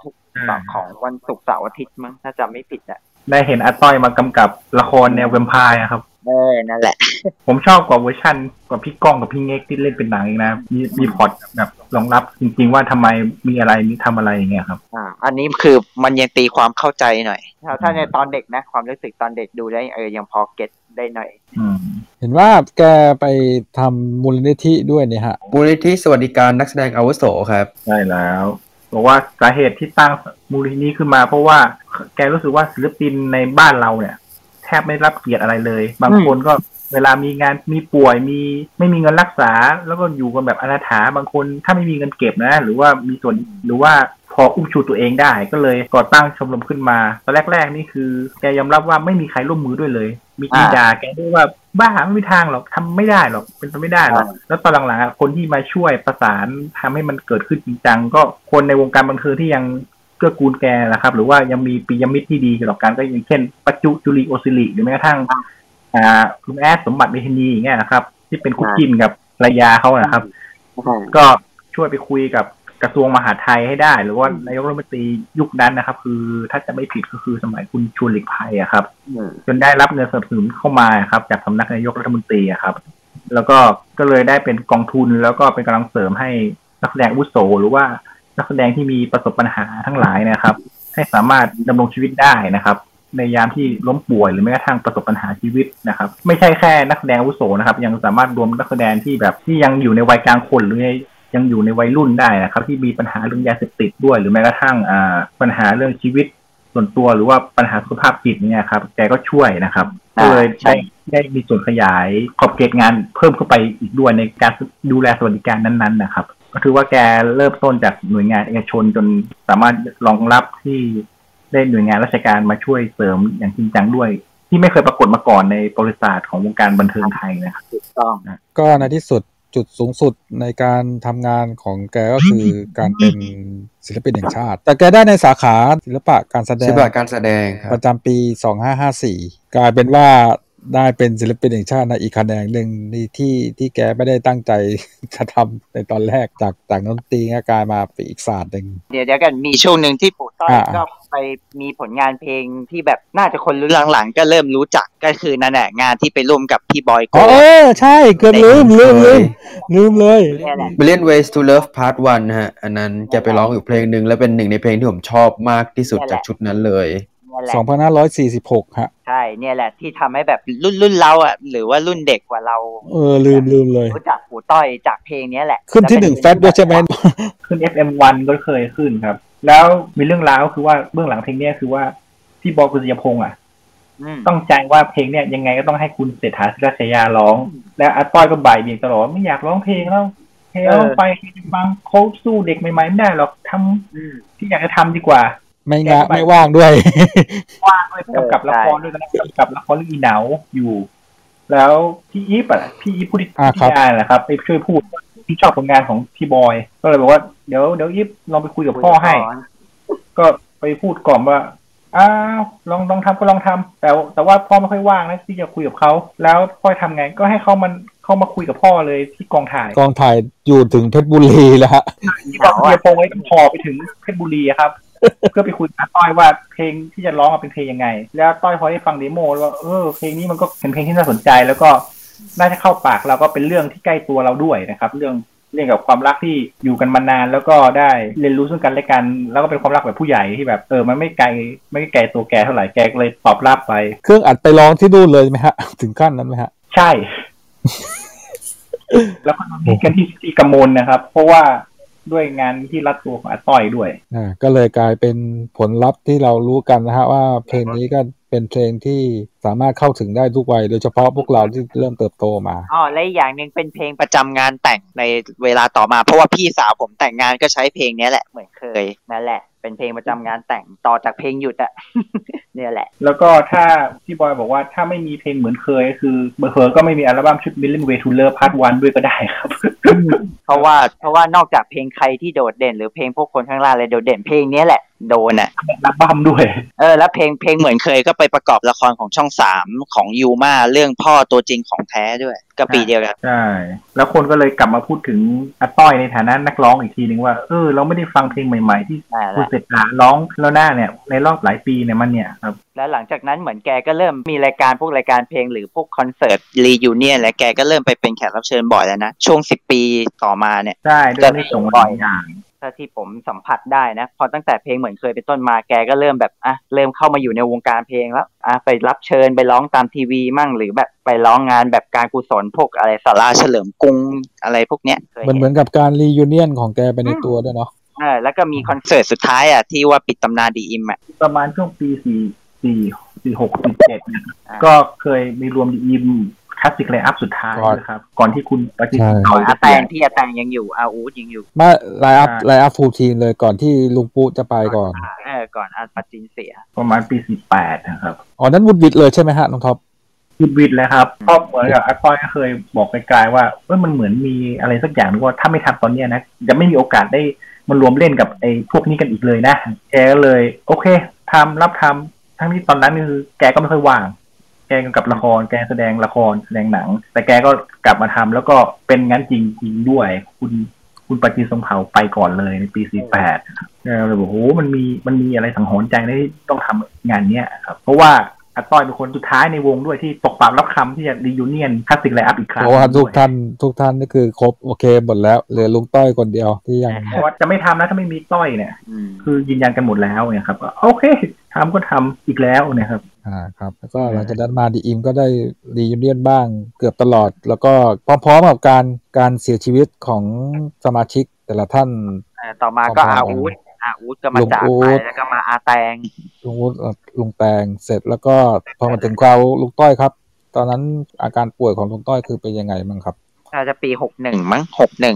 2ของวันศุกร์เสาร์อาทิตย์มั้งถ้าจำไม่ผิดได้เห็นอาต้อยมากำกับละครแนวแวมไพร์ครับนั่นแหละผมชอบกว่าเวอร์ชันกว่าพี่ก้องกับพี่เง็กที่เล่นเป็นหนังนะมีพล็อตแบบรองรับจริงๆว่าทำไมมีอะไรมีทำอะไรอย่างเงี้ยครับอันนี้คือมันยังตีความเข้าใจหน่อยถ้าในตอนเด็กนะความรู้สึกตอนเด็กดูได้ยังพอเก็ตได้หน่อยเห็นว่าแกไปทำมูลนิธิด้วยเนี่ยฮะมูลนิธิสวัสดิการนักแสดงอาวุโสครับใช่แล้วบอกว่าสาเหตุที่ตั้งมูลนิธิขึ้นมาเพราะว่าแกรู้สึกว่าศิลปินในบ้านเราเนี่ยแทบไม่รับเกียรติอะไรเลยบางคนก็เวลามีงานมีป่วยไม่มีเงินรักษาแล้วก็อยู่กันแบบอนาถาบางคนถ้าไม่มีเงินเก็บนะหรือว่ามีส่วนหรือว่าพออุ้มชูตัวเองได้ก็เลยก่อตั้งชมรมขึ้นมาตอนแรกๆนี่คือแกยอมรับว่าไม่มีใครร่วมมือด้วยเลยมีด่าแกด้วยว่าบ้าไม่มีทางหรอกทำไม่ได้หรอกเป็นไปไม่ได้หรอกแล้วตอนหลังๆคนที่มาช่วยประสานทำให้มันเกิดขึ้นจริงจังก็คนในวงการบันเทิงที่ยังเกื้อกูลแกนะครับหรือว่ายังมีปิยมิตรที่ดีต่อกันก็อย่างเช่นปัจจุลีโอซิลิหรือแม้กระทั่งคุณแอดสมบัติเมธานีอย่างเงี้ยนะครับที่เป็นคู่จิ้นกับภรรยาเขานะครับก็ช่วยไปคุยกับกระทรวงมหาดไทยให้ได้หรือว่านายกรัฐมนตรียุคนั้นนะครับคือถ้าจะไม่ผิดก็คือสมัยคุณชวนหลีกภัยครับจนได้รับเงินสนับสนุนเข้ามาครับจากสำนักนายกรัฐมนตรีครับแล้วก็เลยได้เป็นกองทุนแล้วก็เป็นกำลังเสริมให้นักแสดงอาวุโสหรือว่านักแสดงที่มีประสบปัญหาทั้งหลายนะครับให้สามารถดำรงชีวิตได้นะครับในยามที่ล้มป่วยหรือแม้กระทั่งประสบปัญหาชีวิตนะครับไม่ใช่แค่นักแสดงอาวุโสนะครับยังสามารถรวมนักแสดงที่แบบที่ยังอยู่ในวัยกลางคนหรือยังอยู่ในวัยรุ่นได้นะครับที่มีปัญหาเรื่องยาเสพติดด้วยหรือแม้กระทั่งปัญหาเรื่องชีวิตส่วนตัวหรือว่าปัญหาสุขภาพจิตเนี่ยครับแกก็ช่วยนะครับก็เลยได้มีส่วนขยายขอบเขตงานเพิ่มเข้าไปอีกด้วยในการดูแลสวัสดิการนั้นๆนะครับก็คือว่าแกเริ่มต้นจากหน่วยงานเอกชนจนสามารถรองรับที่ได้หน่วยงานราชการมาช่วยเสริมอย่างจริงจังด้วยที่ไม่เคยปรากฏมาก่อนในประวัติศาสตร์ของวงการบันเทิงไทยนะครับถูกต้องก็ในที่สุดจุดสูงสุดในการทำงานของแกก็คือการเป็นศิลปินแห่งชาติแต่แกได้ในสาขาศิลปะการแสดงประจำปี2554กลายเป็นว่าได้เป็นศิลปินแห่งชาติในอีกแขนงหนึ่งที่แกไม่ได้ตั้งใจจะทำในตอนแรกจากดนตรีกลายมาเป็นอีกศาสตร์หนึ่งเดี๋ยวกันมีช่วงหนึ่งที่ปู่ต้อยก็ไปมีผลงานเพลงที่แบบน่าจะคนรุ่นหลังๆก็เริ่มรู้จักก็คือนั่นแหละงานที่ไปร่วมกับพี่บอยโก้ใช่เกือบลืมเลย Billion Ways to Love Part 1 นะฮะอันนั้นแกไปร้องอยู่เพลงนึงและเป็นหนึ่งในเพลงที่ผมชอบมากที่สุดจากชุดนั้นเลย 2546ฮะใช่เนี่ยแหละที่ทำให้แบบรุ่นเราหรือว่ารุ่นเด็กกว่าเราลืมเลยรู้จักปู่ต้อยจากเพลงนี้แหละขึ้นที่1แฟตด้วยใช่ไหมขึ้น FM1 ก็เคยขึ้นครับแล้วมีเรื่องราวคือว่าเบื้องหลังเพลงนี้คือว่าพี่บอย กฤษยพงษ์ต้องใจว่าเพลงเนี่ยยังไงก็ต้องให้คุณเศรษฐาศิรชยาร้องแล้วอาต้อยก็บ่ายเบี่ยงตลอดว่าไม่อยากร้องเพลงแล้วเพลงร้องไปบางโค้ชสู้เด็กใหม่ๆไม่ได้หรอกทำที่อยากจะทำดีกว่าไม่ว่างด้วยว่างด้วยกำกับละครด้วยนะกำกับละครเรื่องอีเหนาอยู่แล้วพี่อีฟพุทธิยาแหละครับไปช่วยพูดที่ชอบผลงานของพี่บอยก็เลยบอกว่าเดี๋ยวอีฟลองไปคุยกับพ่อให้ก็ไปพูดก่อนว่าลองทำก็ลองทำแต่ว่าพ่อไม่ค่อยว่างนะที่จะคุยกับเขาแล้วพ่อทำไงก็ให้เขามาคุยกับพ่อเลยที่กองถ่ายอยู่ถึงเพชรบุรีแล้วฮะที่กองเบียร์โปงไว้พอไปถึงเพชรบุรีครับเพื่อไปคุยกับต้อยว่าเพลงที่จะร้องเป็นเพลงยังไงแล้วต้อยพอได้ฟังเดโมว่าเพลงนี้มันก็เป็นเพลงที่น่าสนใจแล้วก็น่าจะเข้าปากเราก็เป็นเรื่องที่ใกล้ตัวเราด้วยนะครับเรื่องกับความรักที่อยู่กันมานานแล้วก็ได้เรียนรู้ซึ่งกันและกันแล้วก็เป็นความรักแบบผู้ใหญ่ที่แบบมันไม่ไกลตัวแกเท่าไหร่แกเลยตอบรับไปเครื่องอัดไปร้องที่นู่นเลยไหมฮะถึงขั้นนั้นไหมฮะใช่ แล้วก็มีกันที่กำมลนะครับเพราะว่าด้วยงานที่รัดตัวของอาต้อยด้วยก็เลยกลายเป็นผลลัพธ์ที่เรารู้กันนะฮะว่าเพลงนี้ก็เป็นเพลงที่สามารถเข้าถึงได้ทุกวัยโดยเฉพาะพวกเราที่เริ่มเติบโตมาและอีกอย่างนึงเป็นเพลงประจำงานแต่งในเวลาต่อมาเพราะว่าพี่สาวผมแต่งงานก็ใช้เพลงนี้แหละเหมือนเคยนั่นแหละเป็นเพลงประจำงานแต่งต่อจากเพลงหยุดอะ เนี่ยแหละแล้วก็ถ้าพี่บอยบอกว่าถ้าไม่มีเพลงเหมือนเคยคือเบอร์เฟอร์ก็ไม่มีอัลบั้มชุด Million Way to Love Part 1ด้วยก็ได้ครับเพราะว่านอกจากเพลงใครที่โดดเด่นหรือเพลงพวกคนข้างล่างเลยโดดเด่นเพลงนี้แหละโดนอ่ะอัลบั้มด้วยแล้วเพลงเหมือนเคยก็ไปประกอบละครของช่อง3ของยูมาเรื่องพ่อตัวจริงของแท้ด้วยก็ปีเดียวกันใช่แล้วคนก็เลยกลับมาพูดถึงอาต้อยในฐานะนักร้องอีกทีนึงว่าเราไม่ได้ฟังเพลงใหม่ๆที่คุณเศรษฐาร้องแล้วหน้าเนี่ยในรอบหลายปีเนี่ยมันเนี่ยครับแล้วหลังจากนั้นเหมือนแกก็เริ่มมีรายการเพลงหรือพวกคอนเสิร์ตรียูเนียนและแกก็เริ่มไปเป็นแขกรับเชิญบ่อยแล้วนะช่วง10 ปีต่อมาเนี่ยใช่จะได้ส่งบ่อยอย่างถ้าที่ผมสัมผัสได้นะพอตั้งแต่เพลงเหมือนเคยเป็นต้นมาแกก็เริ่มแบบเริ่มเข้ามาอยู่ในวงการเพลงแล้วไปรับเชิญไปร้องตามทีวีมั่งหรือแบบไปร้องงานแบบการกุศลพวกอะไรศาลาเฉลิมกรุงอะไรพวกเนี้ยเหมือนกับการรียูเนียนของแกไปในตัวด้วยเนาะแล้วก็มีคอนเสิร์ตสุดท้ายที่ว่าปิดตำนานดีอิมประมาณช่วงปี46 47ก็เคยมีรวมดีอิมคลาสสิกไลน์อัพสุดท้ายนะครับก่อนที่คุณปฏิทินอาแตงยังอยู่อู๊ดยังอยู่ไม่ไลน์อัพฟูลทีมเลยก่อนที่ลุงปุ๊จะไปก่อนก่อนปฏิทินเสียประมาณปี48นะครับนั้นวุฒิวิทย์เลยใช่ไหมฮะน้องท็อปวุฒิวิทย์เลยครับเพราะเหมือนกับอาต้อยก็เคยบอกไกลๆว่ามันเหมือนมีอะไรสักอย่างว่าถ้าไม่ทำตอนนี้นะจะไม่มีโอกาสได้มารวมเล่นกับไอ้พวกนี้กันอีกเลยนะแกเลยโอเครับทำทั้งที่ตอนนั้นคือแกก็ไม่ค่อยว่างแกกำกับละครแกแสดงละครแสดงหนังแต่แกก็กลับมาทำแล้วก็เป็นงั้นจริงๆด้วยคุณปฏิทินทรงเผ่าไปก่อนเลยในปี48เลยบอกโอ้มันมีอะไรสังหรณ์ใจที่ต้องทำงานเนี้ยครับเพราะว่าอาต้อยเป็นคนสุดท้ายในวงด้วยที่ตกปากรับคำที่จะรียูเนียนคลาสสิกไลน์อัพอีกครั้งเพราะว่าทุกท่านนี่คือครบโอเคหมดแล้วเหลือลุงต้อยคนเดียวที่ยังเพราะว่าจะไม่ทำนะถ้าไม่มีต้อยเนี่ยคือยืนยันกันหมดแล้วเนี่ยครับโอเคทำก็ทำอีกแล้วเนี่ยครับครับแล้วก็หลังจากนั้นมาดีอิมก็ได้รียูเนียนบ้างเกือบตลอดแล้วก็พร้อมๆกับการเสียชีวิตของสมาชิกแต่ละท่านต่อมาก็อาอู๊ดก็มาจากไปแล้วก็มาอาแตงลุงแตงเสร็จแล้วก็พอมาถึงคราวลุงต้อยครับตอนนั้นอาการป่วยของลุงต้อยคือเป็นยังไงมั้งครับน่าจะปี61มั้ง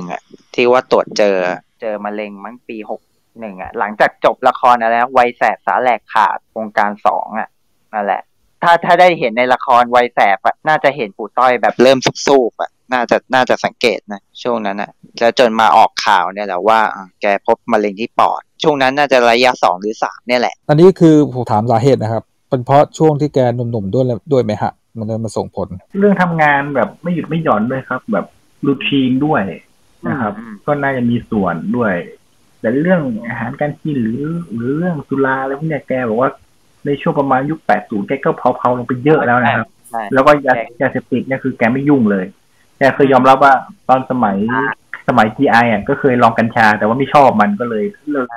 61ที่ว่าตรวจเจอมะเร็งมั้งปี61หลังจากจบละครแล้ววัยแสบสาแหลกขาดวงการ2นั่นแหละถ้าได้เห็นในละครวัยแสบน่าจะเห็นปู่ต้อยแบบเริ่มซุบๆน่าจะสังเกตนะช่วงนั้นแล้วจนมาออกข่าวเนี่ยแหละว่าแกพบมะเร็งที่ปอดช่วงนั้นน่าจะระยะ2หรือ3เนี่ยแหละอันนี้คือผมถามสาเหตุนะครับเป็นเพราะช่วงที่แกหนุ่มๆด้วยไหมฮะมันเลยมาส่งผลเรื่องทำงานแบบไม่หยุดไม่หย่อนด้วยครับแบบรูทีนด้วยนะครับก็น่าจะมีส่วนด้วยแต่เรื่องอาหารการกินหรือเรื่องสุราอะไรพวกนี้แกบอกว่าในช่วงประมาณยุค80แกก็เผาลงไปเยอะแล้วนะครับแล้วก็ยาเสพติดเนี่ยคือแกไม่ยุ่งเลยแกเคยยอมรับว่าตอนสมัย GI ก็เคยลองกัญชาแต่ว่าไม่ชอบมันก็เลยเลิก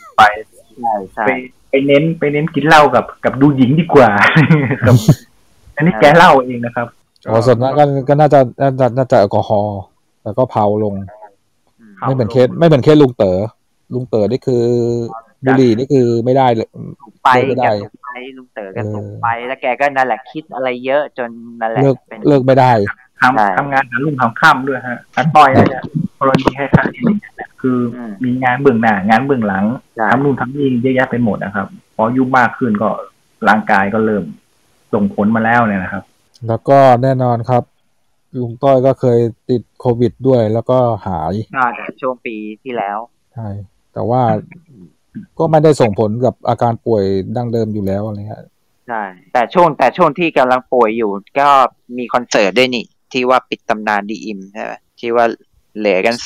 ไปเน้นกินเหล้ากับดูหญิงดีกว่าครับอันนี้แกเล่าเองนะครับส่วนมากก็น่าจะแอลกอฮอล์แล้วก็เผาลงไม่เหมือนเคสลุงเต๋อนี่คือบุหรี่นี่คือไม่ได้เลยไปไม่ได้ลุงเต๋อก็ส่งไปแล้วแกก็นั่นแหละคิดอะไรเยอะจนนั่นแหละเลิกไม่ได้ทำงานหาลุ่มทำค่ำด้วยฮะอาต้อยเนี่ยกรณีคล้ายๆคือมีงานเบื้องหน้างานเบื้องหลังทำนู่นทำนี่เยอะแยะไปหมดนะครับพออายุมากขึ้นก็ร่างกายก็เริ่มส่งผลมาแล้วเนี่ยนะครับแล้วก็แน่นอนครับลุงต้อยก็เคยติดโควิดด้วยแล้วก็หายช่วงปีที่แล้วใช่แต่ว่าก็ไม่ได้ส่งผลกับอาการป่วยดั้งเดิมอยู่แล้วอะไรเงี้ยใช่แต่ช่วงที่กำลังป่วยอยู่ก็มีคอนเสิร์ตด้วยนี่ที่ว่าปิดตำนานดีอิมใช่ไหมที่ว่าเหลือกัน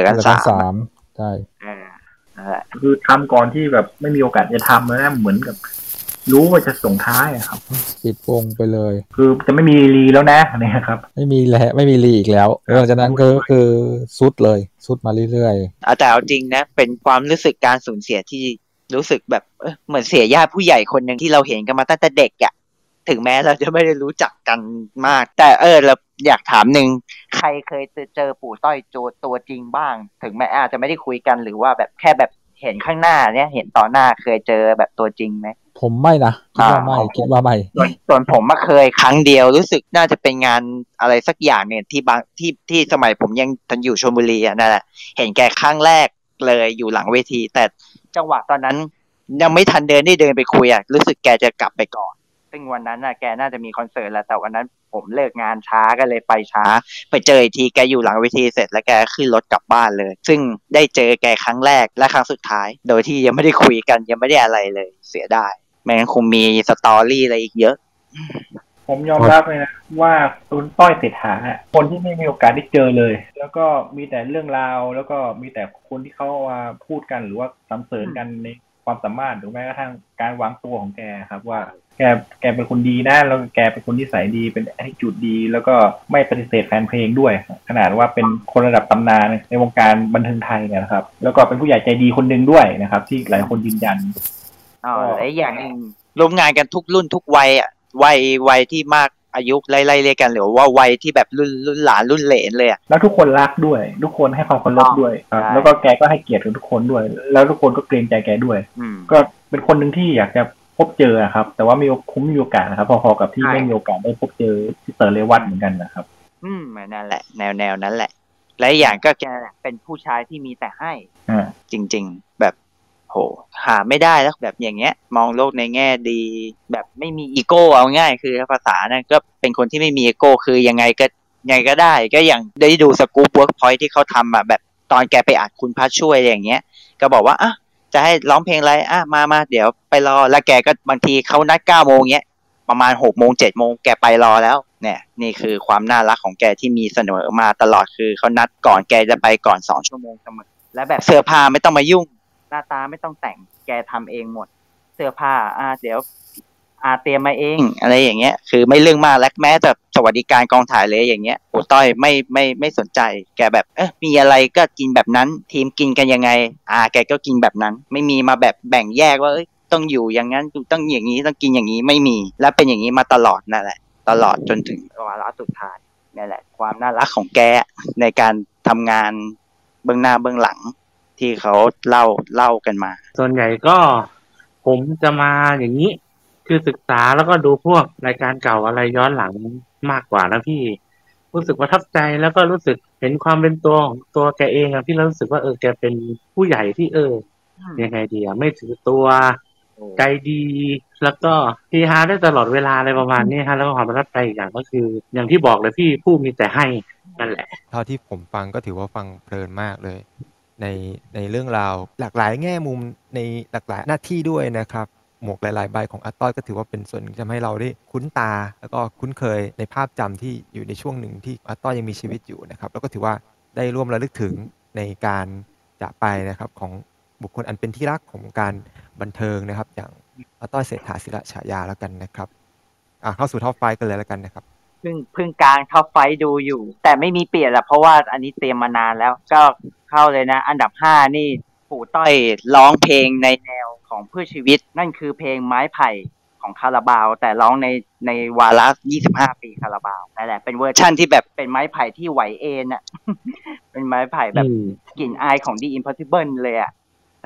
3 ใช่คือทำก่อนที่แบบไม่มีโอกาสจะทำแล้วเหมือนกับรู้ว่าจะส่งท้ายครับปิดวงไปเลยคือจะไม่มีรีแล้วนะเนี่ยครับไม่มีรีอีกแล้วหลังจากนั้นก็คือซุดมาเรื่อยๆแต่เอาจริงนะเป็นความรู้สึกการสูญเสียที่รู้สึกแบบเหมือนเสียญาติผู้ใหญ่คนหนึ่งที่เราเห็นกันมาตั้งแต่เด็กอ่ะถึงแม้เราจะไม่ได้รู้จักกันมากแต่เราอยากถามนึงใครเคยเจอปู่ต้อยโจตัวจริงบ้างถึงแม้อาจจะไม่ได้คุยกันหรือว่าแบบแค่แบบเห็นข้างหน้าเนี่ยเห็นต่อหน้าเคยเจอแบบตัวจริงไหมผมไม่นะคิดว่าไม่ส่วนผมมาเคยครั้งเดียวรู้สึกน่าจะเป็นงานอะไรสักอย่างเนี่ยที่สมัยผมยังอยู่ชลบุรีนั่นแหละเห็นแกครั้งแรกเลยอยู่หลังเวทีแต่จังหวะตอนนั้นยังไม่ทันเดินไปคุยรู้สึกแกจะกลับไปก่อนซึ่งวันนั้นแกน่าจะมีคอนเสิร์ตแล้วแต่วันนั้นผมเลิกงานช้าก็เลยไปช้าไปเจออีกทีแกอยู่หลังเวทีเสร็จแล้วแกขึ้นรถกลับบ้านเลยซึ่งได้เจอแกครั้งแรกและครั้งสุดท้ายโดยที่ยังไม่ได้คุยกันยังไม่ได้อะไรเลยเสียดายแม่งคงมีสตอรี่อะไรอีกเยอะผมยอมรับเลยนะว่าคุณต้อยเศรษฐาคนที่ไม่มีโอกาสได้เจอเลยแล้วก็มีแต่เรื่องราวแล้วก็มีแต่คนที่เขามาพูดกันหรือว่าสรรเสริญกันในความสามารถหรือแม้กระทั่งการวางตัวของแกครับว่าแกเป็นคนดีนะแล้วแกเป็นคนที่ใส่ดีเป็นattitudeดีแล้วก็ไม่ปฏิเสธแฟนเพลงด้วยขนาดว่าเป็นคนระดับตำนานในวงการบันเทิงไทยนะครับแล้วก็เป็นผู้ใหญ่ใจดีคนหนึ่งด้วยนะครับที่หลายคนยืนยันและอย่างนึงร่วมงานกันทุกรุ่นทุกวัยวัยที่มากอายุไล่ๆเรียกกันหรือว่าวัยที่แบบรุ่นหลานรุ่นเหลนเลยแล้วทุกคนรักด้วยทุกคนให้ความเคารพด้วยแล้วก็แกก็ให้เกียรติทุกคนด้วยแล้วทุกคนก็เกรงใจแกด้วยก็เป็นคนหนึ่งที่อยากจะพบเจอครับแต่ว่าคุ้มมีโอกาสนะครับพอๆกับที่ไม่มีโอกาสได้พบเจอที่เต๋อเรวัตเหมือนกันนะครับนั่นแหละแนวนั้นแหละและอย่างก็แกเป็นผู้ชายที่มีแต่ให้จริงๆแบบโหหาไม่ได้แล้วแบบอย่างเงี้ยมองโลกในแง่ดีแบบไม่มีอีโก้เอาง่ายคือภาษานั่นก็เป็นคนที่ไม่มีอีโก้คือยังไงก็ได้ก็อย่างได้ดูสกู๊ปเวิร์กพอยท์ที่เขาทำแบบตอนแกไปอัดคุณพระช่วยอย่างเงี้ยก็บอกว่าจะให้ร้องเพลงอะไรมาเดี๋ยวไปรอแล้วแกก็บางทีเขานัด 9 โมงเงี้ยประมาณ 6 โมง 7 โมงแกไปรอแล้วเนี่ยนี่คือความน่ารักของแกที่มีเสนอมาตลอดคือเขานัดก่อนแกจะไปก่อน2 ชั่วโมงเสมอและแบบเสื้อผ้าไม่ต้องมายุ่งหน้าตาไม่ต้องแต่งแกทำเองหมดเสื้อผ้าเดี๋ยวเตรียมมาเองอะไรอย่างเงี้ยคือไม่เรื่องมากและแม้แต่สวัสดิการกองถ่ายเลยอย่างเงี้ยปู่ต้อยไม่สนใจแกแบบมีอะไรก็กินแบบนั้นทีมกินกันยังไงแกก็กินแบบนั้นไม่มีมาแบบแบ่งแยกว่าต้องอยู่อย่างนั้นต้องอย่างนี้ต้องกินอย่างนี้ไม่มีและเป็นอย่างนี้มาตลอดนั่นแหละตลอดจนถึงวาระสุดท้ายนี่แหละความน่ารักของแกในการทำงานเบื้องหน้าเบื้องหลังที่เขาเล่ากันมาส่วนใหญ่ก็ผมจะมาอย่างนี้คือศึกษาแล้วก็ดูพวกรายการเก่าอะไรย้อนหลังมากกว่านะพี่รู้สึกประทับใจแล้วก็รู้สึกเห็นความเป็นตัวของตัวแกเองพี่รู้สึกว่าแกเป็นผู้ใหญ่ที่ยังไงดีไม่ถือตัวใจดีแล้วก็ทีฮาได้ตลอดเวลาอะไรประมาณนี้ฮะแล้วก็ความประทับใจอีกอย่างก็คืออย่างที่บอกเลยพี่ผู้มีแต่ให้นั่นแหละเท่าที่ผมฟังก็ถือว่าฟังเพลินมากเลยในเรื่องราวหลากหลายแง่มุมในหลากหลายหน้าที่ด้วยนะครับหมวกหลายๆใบของอาต้อยก็ถือว่าเป็นส่วนที่ทำให้เราได้คุ้นตาแล้วก็คุ้นเคยในภาพจำที่อยู่ในช่วงหนึ่งที่อาต้อยยังมีชีวิตอยู่นะครับแล้วก็ถือว่าได้ร่วมระลึกถึงในการจากไปนะครับของบุคคลอันเป็นที่รักของการบันเทิงนะครับอย่างอาต้อยเศรษฐาศิระฉายาแล้วกันนะครับเข้าสู่ท็อปไฟว์กันเลยแล้วกันนะครับเพิ่งกลางท็อปไฟว์ดูอยู่แต่ไม่มีเปลี่ยนละเพราะว่าอันนี้เตรียมมานานแล้วก็เข้าเลยนะอันดับ5นี่ปู่ต้อยร้องเพลงในแนวของเพื่อชีวิตนั่นคือเพลงไม้ไผ่ของคาราบาวแต่ร้องในวาระ25 ปีคาราบาวนั่นแหละเป็นเวอร์ชั่นที่แบบเป็นไม้ไผ่ที่ไหวเอ็นเป็นไม้ไผ่แบบกลิ่นอายของ The Impossible เลยใ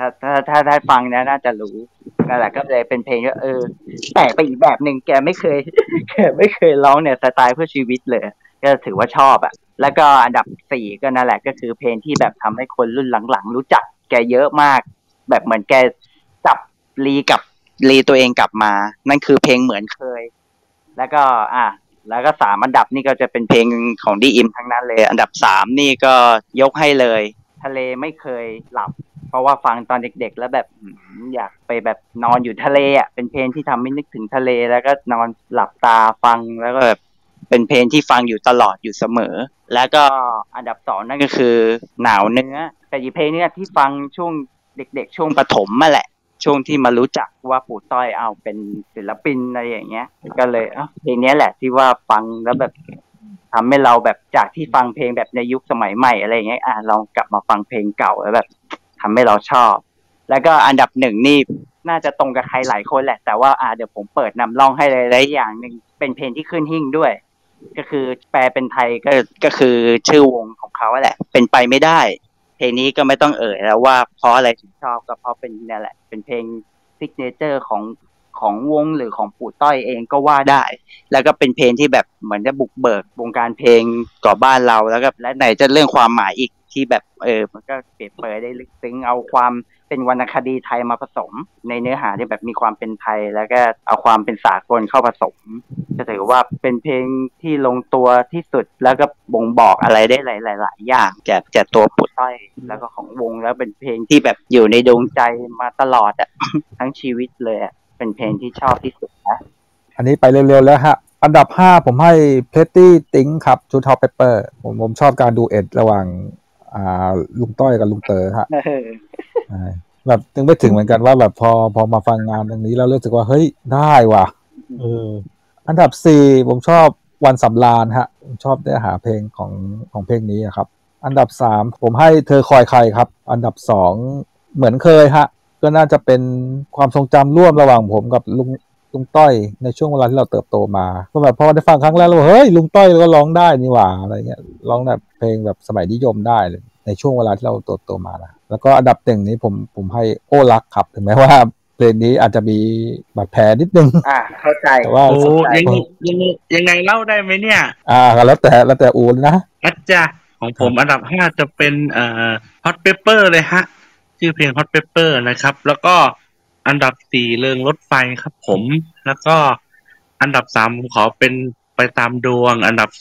ถ้าฟังนะน่าจะรู้นั่นแหละก็เลยเป็นเพลงก็แปลกไปอีกแบบนึงแกไม่เคยร้องเนี่ยสไตล์เพื่อชีวิตเลยก็ถือว่าชอบอ่ะแล้วก็อันดับ4ก็นั่นแหละก็คือเพลงที่แบบทำให้คนรุ่นหลังๆรู้จักแกเยอะมากแบบเหมือนแกจับรีตัวเองกลับมานั่นคือเพลงเหมือนเคยแล้วก็3อันดับนี่ก็จะเป็นเพลงของดีอิมทั้งนั้นเลยอันดับ3นี่ก็ยกให้เลยทะเลไม่เคยหลับเพราะว่าฟังตอนเด็กๆแล้วแบบอยากไปแบบนอนอยู่ทะเลอ่ะเป็นเพลงที่ทำให้นึกถึงทะเลแล้วก็นอนหลับตาฟังแล้วก็แบบเป็นเพลงที่ฟังอยู่ตลอดอยู่เสมอแล้วก็อันดับ2นั่นก็คือหนาวเนื้อแต่อีเพลงนี้ที่ฟังช่วงเด็กๆช่วงประถมมาแหละช่วงที่มารู้จักว่าปู่ต้อยเป็นศิลปินอะไรอย่างเงี้ยก็เลยเพลงนี้แหละที่ว่าฟังแล้วแบบทำให้เราแบบจากที่ฟังเพลงแบบในยุคสมัยใหม่อะไรอย่างเงี้ยลองกลับมาฟังเพลงเก่าแล้วแบบทำให้เราชอบแล้วก็อันดับ1นี่น่าจะตรงกับใครหลายคนแหละแต่ว่าเดี๋ยวผมเปิดนำร่องให้เลยและอย่างนึงเป็นเพลงที่ขึ้นหิ้งด้วยก็คือแปลเป็นไทยก็คือชื่อวงของเขาแหละเป็นไปไม่ได้เพลงนี้ก็ไม่ต้องแล้วว่าเพราะอะไรถึงชอบก็เพราะเป็นนี่แหละเป็นเพลงซิกเนเจอร์ของวงหรือของปู่ต้อยเองก็ว่าได้แล้วก็เป็นเพลงที่แบบเหมือนจะบุกเบิกวงการเพลงก่อบ้านเราแล้วก็และไหนจะเรื่องความหมายอีกที่แบบมันก็เปรียบเปรยได้ลึกซึ้งเอาความเป็นวรรณคดีไทยมาผสมในเนื้อหาที่แบบมีความเป็นไทยแล้วก็เอาความเป็นสากลเข้าผสมจะถือว่าเป็นเพลงที่ลงตัวที่สุดแล้วก็บ่งบอกอะไรได้หลายๆอย่างจากตัวปู่ต้อยแล้วก็ของวงแล้วเป็นเพลงที่แบบอยู่ในดวงใจมาตลอดทั้งชีวิตเลยเป็นเพลงที่ชอบที่สุดนะอันนี้ไปเร็วๆแล้วฮะอันดับ5ผมให้ Pretty Thing ครับ Two Top Pepper ผมชอบการดูเอ็ดระหว่างลุงต้อยกับลุงเต๋อฮะแบบนึกไม่ถึงเหมือนกันว่าแบบพอมาฟังงานตรงนี้แล้วรู้สึกว่าเฮ้ยได้ว่ะอันดับ4ผมชอบวันสำราญฮะผมชอบเนื้อหาเพลงของเพลงนี้ครับอันดับ3ผมให้เธอคอยใครครับอันดับ2เหมือนเคยฮะก็น่าจะเป็นความทรงจำร่วมระหว่างผมกับลุงต้อยในช่วงเวลาที่เราเติบโตมาก็แบบพอได้ฟังครั้งแรกแล้วเฮ้ยลุงต้อยก็ร้องได้นี่หว่าอะไรเงี้ยร้องแบบเพลงแบบสมัยนิยมได้เลยในช่วงเวลาที่เราโตมานะแล้วก็อันดับ1นี้ผมให้โอรักครับถึงแม้ว่าเพลงนี้อาจจะมีบาดแผลนิดนึงเข้าใจแต่ว่ายังไงเล่าได้ไหมเนี่ยแล้วแต่อูนนะอาจารย์ของผมอันดับ5จะเป็นHot Pepper เลยฮะชื่อเพลง Hot Pepper นะครับแล้วก็อันดับ4เริงรถไฟครับผมแล้วก็อันดับ3ผมขอเป็นไปตามดวงอันดับ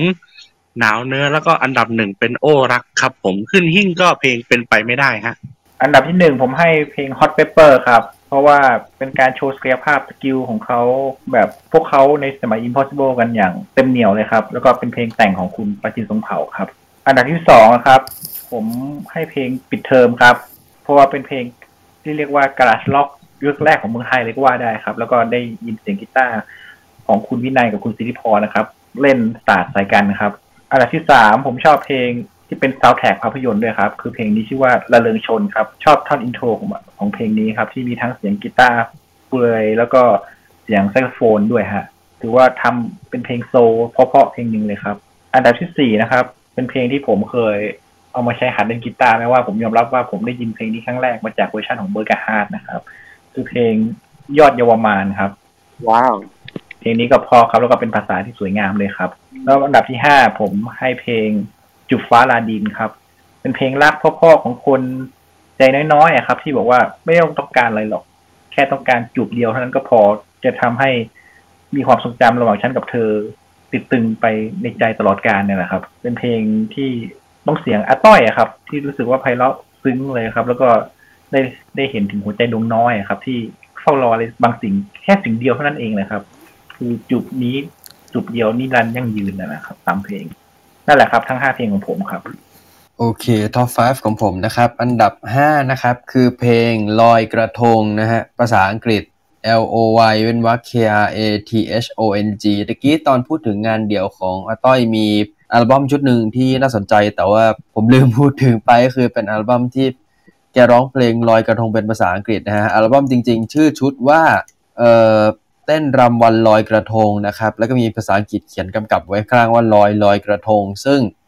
2หนาวเนื้อแล้วก็อันดับ1เป็นโอ้รักครับผมขึ้นหิ้งก็เพลงเป็นไปไม่ได้ฮะอันดับที่1ผมให้เพลง Hot Pepper ครับเพราะว่าเป็นการโชว์ศักยภาพสกิลของเขาแบบพวกเขาในสมัย Impossible กันอย่างเต็มเหนี่ยวเลยครับแล้วก็เป็นเพลงแต่งของคุณประจินทร์ทรงเผ่าครับอันดับที่2ครับผมให้เพลงปิดเทอมครับเพราะว่าเป็นเพลงที่เรียกว่าGarage Rockยุคแรกของเมืองไทยเลยก็ว่าได้ครับแล้วก็ได้ยินเสียงกีตาร์ของคุณวินัยกับคุณสิริพรนะครับเล่นสตาร์ทใส่กันนะครับอันดับที่3ผมชอบเพลงที่เป็นซาวด์แทร็กภาพยนตร์ด้วยครับคือเพลงนี้ชื่อว่าละเริงชนครับชอบท่อนอินโทรของเพลงนี้ครับที่มีทั้งเสียงกีตาร์เปลือยแล้วก็เสียงแซกโซโฟนด้วยฮะถือว่าทำเป็นเพลงโซลเพราะๆเพลงนึงเลยครับอันดับที่4นะครับเป็นเพลงที่ผมเคยเอามาใช้หัดเล่นกีตาร์แม้ว่าผมยอมรับว่าผมได้ยินเพลงนี้ครั้งแรกมาจากเวอร์ชันของเบอร์กาฮาร์ดนะครับคือเพลงยอดเยาวมานครับว้าวเพลงนี้ก็พอครับแล้วก็เป็นภาษาที่สวยงามเลยครับแล้วอันดับที่5ผมให้เพลงจุบฟ้าลาดินครับเป็นเพลงรักพ่อๆของคนใจน้อยๆครับที่บอกว่าไม่ต้องการอะไรหรอกแค่ต้องการจูบเดียวเท่านั้นก็พอจะทำให้มีความทรงจำระหว่างฉันกับเธอติดตึงไปในใจตลอดกาลเนี่ยแหละครับเป็นเพลงที่ต้องเสียงอาต้อยครับที่รู้สึกว่าไพเราะซึ้งเลยครับแล้วก็ได้เห็นถึงหัวใจดวงน้อยครับที่เฝ้ารออะไรบางสิ่งแค่สิ่งเดียวเท่านั้นเองนะครับคือจูบนี้จูบเดียวนิรันดร์ยั่งยืนนะครับตามเพลงนั่นแหละครับทั้ง5เพลงของผมครับโอเคท็อป5ของผมนะครับอันดับ5นะครับคือเพลงลอยกระทงนะฮะภาษาอังกฤษ LOY เว้นวรรค KRATHONG ตะกี้ตอนพูดถึงงานเดี่ยวของอาต้อยมีอัลบั้มชุดหนึ่งที่น่าสนใจแต่ว่าผมลืมพูดถึงไปก็คือเป็นอัลบั้มที่แกร้องเพลงลอยกระทงเป็นภาษาอังกฤษนะฮะอัลบั้มจริงๆชื่อชุดว่าเต้นรำวันลอยกระทงนะครับแล้วก็มีภาษาอังกฤษเขียนกำกับไว้ข้างว่าลอยกระทงซึ่ง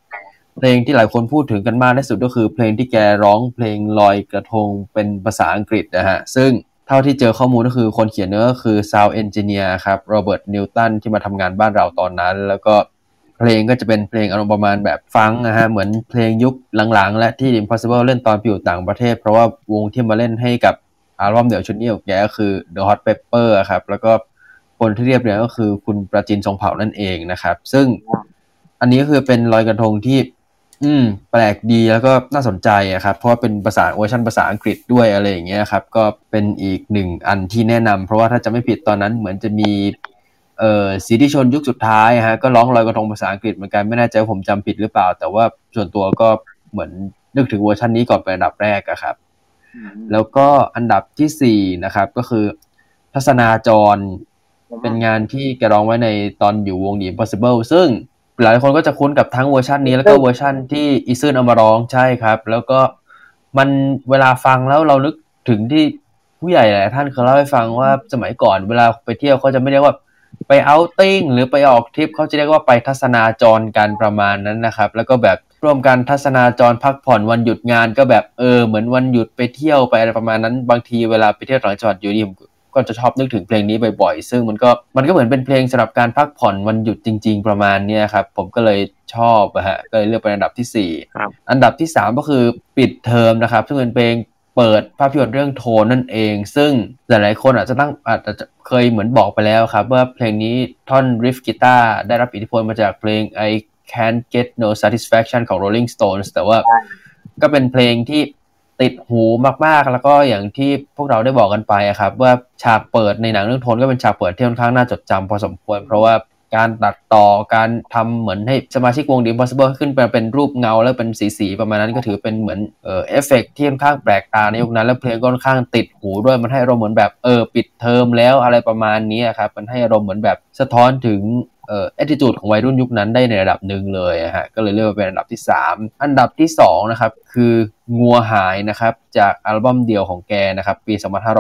เพลงที่หลายคนพูดถึงกันมากที่สุดก็คือเพลงที่แกร้องเพลงลอยกระทงเป็นภาษาอังกฤษนะฮะซึ่งเท่าที่เจอข้อมูลก็คือคนเขียนเนื้อก็คือ Sound Engineer ครับโรเบิร์ตนิวตันที่มาทำงานบ้านเราตอนนั้นแล้วก็เพลงก็จะเป็นเพลงอารมณ์ประมาณแบบฟังนะฮะเหมือนเพลงยุคหลังๆและที่ Impossible เล่นตอนไปอยู่ต่างประเทศเพราะว่าวงที่มาเล่นให้กับอัลบั้มเดี่ยวชุดนี้ของแกก็คือ The Hot Pepper ครับแล้วก็คนที่เรียบเรียงก็คือคุณประจินทรงเผ่านั่นเองนะครับซึ่งอันนี้ก็คือเป็นลอยกระทงที่แปลกดีแล้วก็น่าสนใจครับเพราะว่าเป็นภาษาเวอร์ชันภาษาอังกฤษด้วยอะไรอย่างเงี้ยครับก็เป็นอีกหนึ่งอันที่แนะนำเพราะว่าถ้าจะไม่ผิดตอนนั้นเหมือนจะมีสิทธิชนยุคสุดท้ายฮะก็ร้องลอยกระทงภาษาอังกฤษเหมือนกันไม่แน่ใจว่าผมจำผิดหรือเปล่าแต่ว่าส่วนตัวก็เหมือนนึกถึงเวอร์ชันนี้ก่อนเป็นอันดับแรกอะครับแล้วก็อันดับที่4นะครับก็คือทัศนาจรเป็นงานที่แกร้องไว้ในตอนอยู่วง The Impossible ซึ่งหลายคนก็จะคุ้นกับทั้งเวอร์ชันนี้แล้วก็เวอร์ชันที่อีซึนเอามาร้องใช่ครับแล้วก็มันเวลาฟังแล้วเรานึกถึงที่ผู้ใหญ่หลายท่านเคยเล่าให้ฟังว่าสมัยก่อนเวลาไปเที่ยวเขาจะไม่เรียกว่าไปเอาท์ติ้งหรือไปออกทริปเขาจะเรียกว่าไปทัศนาจรกันประมาณนั้นนะครับแล้วก็แบบร่วมกันทัศนาจรพักผ่อนวันหยุดงานก็แบบเหมือนวันหยุดไปเที่ยวไปอะไรประมาณนั้นบางทีเวลาไปเที่ยวต่างจังหวัดอยู่ดีก็จะชอบนึกถึงเพลงนี้บ่อยๆซึ่งมันก็เหมือนเป็นเพลงสำหรับการพักผ่อนวันหยุดจริงๆประมาณนี้ครับผมก็เลยชอบก็เลยเลือกเป็นอันดับที่4อันดับที่3ก็คือปิดเทอมนะครับซึ่งเป็นเพลงเปิดภาพยนตร์เรื่องโทนนั่นเองซึ่งหลายๆคนอาจจะเคยเหมือนบอกไปแล้วครับว่าเพลงนี้ท่อนริฟกีตาร์ได้รับอิทธิพลมาจากเพลง I Can't Get No Satisfaction ของ Rolling Stones แต่ว่าก็เป็นเพลงที่ติดหูมากๆแล้วก็อย่างที่พวกเราได้บอกกันไปครับว่าฉากเปิดในหนังเรื่องโทนก็เป็นฉากเปิดที่ค่อนข้างน่าจดจำพอสมควรเพราะว่าการตัดต่อการทำเหมือนให้สมาชิกวง The Impossible ขึ้นเป็นรูปเงาแล้วเป็นสีประมาณนั้นก็ถือเป็นเหมือนเอฟเฟกต์ที่ค่อนข้างแปลกตาในยุคนั้นแล้วเพลงก็ค่อนข้างติดหูด้วยมันให้อารมณ์เหมือนแบบปิดเทอมแล้วอะไรประมาณนี้ครับมันให้อารมณ์เหมือนแบบสะท้อนถึงattitude ของวัยรุ่นยุคนั้นได้ในระดับหนึ่งเลยฮะก็เลยเลือกเป็นอันดับที่3อันดับที่2นะครับคืองัวหายนะครับจากอัลบั้มเดี่ยวของแกนะครับปี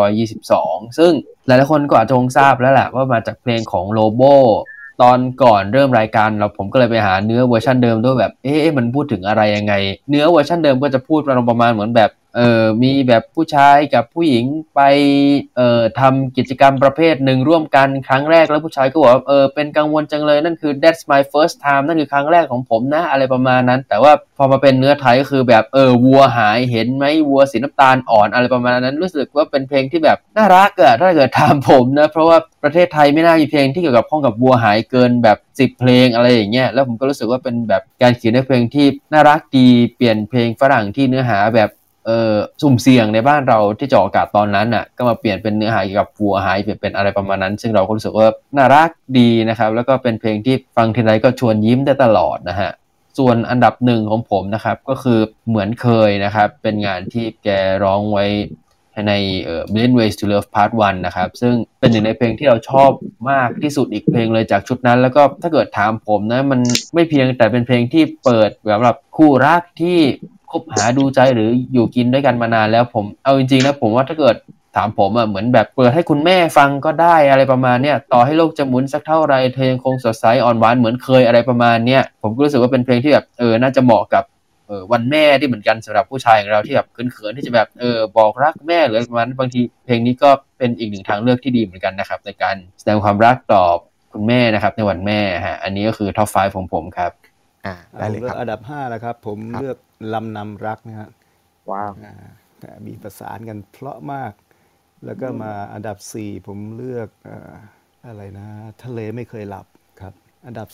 2522ซึ่งหลายๆคนก็อาจจะคงทราบแล้วแหละว่ามาจากเพลงของโลโบตอนก่อนเริ่มรายการผมก็เลยไปหาเนื้อเวอร์ชันเดิมด้วยแบบมันพูดถึงอะไรยังไงเนื้อเวอร์ชันเดิมก็จะพูดประมาณเหมือนแบบมีแบบผู้ชายกับผู้หญิงไปทำกิจกรรมประเภทหนึ่งร่วมกันครั้งแรกแล้วผู้ชายก็บอกว่าเป็นกังวลจังเลยนั่นคือ that's my first time นั่นคือครั้งแรกของผมนะอะไรประมาณนั้นแต่ว่าพอมาเป็นเนื้อไทยก็คือแบบวัวหายเห็นไหมวัวสีน้ำตาลอ่อนอะไรประมาณนั้นรู้สึกว่าเป็นเพลงที่แบบน่ารักถ้าเกิดถามผมนะเพราะว่าประเทศไทยไม่น่ามีเพลงที่เกี่ยวกับข้องกับวัวหายเกินแบบ10เพลงอะไรอย่างเงี้ยแล้วผมก็รู้สึกว่าเป็นแบบการเขียนเพลงที่น่ารักดีเปลี่ยนเพลงฝรั่งที่เนื้อหาแบบสุ่มเสี่ยงในบ้านเราที่จะออกอากาศตอนนั้นน่ะก็มาเปลี่ยนเป็นเนื้อหาเกี่ยวกับวัวหายเปลี่ยนเป็นอะไรประมาณนั้นซึ่งเราก็รู้สึกว่าน่ารักดีนะครับแล้วก็เป็นเพลงที่ฟังทีไรก็ชวนยิ้มได้ตลอดนะฮะส่วนอันดับ1ของผมนะครับก็คือเหมือนเคยนะครับเป็นงานที่แกร้องไว้ในMillion Ways to Love Part 1นะครับซึ่งเป็นหนึ่งในเพลงที่เราชอบมากที่สุดอีกเพลงเลยจากชุดนั้นแล้วก็ถ้าเกิดถามผมนะมันไม่เพียงแต่เป็นเพลงที่เปิดสำหรับคู่รักที่คบหาดูใจหรืออยู่กินด้วยกันมานานแล้วผมเอาจริงๆนะผมว่าถ้าเกิดถามผมเหมือนแบบเปิดให้คุณแม่ฟังก็ได้อะไรประมาณเนี้ยต่อให้โลกจะหมุนสักเท่าไรเธอยังคงสดใสอ่อนหวานเหมือนเคยอะไรประมาณเนี้ยผมก็รู้สึกว่าเป็นเพลงที่แบบน่าจะเหมาะกับวันแม่ที่เหมือนกันสำหรับผู้ชายของเราที่แบบเขินๆที่จะแบบบอกรักแม่หรือประมาณบางทีเพลงนี้ก็เป็นอีกหนึ่งทางเลือกที่ดีเหมือนกันนะครับในการแสดงความรักต่อคุณแม่นะครับในวันแม่ฮะอันนี้ก็คือท็อป 5 ของผมครับได้เลยครับอันดับ5นะครับผมเลือกลำนำรักนะฮะว้าวมีประสานกันเพราะมากแล้วก็มาอันดับ4ผมเลือกอะไรนะทะเลไม่เคยหลับครับอันดับ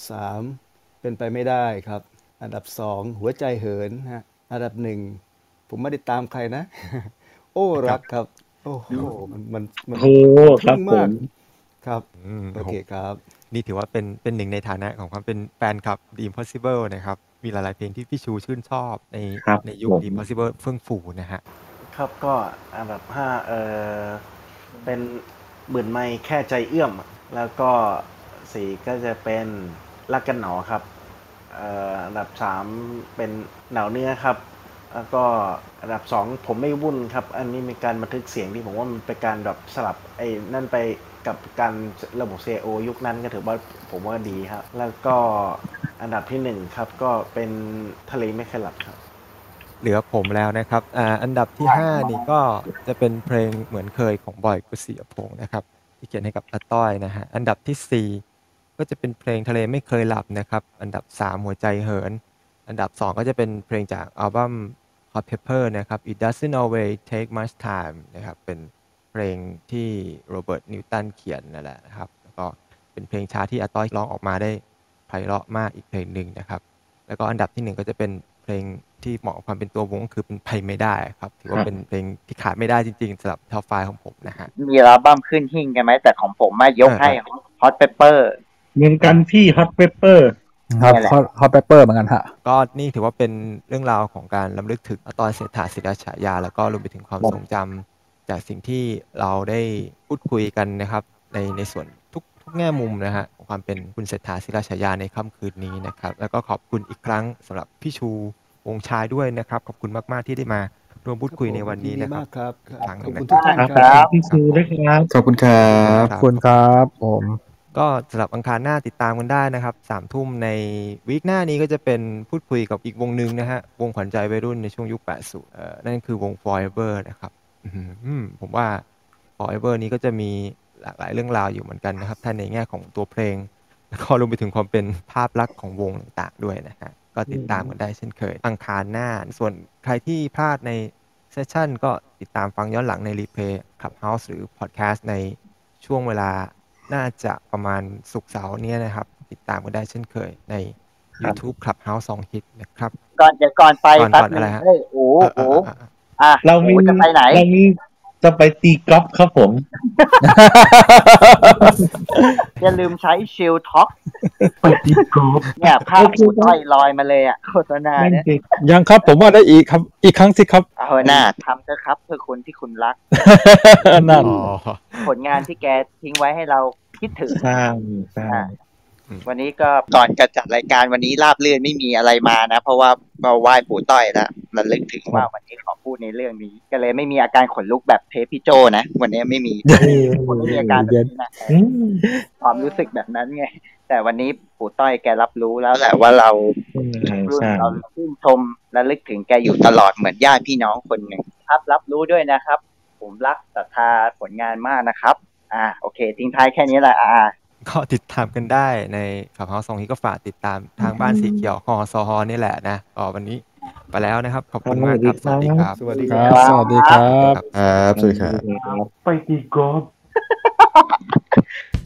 3เป็นไปไม่ได้ครับอันดับ2หัวใจเหินฮะอันดับ1ผมไม่ได้ตามใครนะโอ้รักครับโอ้โหมันโอ้ครับผมครับโอเคครับนี่ถือว่าเป็นหนึ่งในฐานะของความเป็นแฟนคลับ The Impossible นะครับมีหลายๆเพลงที่พี่ชูชื่นชอบในยุค The Impossible เฟื่องฟูนะฮะครับก็อันดับ5เป็นหมื่นไมล์แค่ใจเอื้อมแล้วก็4ก็จะเป็นรักกันหนอครับอันดับ3เป็นหนาวเนื้อครับแล้วก็อันดับ2ผมไม่วุ่นครับอันนี้มีการบันทึกเสียงที่ผมว่ามันเป็นการแบบสลับไอ้นั่นไปกับการระบบ CIO ยุคนั้นก็ถือว่าผมว่าดีครับแล้วก็อันดับที่1ครับก็เป็นทะเลไม่เคยหลับครับเหลือผมแล้วนะครับอันดับที่5นี่ก็จะเป็นเพลงเหมือนเคยของบอยกุศิยพงศ์นะครับที่เขียนให้กับอาต้อยนะฮะอันดับที่4ก็จะเป็นเพลงทะเลไม่เคยหลับนะครับอันดับ3หัวใจเหินอันดับ2ก็จะเป็นเพลงจากอัลบั้ม Hot Pepper นะครับ It Doesn't Always Take Much Time นะครับเป็นเพลงที่โรเบิร์ตนิวตันเขียนนั่นแหละนะครับแล้วก็เป็นเพลงช้าที่อาต้อยร้องออกมาได้ไพเราะมากอีกเพลงหนึ่งนะครับแล้วก็อันดับที่1ก็จะเป็นเพลงที่เหมาะกับความเป็นตัววงคือเป็นไปไม่ได้ครับถือว่าเป็นเพลงที่ขาดไม่ได้จริงๆสำหรับท็อป5ของผมนะฮะมีอัลบั้มขึ้นหิ้งกันไหมแต่ของผมมายกให้ Hot Pepper เหมือนกันพี่ Hot Pepper ครับHot Pepper เหมือนกันฮะก็นี่ถือว่าเป็นเรื่องราวของการรำลึกถึงอาต้อยเศรษฐาศิลาฉายาแล้วก็รวมไปถึงความทรงจำจากสิ่งที่เราได้พูดคุยกันนะครับในส่วนทุกแง่มุมนะฮะของความเป็นคุณเศรษฐาศิลาฉายาในค่ำคืนนี้นะครับแล้วก็ขอบคุณอีกครั้งสำหรับพี่ชูวงชายด้วยนะครับขอบคุณมากๆที่ได้มาร่วมพูดคุยในวันนี้นะครับขอบคุณทุกท่านครับพี่ชูด้วยครับขอบคุณครับขอบคุณครับผมก็สำหรับอังคารหน้าติดตามกันได้นะครับ3 ทุ่มในวีคหน้านี้ก็จะเป็นพูดคุยกับอีกวงหนึ่งนะฮะวงขวัญใจวัยรุ่นในช่วงยุค 80นั่นคือวง Forever นะครับผมว่า Forever นี้ก็จะมีหลากหลายเรื่องราวอยู่เหมือนกันนะครับท่านในแง่ของตัวเพลงแล้วก็รวมไปถึงความเป็นภาพลักษณ์ของวงต่างๆด้วยนะฮะก็ติดตามกันได้เช่นเคยอังคารหน้าส่วนใครที่พลาดในเซสชั่นก็ติดตามฟังย้อนหลังในรีเพลย์ Clubhouse หรือพอดแคสต์ในช่วงเวลาน่าจะประมาณศุกร์เสาร์นี้นะครับติดตามกันได้เช่นเคยใน YouTube Clubhouse Song Hit นะครับก่อนไปก่อนอะไรฮะเรามีจะไปไหนเรามีจะไปตีกอล์ฟครับผมอย่าลืมใช้ชิลท็อกไปตีกอล์ฟเนี่ยภาพหูต้อยลอยมาเลยอ่ะโฆษณาเนี่ยยังครับผมว่าได้อีกครับอีกครั้งสิครับเอาหน้าทำเถอะครับเพื่อคนที่คุณรักนั่นผลงานที่แกทิ้งไว้ให้เราคิดถึงใช่วันนี้ก็ก่อนจะจัดรายการวันนี้ราบรื่นไม่มีอะไรมานะเพราะว่าก็ไหว้ปู่ต้อยแล้วระลึกถึงว่าวันนี้ขอพูดในเรื่องนี้ก็เลยไม่มีอาการขนลุกแบบเทปพี่โจนะวันนี้ไม่มีอาการแบบนี้นะความรู้สึกแบบนั้นไงแต่วันนี้ปู่ต้อยแกรับรู้แล้วแหละว่าเราชื่นชมระลึกถึงแกอยู่ตลอดเหมือนญาติพี่น้องคนหนึ่งครับรับรู้ด้วยนะครับผมรักศรัทธาผลงานมากนะครับโอเคทิ้งท้ายแค่นี้แหละก็ติดตามกันได้ในClubhouse Song Hitก็ฝากติดตามทางบ้านสีเขียวคอซฮนี่แหละนะวันนี้ไปแล้วนะครับขอบคุณมากครับสวัสดีครับสวัสดีครับสวัสดีครับสวัสดีครับไปตีกอล์ฟ